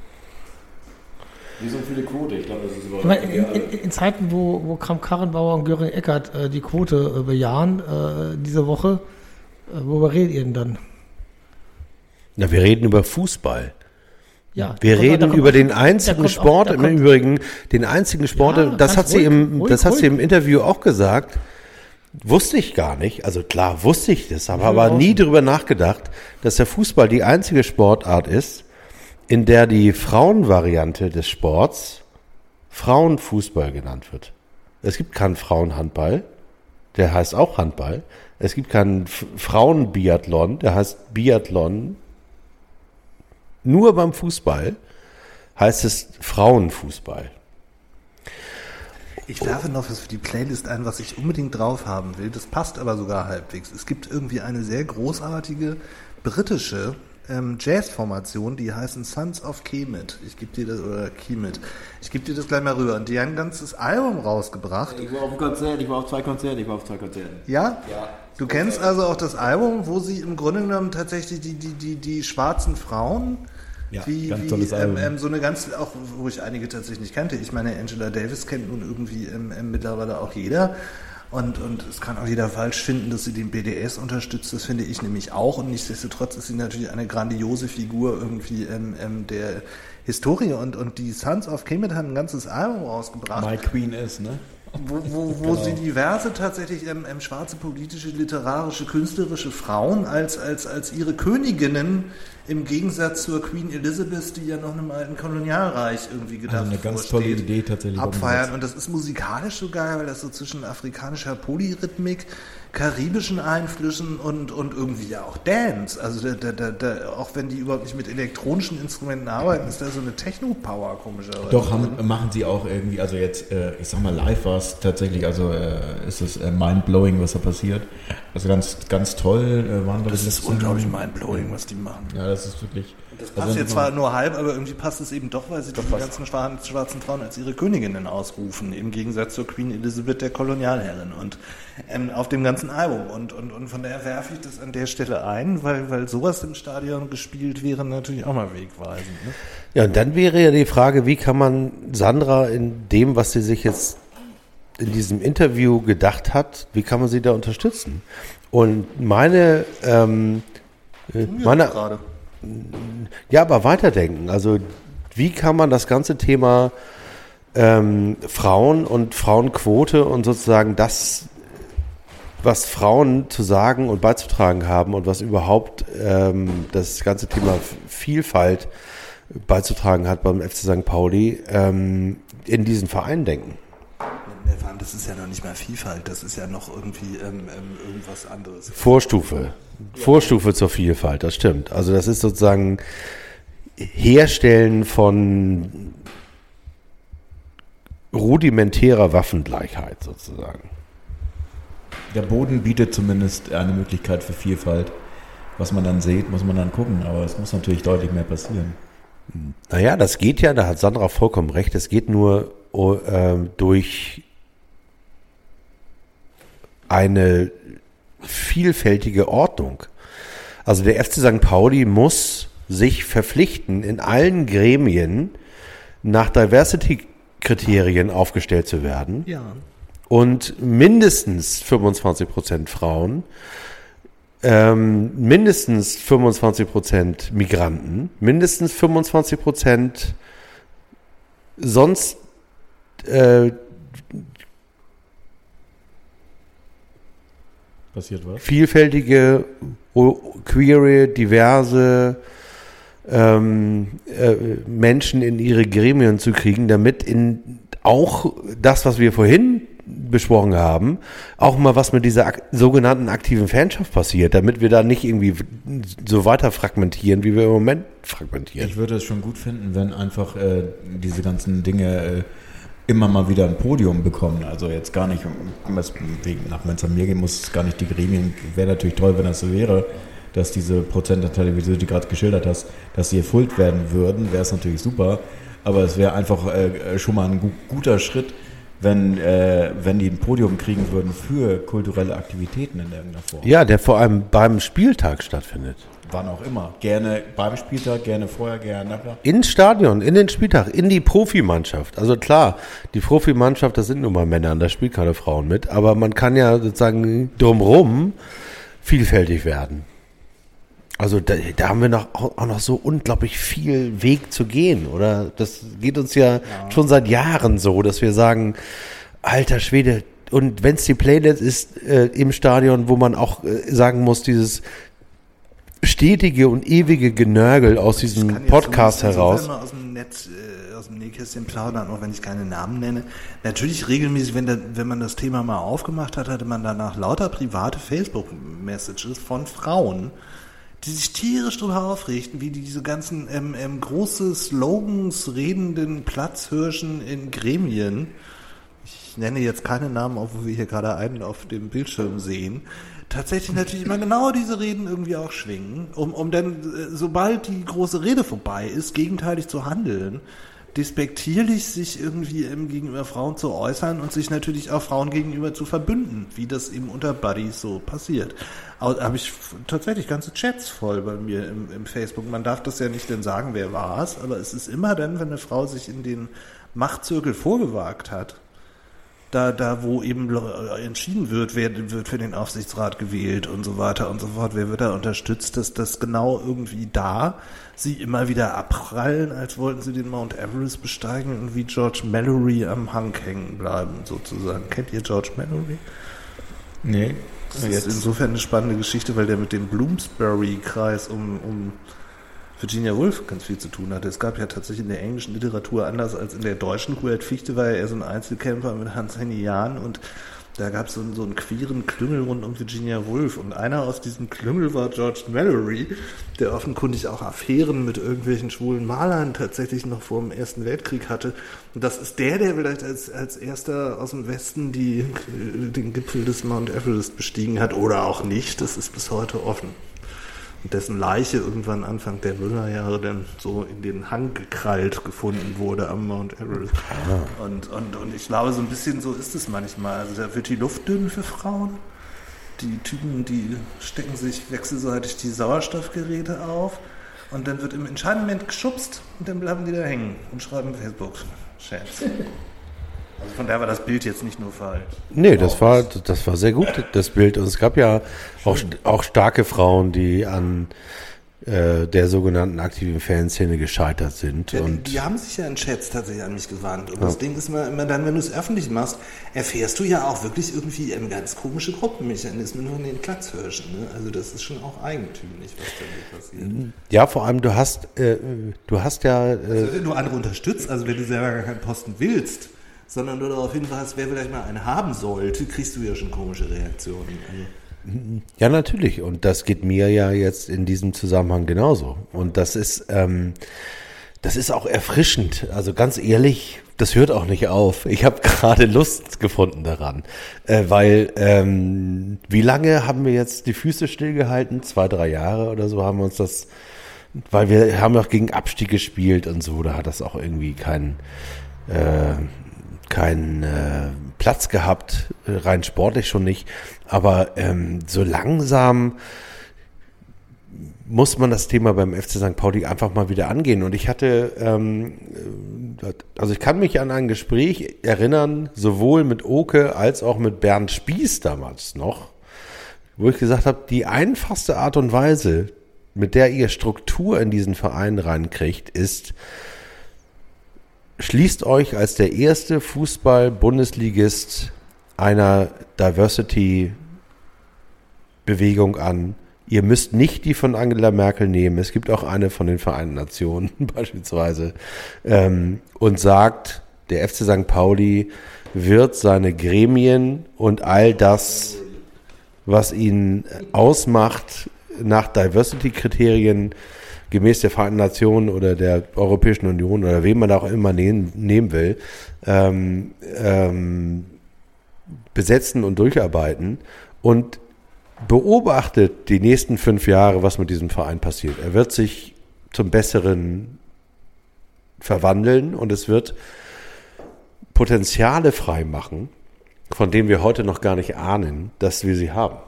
Wie sind für die Quote? Ich glaube, das ist überhaupt in Zeiten, wo Kramp-Karrenbauer und Göring-Eckardt die Quote bejahen, diese Woche, worüber redet ihr denn dann? Na, wir reden über Fußball. Ja, wir reden über den einzigen Sport, im Übrigen, den einzigen Sport, ja, das hat sie im Interview auch gesagt, wusste ich gar nicht, also klar wusste ich das, aber nie darüber nachgedacht, dass der Fußball die einzige Sportart ist, in der die Frauenvariante des Sports Frauenfußball genannt wird. Es gibt keinen Frauenhandball, der heißt auch Handball. Es gibt keinen Frauenbiathlon, der heißt Biathlon. Nur beim Fußball heißt es Frauenfußball. Ich werfe noch was für die Playlist ein, was ich unbedingt drauf haben will. Das passt aber sogar halbwegs. Es gibt irgendwie eine sehr großartige britische Jazzformation, die heißen Sons of Kemet. Ich gebe dir das, oder Kemet. Ich gebe dir das gleich mal rüber. Und die haben ein ganzes Album rausgebracht. Ich war auf einem Konzert, ich war auf zwei Konzerten. Ja? Ja. Du kennst also auch das Album, wo sie im Grunde genommen tatsächlich die schwarzen Frauen, ja, ganz tolles Album. So eine ganz, auch wo ich einige tatsächlich nicht kannte. Ich meine, Angela Davis kennt nun irgendwie mittlerweile auch jeder. Und es kann auch jeder falsch finden, dass sie den BDS unterstützt. Das finde ich nämlich auch. Und nichtsdestotrotz ist sie natürlich eine grandiose Figur irgendwie der Historie. Und die Sons of Kemet haben ein ganzes Album rausgebracht. My Queen is, ne? Wo genau. Sie diverse tatsächlich schwarze politische, literarische, künstlerische Frauen als ihre Königinnen im Gegensatz zur Queen Elizabeth, die ja noch einem alten Kolonialreich irgendwie gedacht eine ganz tolle Idee tatsächlich abfeiern. Und das ist musikalisch so geil, weil das so zwischen afrikanischer Polyrhythmik karibischen Einflüssen und irgendwie ja auch Dance. Also auch wenn die überhaupt nicht mit elektronischen Instrumenten arbeiten, ist da so eine Techno-Power komischerweise. Doch, machen sie auch irgendwie, also jetzt, ich sag mal, live war es tatsächlich, also ist es mind-blowing, was da passiert. Also ganz, ganz toll waren das ist unglaublich mind-blowing, was die machen. Ja, das ist wirklich... Das passt jetzt zwar nur halb, aber irgendwie passt es eben doch, weil sie die ganzen schwarzen Frauen als ihre Königinnen ausrufen, im Gegensatz zur Queen Elizabeth, der Kolonialherrin, und auf dem ganzen Album. Und von daher werfe ich das an der Stelle ein, weil sowas im Stadion gespielt wäre natürlich auch mal wegweisend. Ne? Ja, und dann wäre ja die Frage, wie kann man Sandra in dem, was sie sich jetzt in diesem Interview gedacht hat, wie kann man sie da unterstützen? Und meine gerade. Ja, aber weiterdenken. Also wie kann man das ganze Thema Frauen und Frauenquote und sozusagen das, was Frauen zu sagen und beizutragen haben und was überhaupt das ganze Thema Vielfalt beizutragen hat beim FC St. Pauli, in diesen Verein denken. Das ist ja noch nicht mal Vielfalt, das ist ja noch irgendwie irgendwas anderes. Vorstufe zur Vielfalt, das stimmt. Also das ist sozusagen Herstellen von rudimentärer Waffengleichheit sozusagen. Der Boden bietet zumindest eine Möglichkeit für Vielfalt. Was man dann sieht, muss man dann gucken, aber es muss natürlich deutlich mehr passieren. Naja, das geht ja, da hat Sandra vollkommen recht, es geht nur durch eine vielfältige Ordnung. Also der FC St. Pauli muss sich verpflichten, in allen Gremien nach Diversity-Kriterien aufgestellt zu werden. Ja. Und mindestens 25% Frauen, mindestens 25% Migranten, mindestens 25% sonst Passiert was? vielfältige, queere, diverse Menschen in ihre Gremien zu kriegen, damit in auch das, was wir vorhin besprochen haben, auch mal was mit dieser sogenannten aktiven Fanschaft passiert, damit wir da nicht irgendwie so weiter fragmentieren, wie wir im Moment fragmentieren. Ich würde es schon gut finden, wenn einfach diese ganzen Dinge immer mal wieder ein Podium bekommen. Also jetzt gar nicht, wenn es an mir gehen muss, gar nicht die Gremien. Wäre natürlich toll, wenn das so wäre, dass diese Prozentanteile, wie du die gerade geschildert hast, dass sie erfüllt werden würden, wäre es natürlich super. Aber es wäre einfach schon mal ein guter Schritt, wenn die ein Podium kriegen würden für kulturelle Aktivitäten in irgendeiner Form. Ja, der vor allem beim Spieltag stattfindet. Wann auch immer. Gerne beim Spieltag, gerne vorher, gerne nachher. Ins Stadion, in den Spieltag, in die Profimannschaft. Also klar, die Profimannschaft, das sind nun mal Männer, da spielt keine Frauen mit. Aber man kann ja sozusagen drumherum vielfältig werden. Also da haben wir auch noch so unglaublich viel Weg zu gehen, oder? Das geht uns ja schon seit Jahren so, dass wir sagen, alter Schwede, und wenn es die Playlist ist im Stadion, wo man auch sagen muss, dieses stetige und ewige Genörgel aus diesem Podcast heraus. Ich kann jetzt aus dem Nähkästchen plaudern, auch wenn ich keine Namen nenne. Natürlich regelmäßig, wenn man das Thema mal aufgemacht hat, hatte man danach lauter private Facebook-Messages von Frauen, die sich tierisch drüber aufrichten, wie die diese ganzen große Slogans redenden Platzhirschen in Gremien, ich nenne jetzt keine Namen, obwohl wir hier gerade einen auf dem Bildschirm sehen, tatsächlich natürlich immer genau diese Reden irgendwie auch schwingen, um dann, sobald die große Rede vorbei ist, gegenteilig zu handeln, despektierlich sich irgendwie gegenüber Frauen zu äußern und sich natürlich auch Frauen gegenüber zu verbünden, wie das eben unter Buddies so passiert. Habe ich tatsächlich ganze Chats voll bei mir im Facebook. Man darf das ja nicht denn sagen, wer war es, aber es ist immer dann, wenn eine Frau sich in den Machtzirkel vorgewagt hat, da wo eben entschieden wird, wer wird für den Aufsichtsrat gewählt und so weiter und so fort, wer wird da unterstützt, dass das genau irgendwie da sie immer wieder abprallen, als wollten sie den Mount Everest besteigen und wie George Mallory am Hang hängen bleiben, sozusagen. Kennt ihr George Mallory? Nee. Das ist insofern eine spannende Geschichte, weil der mit dem Bloomsbury-Kreis um Virginia Woolf ganz viel zu tun hatte. Es gab ja tatsächlich in der englischen Literatur, anders als in der deutschen, Hubert Fichte war ja eher so ein Einzelkämpfer mit Hans-Henny Jahn und Da gab es so einen queeren Klüngel rund um Virginia Woolf und einer aus diesem Klüngel war George Mallory, der offenkundig auch Affären mit irgendwelchen schwulen Malern tatsächlich noch vor dem Ersten Weltkrieg hatte. Und das ist der vielleicht als erster aus dem Westen den Gipfel des Mount Everest bestiegen hat oder auch nicht. Das ist bis heute offen. Und dessen Leiche irgendwann Anfang der Nullerjahre dann so in den Hang gekrallt gefunden wurde am Mount Everest. Und ich glaube, so ein bisschen so ist es manchmal. Also da wird die Luft dünn für Frauen. Die Typen, die stecken sich wechselseitig die Sauerstoffgeräte auf und dann wird im entscheidenden Moment geschubst und dann bleiben die da hängen und schreiben Facebook-Chats. Also von daher war das Bild jetzt nicht nur falsch. Nee, das war sehr gut, das Bild. Und es gab ja auch starke Frauen, die an der sogenannten aktiven Fanszene gescheitert sind. Ja, und die haben sich ja in Chats tatsächlich an mich gewandt. Und das Ding ist immer dann, wenn du es öffentlich machst, erfährst du ja auch wirklich irgendwie ganz komische Gruppenmechanismen von den Platzhirschen. Ne? Also das ist schon auch eigentümlich, was da passiert. ja, vor allem, du hast ja... Also wenn du andere unterstützt, also wenn du selber gar keinen Posten willst, sondern du darauf hinweist, wer vielleicht mal einen haben sollte, kriegst du ja schon komische Reaktionen. Also. Ja, natürlich. Und das geht mir ja jetzt in diesem Zusammenhang genauso. Und das ist auch erfrischend. Also ganz ehrlich, das hört auch nicht auf. Ich habe gerade Lust gefunden daran. Weil, wie lange haben wir jetzt die Füße stillgehalten? 2-3 Jahre oder so haben wir uns das, weil wir haben noch gegen Abstieg gespielt und so. Da hat das auch irgendwie keinen Platz gehabt, rein sportlich schon nicht, aber so langsam muss man das Thema beim FC St. Pauli einfach mal wieder angehen. Und ich hatte, also ich kann mich an ein Gespräch erinnern, sowohl mit Oke als auch mit Bernd Spieß damals noch, wo ich gesagt habe, die einfachste Art und Weise, mit der ihr Struktur in diesen Verein reinkriegt, ist: Schließt euch als der erste Fußball-Bundesligist einer Diversity-Bewegung an. Ihr müsst nicht die von Angela Merkel nehmen. Es gibt auch eine von den Vereinten Nationen beispielsweise. Und sagt, der FC St. Pauli wird seine Gremien und all das, was ihn ausmacht, nach Diversity-Kriterien gemäß der Vereinten Nationen oder der Europäischen Union oder wem man da auch immer nehmen will, besetzen und durcharbeiten und beobachtet die nächsten 5 Jahre, was mit diesem Verein passiert. Er wird sich zum Besseren verwandeln und es wird Potenziale freimachen, von denen wir heute noch gar nicht ahnen, dass wir sie haben.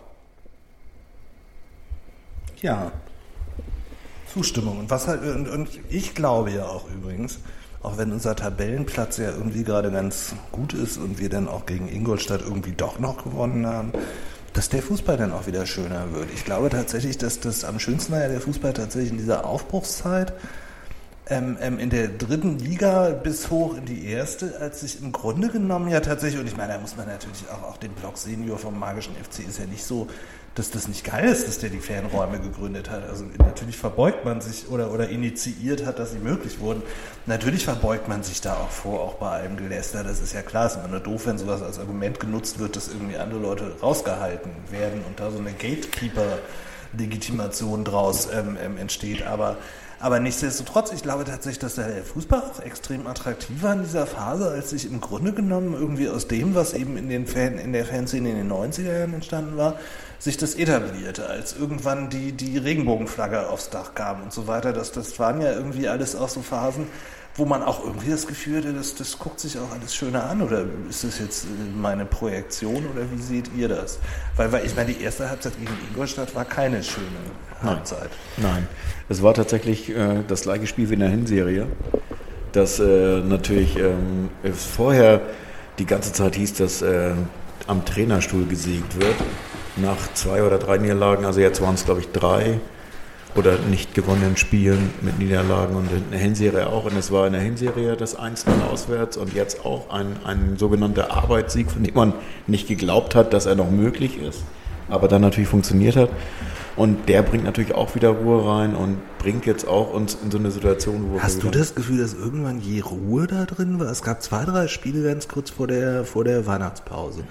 Ja, Zustimmung. Und ich glaube ja auch übrigens, auch wenn unser Tabellenplatz ja irgendwie gerade ganz gut ist und wir dann auch gegen Ingolstadt irgendwie doch noch gewonnen haben, dass der Fußball dann auch wieder schöner wird. Ich glaube tatsächlich, dass das am schönsten war ja der Fußball tatsächlich in dieser Aufbruchszeit, in der 3. Liga bis hoch in die 1., als sich im Grunde genommen ja tatsächlich, und ich meine, da muss man natürlich auch den Block Senior vom Magischen FC ist ja nicht so, dass das nicht geil ist, dass der die Fernräume gegründet hat. Also natürlich verbeugt man sich oder initiiert hat, dass sie möglich wurden. Natürlich verbeugt man sich da auch vor, auch bei allem Geläster. Das ist ja klar, es ist immer nur doof, wenn sowas als Argument genutzt wird, dass irgendwie andere Leute rausgehalten werden und da so eine Gatekeeper-Legitimation draus entsteht. Aber nichtsdestotrotz, ich glaube tatsächlich, dass der Fußball auch extrem attraktiv war in dieser Phase, als sich im Grunde genommen irgendwie aus dem, was eben in der Fanszene in den 90er Jahren entstanden war, sich das etablierte, als irgendwann die Regenbogenflagge aufs Dach kam und so weiter. Das waren ja irgendwie alles auch so Phasen, wo man auch irgendwie das Gefühl hatte, das guckt sich auch alles schöner an, oder ist das jetzt meine Projektion oder wie seht ihr das? Weil ich meine, die erste Halbzeit gegen Ingolstadt war keine schöne Halbzeit. Nein, es war tatsächlich das gleiche Spiel wie in der Hinserie, dass natürlich es vorher die ganze Zeit hieß, dass am Trainerstuhl gesiegt wird, nach 2 oder 3 Niederlagen, also jetzt waren es glaube ich 3 oder nicht gewonnenen Spielen mit Niederlagen und in der Hinserie auch. Und es war in der Hinserie das 1-0 auswärts und jetzt auch ein sogenannter Arbeitssieg, von dem man nicht geglaubt hat, dass er noch möglich ist, aber dann natürlich funktioniert hat. Und der bringt natürlich auch wieder Ruhe rein und bringt jetzt auch uns in so eine Situation, wo... Hast du das Gefühl, dass irgendwann je Ruhe da drin war? Es gab 2, 3 Spiele ganz kurz vor der Weihnachtspause,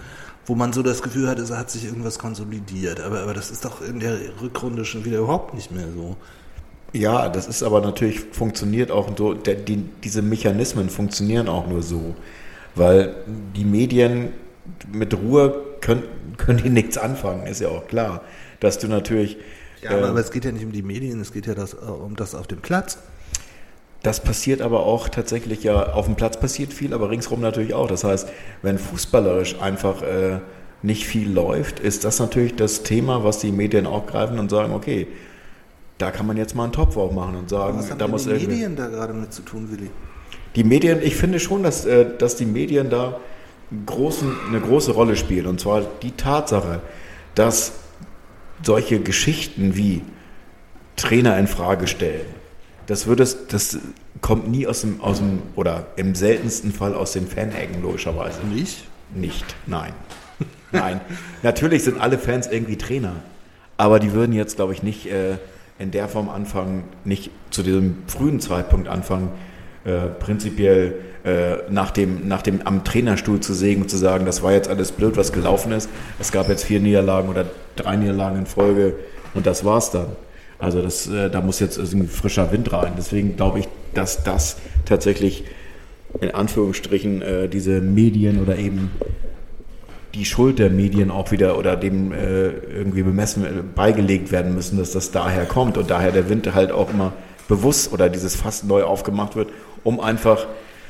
wo man so das Gefühl hat, es hat sich irgendwas konsolidiert. Aber das ist doch in der Rückrunde schon wieder überhaupt nicht mehr so. Ja, das ist aber natürlich, funktioniert auch so, diese Mechanismen funktionieren auch nur so, weil die Medien mit Ruhe können die nichts anfangen, ist ja auch klar, dass du natürlich... Ja, aber es geht ja nicht um die Medien, es geht ja um das auf dem Platz. Das passiert aber auch tatsächlich ja, auf dem Platz passiert viel, aber ringsherum natürlich auch. Das heißt, wenn fußballerisch einfach nicht viel läuft, ist das natürlich das Thema, was die Medien auch greifen und sagen, okay, da kann man jetzt mal einen Topf aufmachen und sagen, was da haben muss die Medien da gerade mit zu tun, Willi? Die Medien, ich finde schon, dass die Medien da eine große Rolle spielen. Und zwar die Tatsache, dass solche Geschichten wie Trainer in Frage stellen, das kommt nie aus dem, oder im seltensten Fall aus den Fanecken, logischerweise. Nicht? Nicht, nein. Nein. Natürlich sind alle Fans irgendwie Trainer. Aber die würden jetzt, glaube ich, nicht in der Form anfangen, nicht zu diesem frühen Zeitpunkt anfangen, prinzipiell nach dem am Trainerstuhl zu sägen und zu sagen, das war jetzt alles blöd, was gelaufen ist. Es gab jetzt 4 Niederlagen oder 3 Niederlagen in Folge und das war's dann. Also da muss jetzt irgendwie frischer Wind rein. Deswegen glaube ich, dass das tatsächlich in Anführungsstrichen diese Medien oder eben die Schuld der Medien auch wieder oder dem irgendwie beigelegt werden müssen, dass das daher kommt und daher der Wind halt auch immer bewusst oder dieses Fass neu aufgemacht wird, um einfach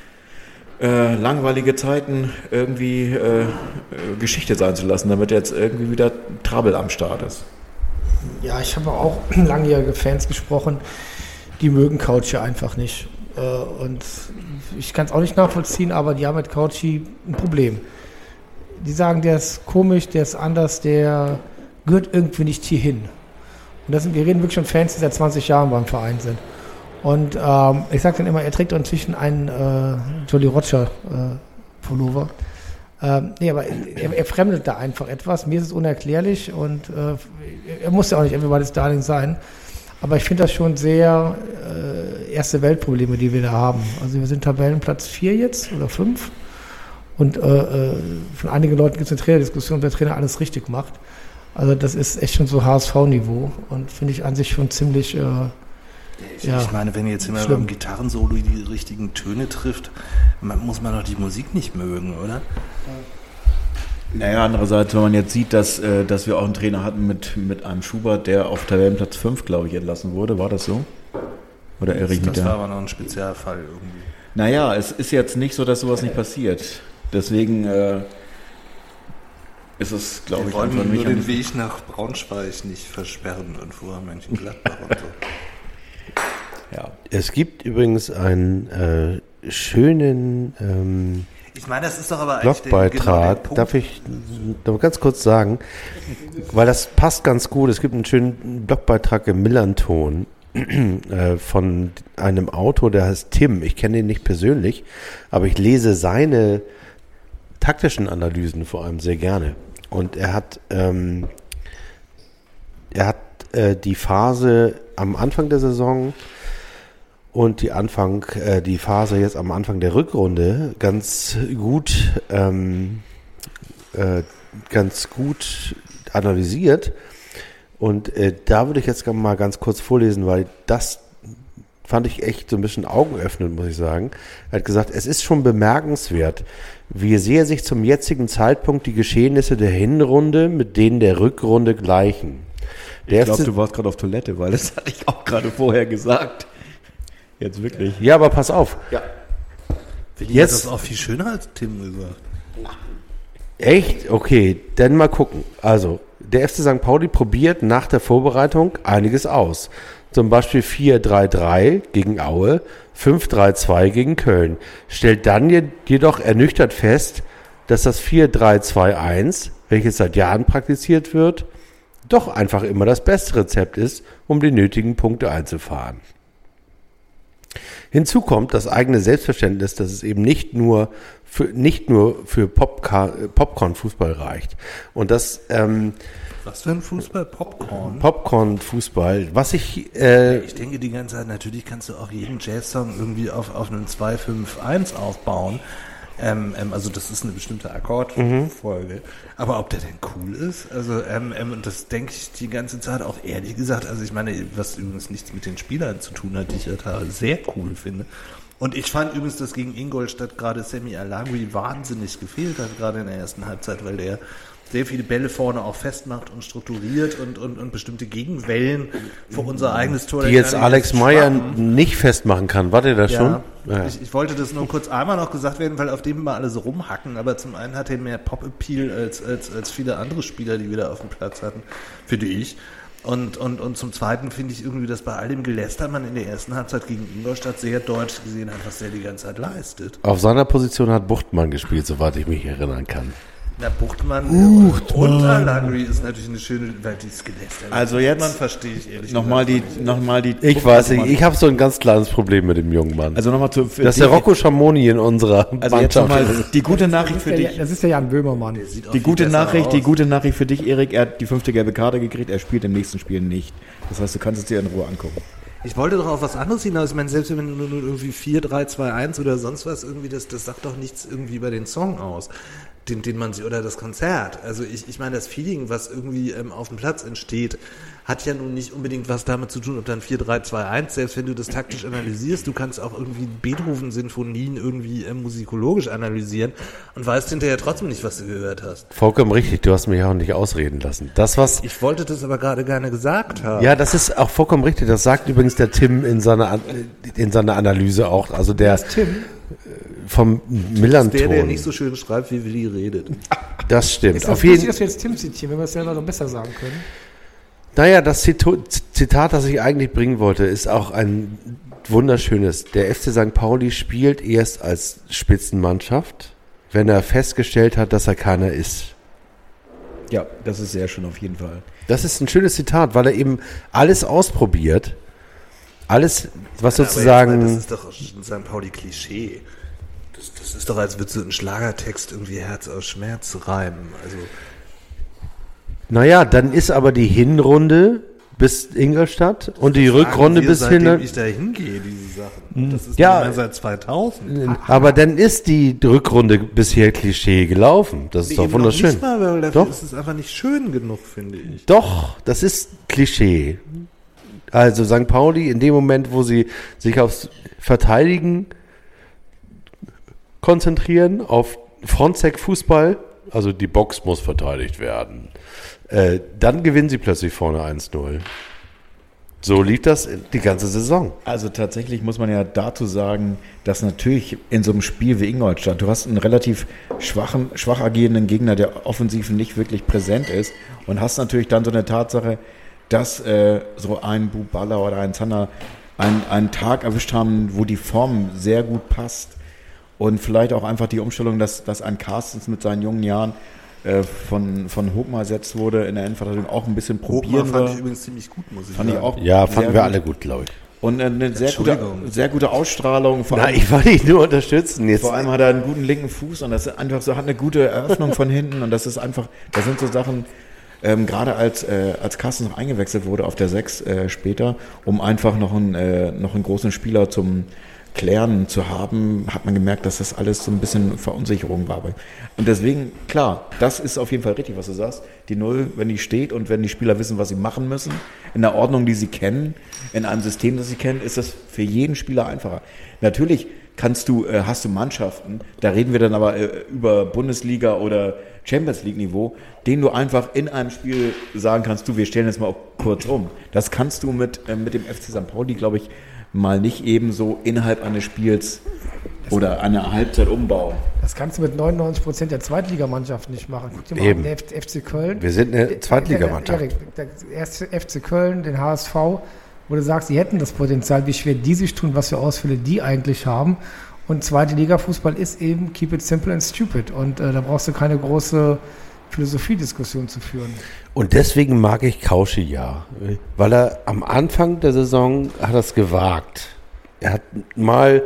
langweilige Zeiten irgendwie Geschichte sein zu lassen, damit jetzt irgendwie wieder Trouble am Start ist. Ja, ich habe auch langjährige Fans gesprochen, die mögen Couchy einfach nicht. Und ich kann es auch nicht nachvollziehen, aber die haben mit Couchy ein Problem. Die sagen, der ist komisch, der ist anders, der gehört irgendwie nicht hier hin. Und wir reden wirklich von Fans, die seit 20 Jahren beim Verein sind. Und ich sage dann immer, er trägt inzwischen einen Jolly Roger Pullover. Nee, aber er fremdelt da einfach etwas. Mir ist es unerklärlich und er muss ja auch nicht everybody's Darling sein. Aber ich finde das schon sehr erste Weltprobleme, die wir da haben. Also wir sind Tabellenplatz 4 jetzt oder 5. Und von einigen Leuten gibt es eine Trainerdiskussion, ob der Trainer alles richtig macht. Also das ist echt schon so HSV-Niveau und finde ich an sich schon ziemlich ich meine, wenn jetzt immer beim Gitarrensolo die richtigen Töne trifft, muss man doch die Musik nicht mögen, oder? Naja, andererseits, wenn man jetzt sieht, dass wir auch einen Trainer hatten mit einem Schubert, der auf Tabellenplatz 5, glaube ich, entlassen wurde, war das so? Oder irre ich mich da? Das war aber noch ein Spezialfall irgendwie. Naja, es ist jetzt nicht so, dass sowas nicht passiert. Deswegen ist es, glaube ich, einfach nicht... Wir wollen nur den Weg nach Braunschweig nicht versperren und vorher Mönchengladbach und so. Ja. Es gibt übrigens einen schönen ich meine, das ist doch aber Blogbeitrag, darf ich noch ganz kurz sagen, weil das passt ganz gut. Es gibt einen schönen Blogbeitrag im Millanton von einem Autor, der heißt Tim. Ich kenne ihn nicht persönlich, aber ich lese seine taktischen Analysen vor allem sehr gerne. Und er hat die Phase am Anfang der Saison und die Phase jetzt am Anfang der Rückrunde ganz gut analysiert. Und da würde ich jetzt mal ganz kurz vorlesen, weil das fand ich echt so ein bisschen augenöffnend, muss ich sagen. Er hat gesagt, es ist schon bemerkenswert, wie sehr sich zum jetzigen Zeitpunkt die Geschehnisse der Hinrunde mit denen der Rückrunde gleichen. Ich glaube, du warst gerade auf Toilette, weil das hatte ich auch gerade vorher gesagt. Jetzt wirklich. Ja, aber pass auf. Ja. Jetzt ist das auch viel schöner als Tim gesagt. Echt? Okay, dann mal gucken. Also, der FC St. Pauli probiert nach der Vorbereitung einiges aus. Zum Beispiel 4-3-3 gegen Aue, 5-3-2 gegen Köln. Stellt dann jedoch ernüchtert fest, dass das 4-3-2-1, welches seit Jahren praktiziert wird, doch einfach immer das beste Rezept ist, um die nötigen Punkte einzufahren. Hinzu kommt das eigene Selbstverständnis, dass es eben nicht nur für Popcorn-Fußball reicht. Und das was für ein Fußball? Popcorn? Popcorn-Fußball. Was ich denke die ganze Zeit, natürlich kannst du auch jeden Jazz-Song irgendwie auf einen 2-5-1 aufbauen. Also das ist eine bestimmte Akkordfolge. Aber ob der denn cool ist? Also und das denke ich die ganze Zeit auch ehrlich gesagt. Also ich meine, was übrigens nichts mit den Spielern zu tun hat, die ich ja da sehr cool finde. Und ich fand übrigens, dass gegen Ingolstadt gerade Semi Alagui wahnsinnig gefehlt hat, gerade in der ersten Halbzeit, weil der sehr viele Bälle vorne auch festmacht und strukturiert und bestimmte Gegenwellen vor unser eigenes Tor. Die jetzt Alex Meyer nicht festmachen kann. War der das schon? Ja. Ich wollte das nur kurz einmal noch gesagt werden, weil auf dem immer alle so rumhacken, aber zum einen hat er mehr Pop-Appeal als viele andere Spieler, die wir da auf dem Platz hatten, finde ich. Und zum Zweiten finde ich irgendwie, dass bei all dem Geläster man in der ersten Halbzeit gegen Ingolstadt sehr deutlich gesehen hat, was der die ganze Zeit leistet. Auf seiner Position hat Buchtmann gespielt, soweit ich mich erinnern kann. Na, Buchtmann und Alagui ist natürlich eine schöne, weil dieses Geläster. Also jetzt man verstehe ich ehrlich nochmal die. Ich weiß nicht, ich habe so ein ganz kleines Problem mit dem jungen Mann. Also nochmal zu. Das ist der Rocco Schamoni in unserer Also jetzt nochmal die gute Nachricht für dich. Das ist der Jan Böhmermann. Die gute Nachricht für dich, Erik, er hat die 5. gelbe Karte gekriegt, er spielt im nächsten Spiel nicht. Das heißt, du kannst es dir in Ruhe angucken. Ich wollte doch auf was anderes hinaus. Ich meine, selbst wenn du irgendwie 4-3-2-1 oder sonst was irgendwie, das sagt doch nichts irgendwie über den Song aus, den man sieht, oder das Konzert. Also ich meine, das Feeling, was irgendwie auf dem Platz entsteht, hat ja nun nicht unbedingt was damit zu tun, ob dann 4-3-2-1, selbst wenn du das taktisch analysierst, du kannst auch irgendwie Beethoven-Sinfonien irgendwie musikologisch analysieren und weißt hinterher trotzdem nicht, was du gehört hast. Vollkommen richtig, du hast mich auch nicht ausreden lassen. Ich wollte das aber gerade gerne gesagt haben. Ja, das ist auch vollkommen richtig, das sagt übrigens der Tim in seiner Analyse auch, also der Tim? Vom Millanton. Der nicht so schön schreibt, wie Willi redet. Das stimmt. Ist das auf jeden lustig, dass wir jetzt Tim zitieren, wenn wir es selber noch besser sagen können? Naja, das Zitat, das ich eigentlich bringen wollte, ist auch ein wunderschönes. Der FC St. Pauli spielt erst als Spitzenmannschaft, wenn er festgestellt hat, dass er keiner ist. Ja, das ist sehr schön auf jeden Fall. Das ist ein schönes Zitat, weil er eben alles ausprobiert. Alles, was sozusagen... Das ist doch ein St. Pauli-Klischee. Das ist doch, als würdest du einen Schlagertext irgendwie Herz aus Schmerz reimen. Also naja, dann ist aber die Hinrunde bis Ingolstadt und die Rückrunde bis hin... Seitdem ich da hingehe, diese Sachen. Das ist ja, nicht mehr seit 2000. Aber dann ist die Rückrunde bisher Klischee gelaufen. Das ist doch wunderschön. Nicht mal, weil dafür ist es einfach nicht schön genug, finde ich. Doch, das ist Klischee. Also St. Pauli in dem Moment, wo sie sich aufs Verteidigen konzentrieren, auf Frontsec-Fußball, also die Box muss verteidigt werden, dann gewinnen sie plötzlich vorne 1-0. So lief das die ganze Saison. Also tatsächlich muss man ja dazu sagen, dass natürlich in so einem Spiel wie Ingolstadt, du hast einen relativ schwach agierenden Gegner, der offensiv nicht wirklich präsent ist und hast natürlich dann so eine Tatsache, dass so ein Buballa oder ein Zander einen Tag erwischt haben, wo die Form sehr gut passt und vielleicht auch einfach die Umstellung, dass ein Carstens mit seinen jungen Jahren von Hochmar ersetzt wurde in der Endverteidigung auch ein bisschen probieren. Hochmar fand ich übrigens ziemlich gut, muss ich sagen. Ja, fanden wir alle gut, glaube ich. Und eine sehr gute Ausstrahlung. Ich wollte dich nur unterstützen. Jetzt. Vor allem hat er einen guten linken Fuß und das ist einfach so, hat eine gute Eröffnung von hinten und das ist einfach, das sind so Sachen, gerade als Carstens noch eingewechselt wurde auf der 6 später, um einfach noch einen großen Spieler zum Klären zu haben, hat man gemerkt, dass das alles so ein bisschen Verunsicherung war. Und deswegen, klar, das ist auf jeden Fall richtig, was du sagst. Die 0, wenn die steht und wenn die Spieler wissen, was sie machen müssen, in der Ordnung, die sie kennen, in einem System, das sie kennen, ist das für jeden Spieler einfacher. Natürlich hast du Mannschaften, da reden wir dann aber über Bundesliga oder Champions League Niveau, denen du einfach in einem Spiel sagen kannst, wir stellen jetzt mal kurz um. Das kannst du mit dem FC St. Pauli, glaube ich, mal nicht eben so innerhalb eines Spiels oder einer Halbzeit umbauen. Das kannst du mit 99% der Zweitligamannschaften nicht machen. Guck dir mal an, der FC Köln. Wir sind eine Zweitligamannschaft. Der erste FC Köln, den HSV, wo du sagst, sie hätten das Potenzial, wie schwer die sich tun, was für Ausfälle die eigentlich haben. Und zweite Liga-Fußball ist eben keep it simple and stupid. Und da brauchst du keine große Philosophiediskussion zu führen. Und deswegen mag ich Kauschi ja, weil er am Anfang der Saison hat es gewagt. Er hat mal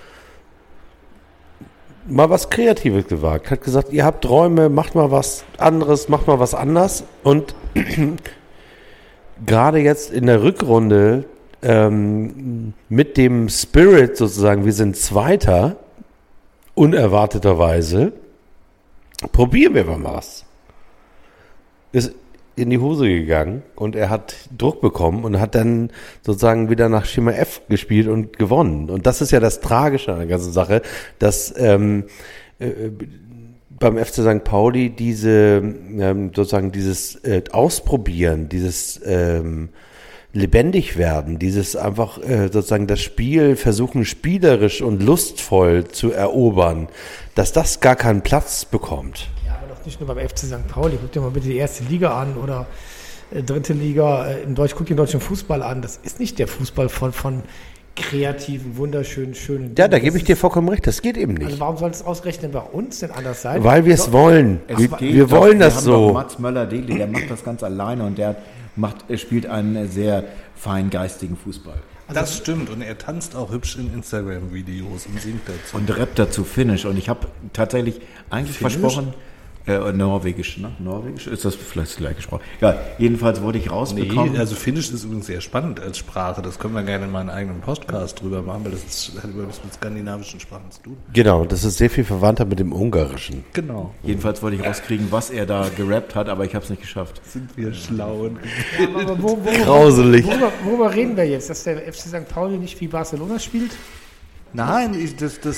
was Kreatives gewagt, hat gesagt, ihr habt Träume, macht mal was anderes, macht mal was anders. Und gerade jetzt in der Rückrunde mit dem Spirit sozusagen, wir sind Zweiter unerwarteterweise, probieren wir mal was. Ist in die Hose gegangen und er hat Druck bekommen und hat dann sozusagen wieder nach Schema F gespielt und gewonnen. Und das ist ja das Tragische an der ganzen Sache, dass beim FC St. Pauli sozusagen dieses Ausprobieren, dieses lebendig werden, dieses einfach sozusagen das Spiel versuchen spielerisch und lustvoll zu erobern, dass das gar keinen Platz bekommt. Ja, aber doch nicht nur beim FC St. Pauli. Guck dir mal bitte die erste Liga an oder dritte Liga guck dir den deutschen Fußball an. Das ist nicht der Fußball von kreativen, wunderschönen, schönen. Ja, da gebe ich dir vollkommen recht. Das geht eben nicht. Also warum soll es ausgerechnet bei uns denn anders sein? Weil wir es wollen. Wir wollen das so. Wir haben doch Mats Möller-Degli, der macht das ganz alleine und der spielt einen sehr feingeistigen Fußball. Das stimmt und er tanzt auch hübsch in Instagram-Videos und singt dazu. Und rappt dazu Finnisch und ich habe tatsächlich eigentlich Finnisch? versprochen, Norwegisch, ne? Norwegisch ist das vielleicht das gleiche Sprache. Ja, jedenfalls wollte ich rausbekommen. Nee, also Finnisch ist übrigens sehr spannend als Sprache. Das können wir gerne in meinen eigenen Podcast drüber machen, weil das hat überhaupt mit skandinavischen Sprachen zu tun. Genau, das ist sehr viel verwandter mit dem Ungarischen. Genau. Jedenfalls wollte ich rauskriegen, was er da gerappt hat, aber ich habe es nicht geschafft. Sind wir schlau und Aber Grauselig. worüber reden wir jetzt? Dass der FC St. Pauli nicht wie Barcelona spielt? Nein, ich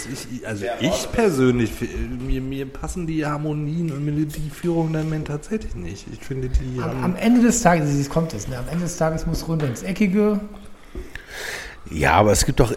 persönlich, mir passen die Harmonien und Melodieführung dann tatsächlich nicht. Ich finde, die Am Ende des Tages, das kommt es, ne? Am Ende des Tages muss runter ins Eckige. Ja, aber es gibt doch...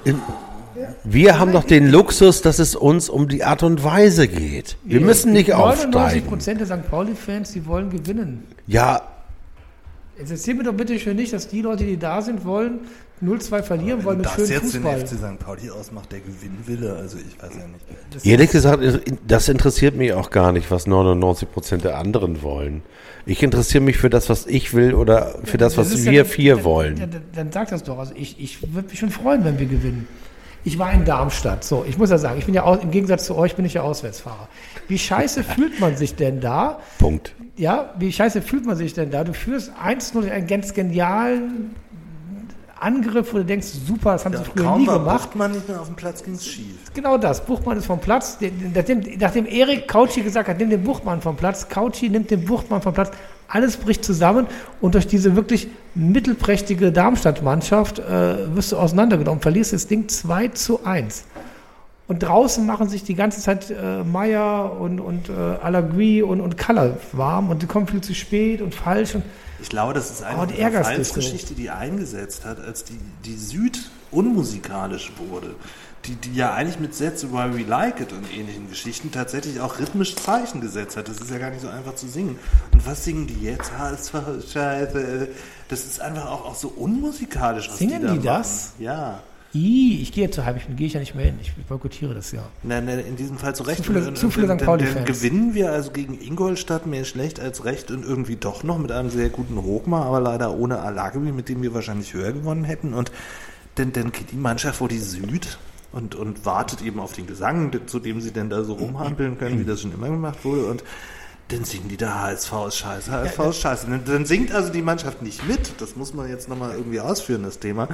Wir haben doch den Luxus, dass es uns um die Art und Weise geht. Wir müssen nicht aufsteigen. 99% der St. Pauli-Fans, die wollen gewinnen. Ja, Jetzt erzähl mir doch bitte schön nicht, dass die Leute, die da sind, wollen 0-2 verlieren wollen mit das schönem jetzt Fußball. den FC St. Pauli ausmacht, der Gewinnwille, also ich weiß ja nicht. ehrlich gesagt, das interessiert mich auch gar nicht, was 99% der anderen wollen. Ich interessiere mich für das, was ich will oder für das, was ist wir ja, vier wollen. Dann sag das doch. Also ich würde mich schon freuen, wenn wir gewinnen. Ich war in Darmstadt. So, ich muss ja sagen, ich bin ja im Gegensatz zu euch bin ich ja Auswärtsfahrer. Wie scheiße fühlt man sich denn da? Punkt. Ja, wie scheiße fühlt man sich denn da? Du führst 1-0 durch einen ganz genialen Angriff, wo du denkst, super, das haben sie früher nie gemacht. Buchmann nicht mehr auf dem Platz, ging es schief. Genau das. Buchmann ist vom Platz. Nachdem Erik Kautschi gesagt hat, nimm den Buchmann vom Platz, Kautschi nimmt den Buchmann vom Platz, alles bricht zusammen und durch diese wirklich mittelprächtige Darmstadt-Mannschaft wirst du auseinandergenommen, verlierst das Ding 2-1. Und draußen machen sich die ganze Zeit Meier und Alagui und Kaller warm und die kommen viel zu spät und falsch. Und Ich glaube, das ist eine die ärgerst dich Verfallsgeschichte, die eingesetzt hat, als die Süd unmusikalisch wurde. Die ja eigentlich mit Sätze Why We Like It und ähnlichen Geschichten tatsächlich auch rhythmisch Zeichen gesetzt hat. Das ist ja gar nicht so einfach zu singen. Und was singen die jetzt? Scheiße. Das ist einfach auch so unmusikalisch, was Singen die da die machen. das? Ja. ich gehe zur Halbzeit, gehe ich ja nicht mehr hin. Ich boykottiere das ja. Nein, in diesem Fall zu Recht. Zu viele St. Pauli-Fans. Dann gewinnen wir also gegen Ingolstadt mehr schlecht als recht und irgendwie doch noch mit einem sehr guten Hochmar, aber leider ohne Alagui, mit dem wir wahrscheinlich höher gewonnen hätten. Und dann geht die Mannschaft vor die Süd und wartet eben auf den Gesang, zu dem sie dann da so rumhampeln können, wie das schon immer gemacht wurde. Und dann singen die da HSV ist scheiße, HSV ist scheiße. Dann singt also die Mannschaft nicht mit. Das muss man jetzt nochmal irgendwie ausführen, das Thema.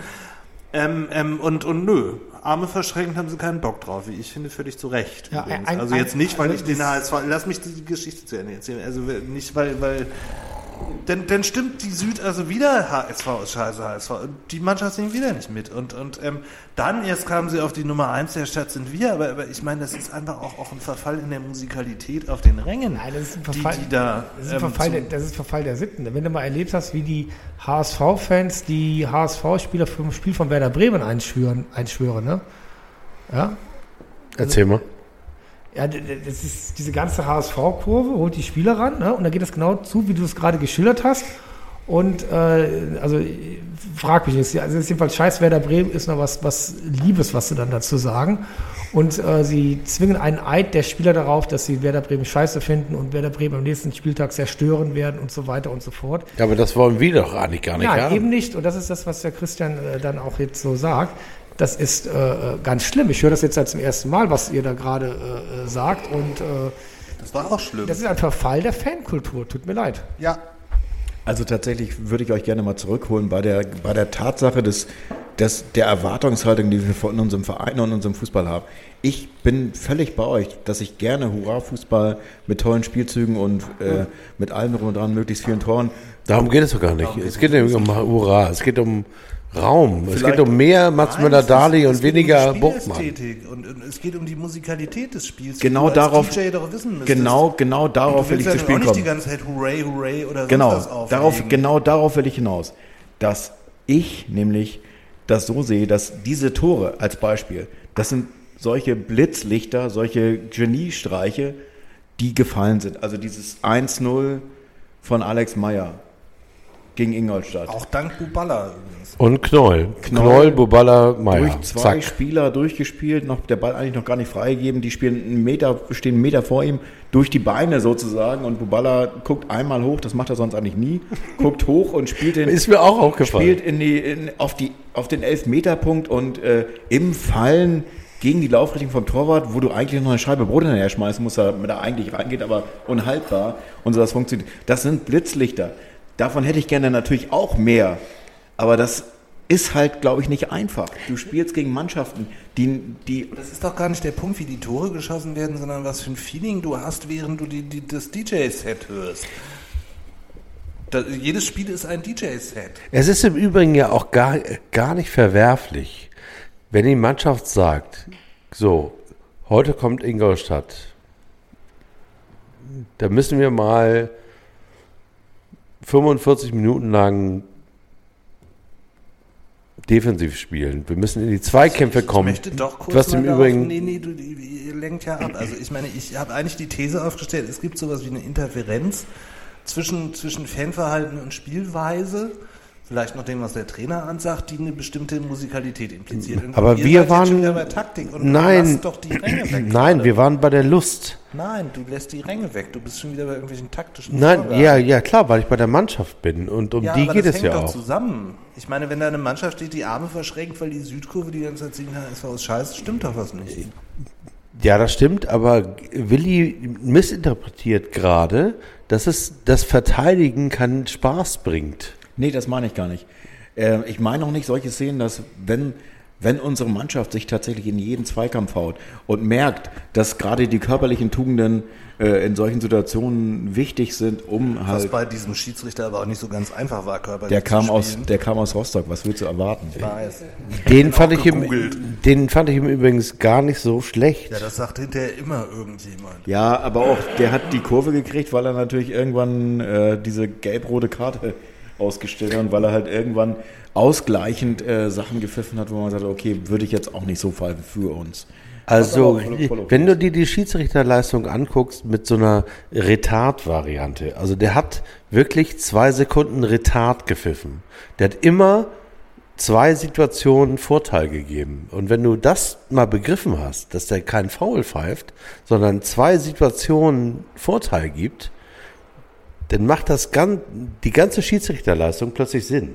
Und nö, Arme verschränkt, haben sie keinen Bock drauf, wie ich finde, völlig zu Recht. Ja, also jetzt nicht, weil ich den HSV, lass mich die Geschichte zu Ende erzählen, also nicht, weil dann stimmt die Süd also wieder, HSV ist scheiße, HSV, und die Mannschaft singt wieder nicht mit und dann erst kamen sie auf die Nummer 1 der Stadt sind wir, aber ich meine, das ist einfach auch ein Verfall in der Musikalität auf den Rängen. Nein, das ist ein Verfall, das ist ein Verfall der Sitten. Wenn du mal erlebt hast, wie die HSV-Fans die HSV-Spieler vom Spiel von Werder Bremen einschwören, ne? Ja? Erzähl mal. Ja, das ist diese ganze HSV-Kurve, holt die Spieler ran, ne? Und da geht es genau zu, wie du es gerade geschildert hast. Und also frag mich nicht, also jedenfalls scheiß Werder Bremen ist noch was Liebes, was sie dann dazu sagen. Und sie zwingen einen Eid der Spieler darauf, dass sie Werder Bremen scheiße finden und Werder Bremen am nächsten Spieltag zerstören werden und so weiter und so fort. Ja, aber das wollen wir doch eigentlich gar nicht Nein, haben. eben nicht. Und das ist das, was der Christian dann auch jetzt so sagt. Das ist ganz schlimm. Ich höre das jetzt zum ersten Mal, was ihr da gerade sagt. Und das war auch schlimm. das ist ein Verfall der Fankultur. Tut mir leid. Ja. Also tatsächlich würde ich euch gerne mal zurückholen bei der Tatsache des der Erwartungshaltung, die wir von unserem Verein und unserem Fußball haben. Ich bin völlig bei euch, dass ich gerne Hurra-Fußball mit tollen Spielzügen und mit allem drum und dran, möglichst vielen Toren. Darum geht es doch gar nicht. Es geht nicht um Hurra, es geht um Raum. Es geht um mehr Mats Möller-Dali und weniger Buchmann. Und es geht um die Musikalität des Spiels. Genau die darauf, als DJ doch wissen müsstest. genau darauf will ich zu spielen nicht kommen. die ganze Zeit Hooray, Hooray oder Genau, sonst was auflegen. darauf will ich hinaus. Dass ich nämlich das so sehe, dass diese Tore als Beispiel, das sind solche Blitzlichter, solche Geniestreiche, die gefallen sind. Also dieses 1-0 von Alex Meyer gegen Ingolstadt. Auch dank Buballa übrigens. Und Knoll, Buballa, Meier. Durch zwei Spieler durchgespielt, noch der Ball eigentlich noch gar nicht freigegeben. Die stehen einen Meter vor ihm, durch die Beine sozusagen. Und Buballa guckt einmal hoch, das macht er sonst eigentlich nie. Guckt hoch und spielt Ist mir auch aufgefallen. Spielt auf den 11-Meter-Punkt und im Fallen gegen die Laufrichtung vom Torwart, wo du eigentlich noch eine Scheibe Brot hinterher schmeißen musst, damit er eigentlich reingeht, aber unhaltbar. Und so das funktioniert. Das sind Blitzlichter. Davon hätte ich gerne natürlich auch mehr. Aber das ist halt, glaube ich, nicht einfach. Du spielst gegen Mannschaften, die Das ist doch gar nicht der Punkt, wie die Tore geschossen werden, sondern was für ein Feeling du hast, während du das DJ-Set hörst. Jedes Spiel ist ein DJ-Set. Es ist im Übrigen ja auch gar nicht verwerflich, wenn die Mannschaft sagt, so, heute kommt Ingolstadt, da müssen wir mal 45 Minuten lang defensiv spielen. Wir müssen in die Zweikämpfe kommen. Ich möchte doch kurz was im Übrigen ihr lenkt ja ab. Also ich meine, ich habe eigentlich die These aufgestellt, es gibt sowas wie eine Interferenz zwischen Fanverhalten und Spielweise, vielleicht noch dem, was der Trainer ansagt, die eine bestimmte Musikalität impliziert. Und aber wir waren schon wieder bei Taktik und nein, lass doch die Ränge weg. Nein, gerade. wir waren bei der Lust. Nein, du lässt die Ränge weg. Du bist schon wieder bei irgendwelchen taktischen Nein, Vorgaben. ja, klar, weil ich bei der Mannschaft bin und um die aber geht das es hängt ja doch auch. zusammen. Ich meine, wenn da eine Mannschaft steht, die Arme verschränkt, weil die Südkurve die ganze Zeit singt, SV ist scheiße, stimmt doch was nicht. Ja, das stimmt, aber Willi missinterpretiert gerade, dass es das Verteidigen keinen Spaß bringt. Nee, das meine ich gar nicht. Ich meine auch nicht solche Szenen, dass wenn unsere Mannschaft sich tatsächlich in jeden Zweikampf haut und merkt, dass gerade die körperlichen Tugenden in solchen Situationen wichtig sind, um halt... Was bei diesem Schiedsrichter aber auch nicht so ganz einfach war, körperlich Der kam zu spielen. der kam aus Rostock, was willst du erwarten? Ich weiß. Den fand ich gegoogelt. im Übrigens gar nicht so schlecht. Ja, das sagt hinterher immer irgendjemand. Ja, aber auch der hat die Kurve gekriegt, weil er natürlich irgendwann diese gelb-rote Karte ausgestellt hat und weil er halt irgendwann ausgleichend Sachen gepfiffen hat, wo man sagt, okay, würde ich jetzt auch nicht so pfeifen für uns. Also, voll wenn du dir die Schiedsrichterleistung anguckst mit so einer Retard-Variante, also der hat wirklich 2 Sekunden Retard gepfiffen. Der hat immer 2 Situationen Vorteil gegeben. Und wenn du das mal begriffen hast, dass der kein Foul pfeift, sondern 2 Situationen Vorteil gibt, dann macht die ganze Schiedsrichterleistung plötzlich Sinn.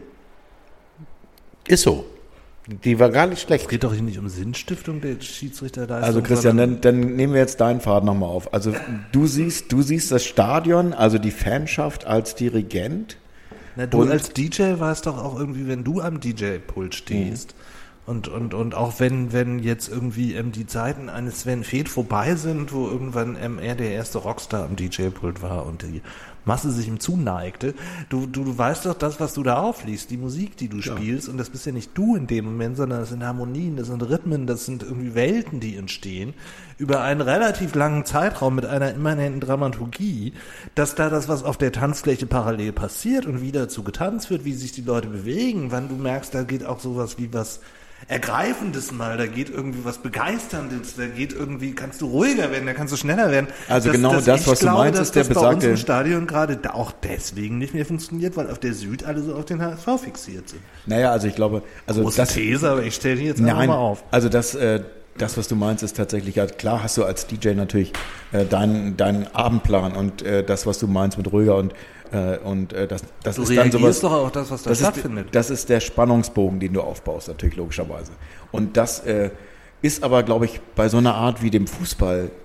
Ist so. Die war gar nicht schlecht. Es geht doch hier nicht um Sinnstiftung der Schiedsrichterleistung. Also Christian, dann nehmen wir jetzt deinen Faden nochmal auf. Also du siehst das Stadion, also die Fanschaft als Dirigent. Na, du als DJ weißt doch auch irgendwie, wenn du am DJ-Pult stehst und auch wenn jetzt irgendwie die Zeiten eines Sven Feth vorbei sind, wo irgendwann er der erste Rockstar am DJ-Pult war und die Masse sich ihm zuneigte, du weißt doch das, was du da aufliest, die Musik, die du spielst, und das bist ja nicht du in dem Moment, sondern das sind Harmonien, das sind Rhythmen, das sind irgendwie Welten, die entstehen, über einen relativ langen Zeitraum mit einer immanenten Dramaturgie, dass da das, was auf der Tanzfläche parallel passiert und wie dazu getanzt wird, wie sich die Leute bewegen, wann du merkst, da geht auch sowas wie was Ergreifendes mal, da geht irgendwie was Begeisterndes, da geht irgendwie, kannst du ruhiger werden, da kannst du schneller werden. Also das, was du meinst, ist der besagte... bei uns im Stadion gerade auch deswegen nicht mehr funktioniert, weil auf der Süd alle so auf den HSV fixiert sind. Naja, also ich glaube... Große These, aber ich stelle die jetzt einfach mal auf. Also das, was du meinst, ist tatsächlich, ja, klar hast du als DJ natürlich deinen Abendplan und das, was du meinst mit ruhiger und das du ist dann sowas. Doch auch das, was da stattfindet. Das ist der Spannungsbogen, den du aufbaust, natürlich logischerweise. Und das ist aber, glaube ich, bei so einer Art wie dem Fußball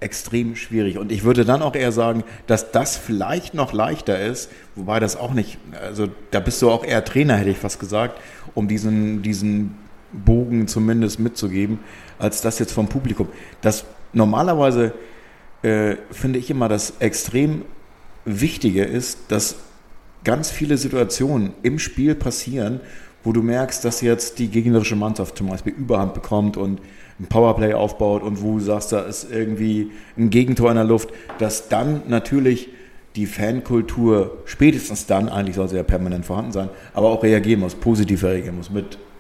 extrem schwierig. Und ich würde dann auch eher sagen, dass das vielleicht noch leichter ist, wobei das auch nicht, also da bist du auch eher Trainer, hätte ich fast gesagt, um diesen Bogen zumindest mitzugeben, als das jetzt vom Publikum. Das normalerweise finde ich immer, das extrem Wichtige ist, dass ganz viele Situationen im Spiel passieren, wo du merkst, dass jetzt die gegnerische Mannschaft zum Beispiel Überhand bekommt und ein Powerplay aufbaut und wo du sagst, da ist irgendwie ein Gegentor in der Luft, dass dann natürlich die Fankultur spätestens dann, eigentlich soll sie ja permanent vorhanden sein, aber auch reagieren muss, positiv reagieren muss,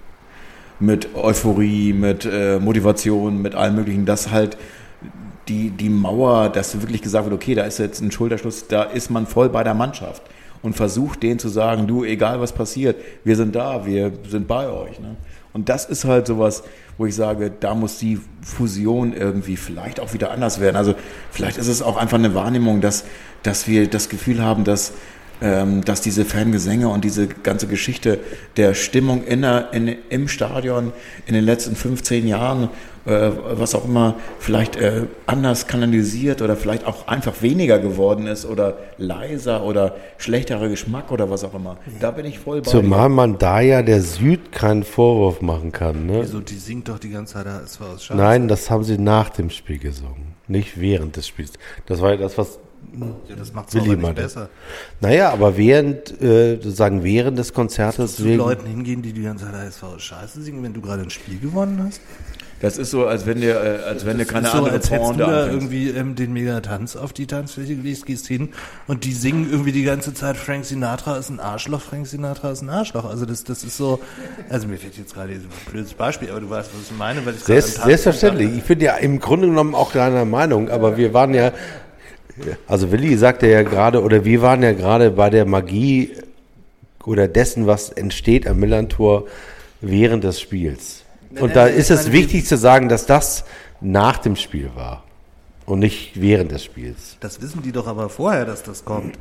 mit Euphorie, mit Motivation, mit allem Möglichen, dass halt die Mauer, dass wirklich gesagt wird, okay, da ist jetzt ein Schulterschluss, da ist man voll bei der Mannschaft und versucht denen zu sagen, du, egal was passiert, wir sind da, wir sind bei euch. Ne? Und das ist halt sowas, wo ich sage, da muss die Fusion irgendwie vielleicht auch wieder anders werden. Also vielleicht ist es auch einfach eine Wahrnehmung, dass wir das Gefühl haben, dass diese Fangesänge und diese ganze Geschichte der Stimmung im Stadion in den letzten 15 Jahren, was auch immer, vielleicht anders kanalisiert oder vielleicht auch einfach weniger geworden ist oder leiser oder schlechterer Geschmack oder was auch immer. Da bin ich voll bei Zumal dir. man da ja der Süd keinen Vorwurf machen kann. Ne? Wieso, die singt doch die ganze Zeit, es war aus Scheiße. Nein, das haben sie nach dem Spiel gesungen, nicht während des Spiels. Das war ja das, was Ja, das macht es Willi aber nicht meinte. besser. Naja, aber während des Konzertes Zu Leuten hingehen, die ganze Zeit es war aus Scheiße singen, wenn du gerade ein Spiel gewonnen hast. Das ist so, als wenn du keine ist so, andere als hättest du Porn da anfängst. irgendwie den Megatanz auf die Tanzfläche gelegt, gehst hin und die singen irgendwie die ganze Zeit, Frank Sinatra ist ein Arschloch, Frank Sinatra ist ein Arschloch. Also das ist so, also mir fällt jetzt gerade ein blödes Beispiel, aber du weißt, was ich meine, weil ich gerade am Tanzen Selbstverständlich. dachte. Ich bin ja im Grunde genommen auch deiner Meinung, aber wir waren ja, also Willi sagte ja gerade, oder wir waren ja gerade bei der Magie oder dessen, was entsteht am Millantor während des Spiels. Und da ist es wichtig zu sagen, dass das nach dem Spiel war und nicht während des Spiels. Das wissen die doch aber vorher, dass das kommt.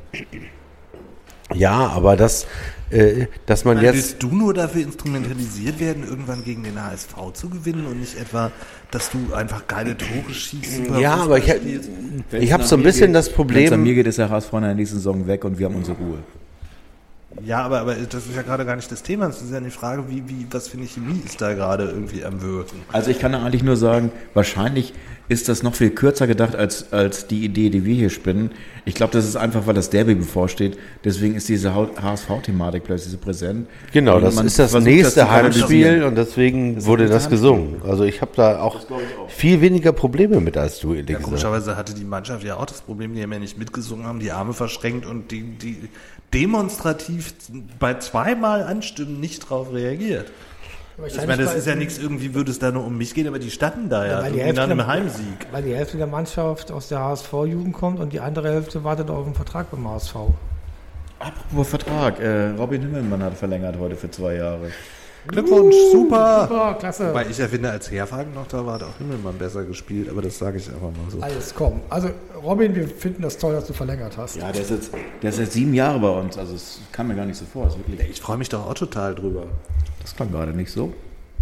Ja, aber dass man Dann jetzt... willst du nur dafür instrumentalisiert werden, irgendwann gegen den HSV zu gewinnen und nicht etwa, dass du einfach geile Tore schießt. super Ja, Fußball aber ich spielst. habe so ein bisschen das Wenn es an mir Problem... geht, ist der HSV in der nächsten Saison weg und wir haben unsere Ruhe. Ja, aber das ist ja gerade gar nicht das Thema. Das ist ja die Frage, was für eine Chemie ist da gerade irgendwie am Wirken. Also ich kann da eigentlich nur sagen, wahrscheinlich ist das noch viel kürzer gedacht als die Idee, die wir hier spinnen. Ich glaube, das ist einfach, weil das Derby bevorsteht. Deswegen ist diese HSV-Thematik plötzlich so präsent. Genau, Und das man ist das versucht, nächste zu Heimspiel kanalisieren. und deswegen Das wurde ist das das gesungen. Also ich habe da auch viel weniger Probleme mit als du, ehrlich Ja, gesagt. komischerweise hatte die Mannschaft ja auch das Problem, die haben ja nicht mitgesungen, haben die Arme verschränkt und die demonstrativ bei zweimal Anstimmen nicht drauf reagiert. Ich meine, das ist ja nichts, irgendwie würde es da nur um mich gehen, aber die standen da ja, weil die irgendwie nach Hälfte einem der- Heimsieg. Weil die Hälfte der Mannschaft aus der HSV-Jugend kommt und die andere Hälfte wartet auf einen Vertrag beim HSV. Apropos Vertrag, Robin Himmelmann hat verlängert heute für 2 Jahre. Glückwunsch, super! Super, klasse. Wobei ich ja finde, als Herfagen noch da war, hat auch Himmelmann besser gespielt, aber das sage ich einfach mal so. Alles, komm. Also, Robin, wir finden das toll, dass du verlängert hast. Ja, der ist jetzt 7 Jahre bei uns, also es kam mir gar nicht so vor. Das, ist wirklich, Ich freue mich doch auch total drüber. das klang gerade nicht so.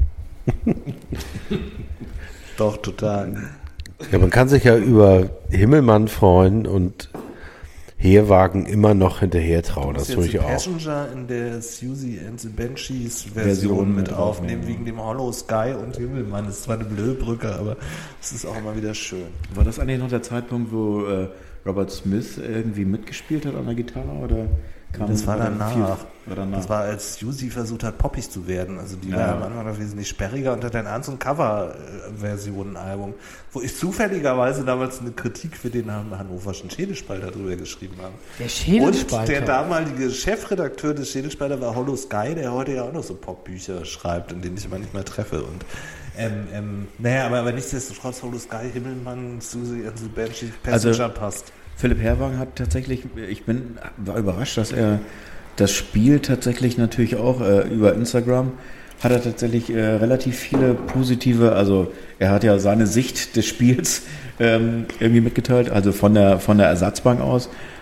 Doch, total. Ja, man kann sich ja über Himmelmann freuen und Heerwagen immer noch hinterher trauen. Das tue jetzt ich auch. Passenger in der Susie and the Banshees Version Version mit mit aufnehmen, aufnehmen. wegen dem Hollow Sky und Himmelmann. Das ist zwar eine blöde Brücke, aber es ist auch immer wieder schön. War das eigentlich noch der Zeitpunkt, wo Robert Smith irgendwie mitgespielt hat an der Gitarre? Oder kam Das war danach. War danach. Das war, als Susie versucht hat, poppig zu werden. Also die war am Anfang noch wesentlich sperriger und hat dann an so ein Cover-Version-Album, wo ich zufälligerweise damals eine Kritik für den hannoverschen Schädelspalter drüber geschrieben habe. Der Und Schädelspalter. der damalige Chefredakteur des Schädelspalter war Hollow Sky, der heute ja auch noch so Popbücher schreibt, in denen ich immer nicht mehr treffe. Und naja, aber nichtsdestotrotz Hollow Sky, Himmelmann, Susie and the Banshee, Passenger passt. Philipp Herrwagen hat tatsächlich, war überrascht, dass er das Spiel tatsächlich natürlich auch über Instagram hat er tatsächlich relativ viele positive, also er hat ja seine Sicht des Spiels irgendwie mitgeteilt, also von der Ersatzbank aus,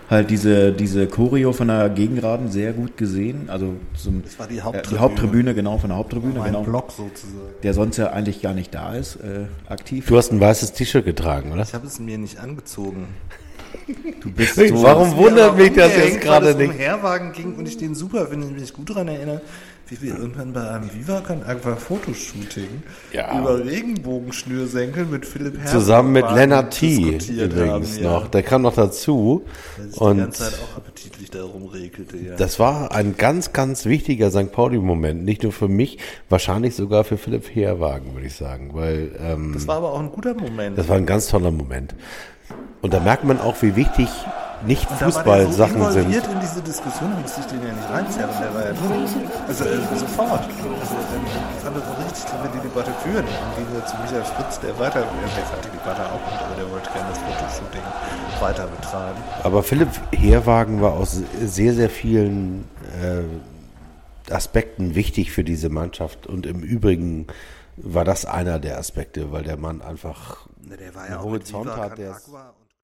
halt diese Choreo von der Gegengraden sehr gut gesehen. Also Das war die die Haupttribüne, genau, von der Haupttribüne, Ein genau. Block sozusagen. Der sonst ja eigentlich gar nicht da ist, aktiv. Du hast ein weißes T-Shirt getragen, oder? Ich habe es mir nicht angezogen. Du bist Warum wundert mich das jetzt gerade Weil es nicht? um Herwagen ging und ich den super finde, ich mich gut daran erinnere, wie wir irgendwann bei einem Viva-Con einfach Fotoshooting Ja. über Regenbogenschnürsenkel mit Philipp Herrmann Zusammen mit Lennart T. diskutiert übrigens haben, noch. Der kam noch dazu. Der sich die Und ganze Zeit auch appetitlich darum regelte, ja. das war ein ganz, ganz wichtiger St. Pauli-Moment. Nicht nur für mich, wahrscheinlich sogar für Philipp Herwagen, würde ich sagen. Weil Das war aber auch ein guter Moment. das war ein ganz toller Moment. Und da merkt man auch, wie wichtig nicht Und da war der Fußballsachen so sind. involviert in diese Diskussion, da musste ich den ja nicht reinzerren, der war ja sofort. Also, ich fand das auch richtig, wenn wir die Debatte führen. Im Gegensatz zu Michael Fritz, der fand die Debatte auch gut, aber der wollte gerne das Fotoshooting weiter betreiben. Aber Philipp Herwagen war aus sehr, sehr vielen Aspekten wichtig für diese Mannschaft. Und im Übrigen war das einer der Aspekte, weil der Mann einfach Der war einen ja auch Horizont mit Viva hat, Con der ist- Agua und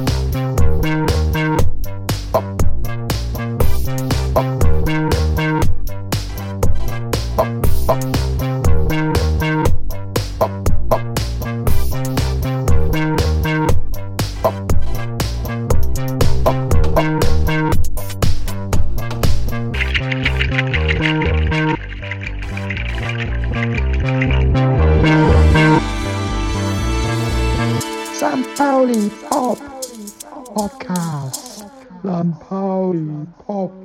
St. Pauli Pop Podcast. St. Pauli Pop.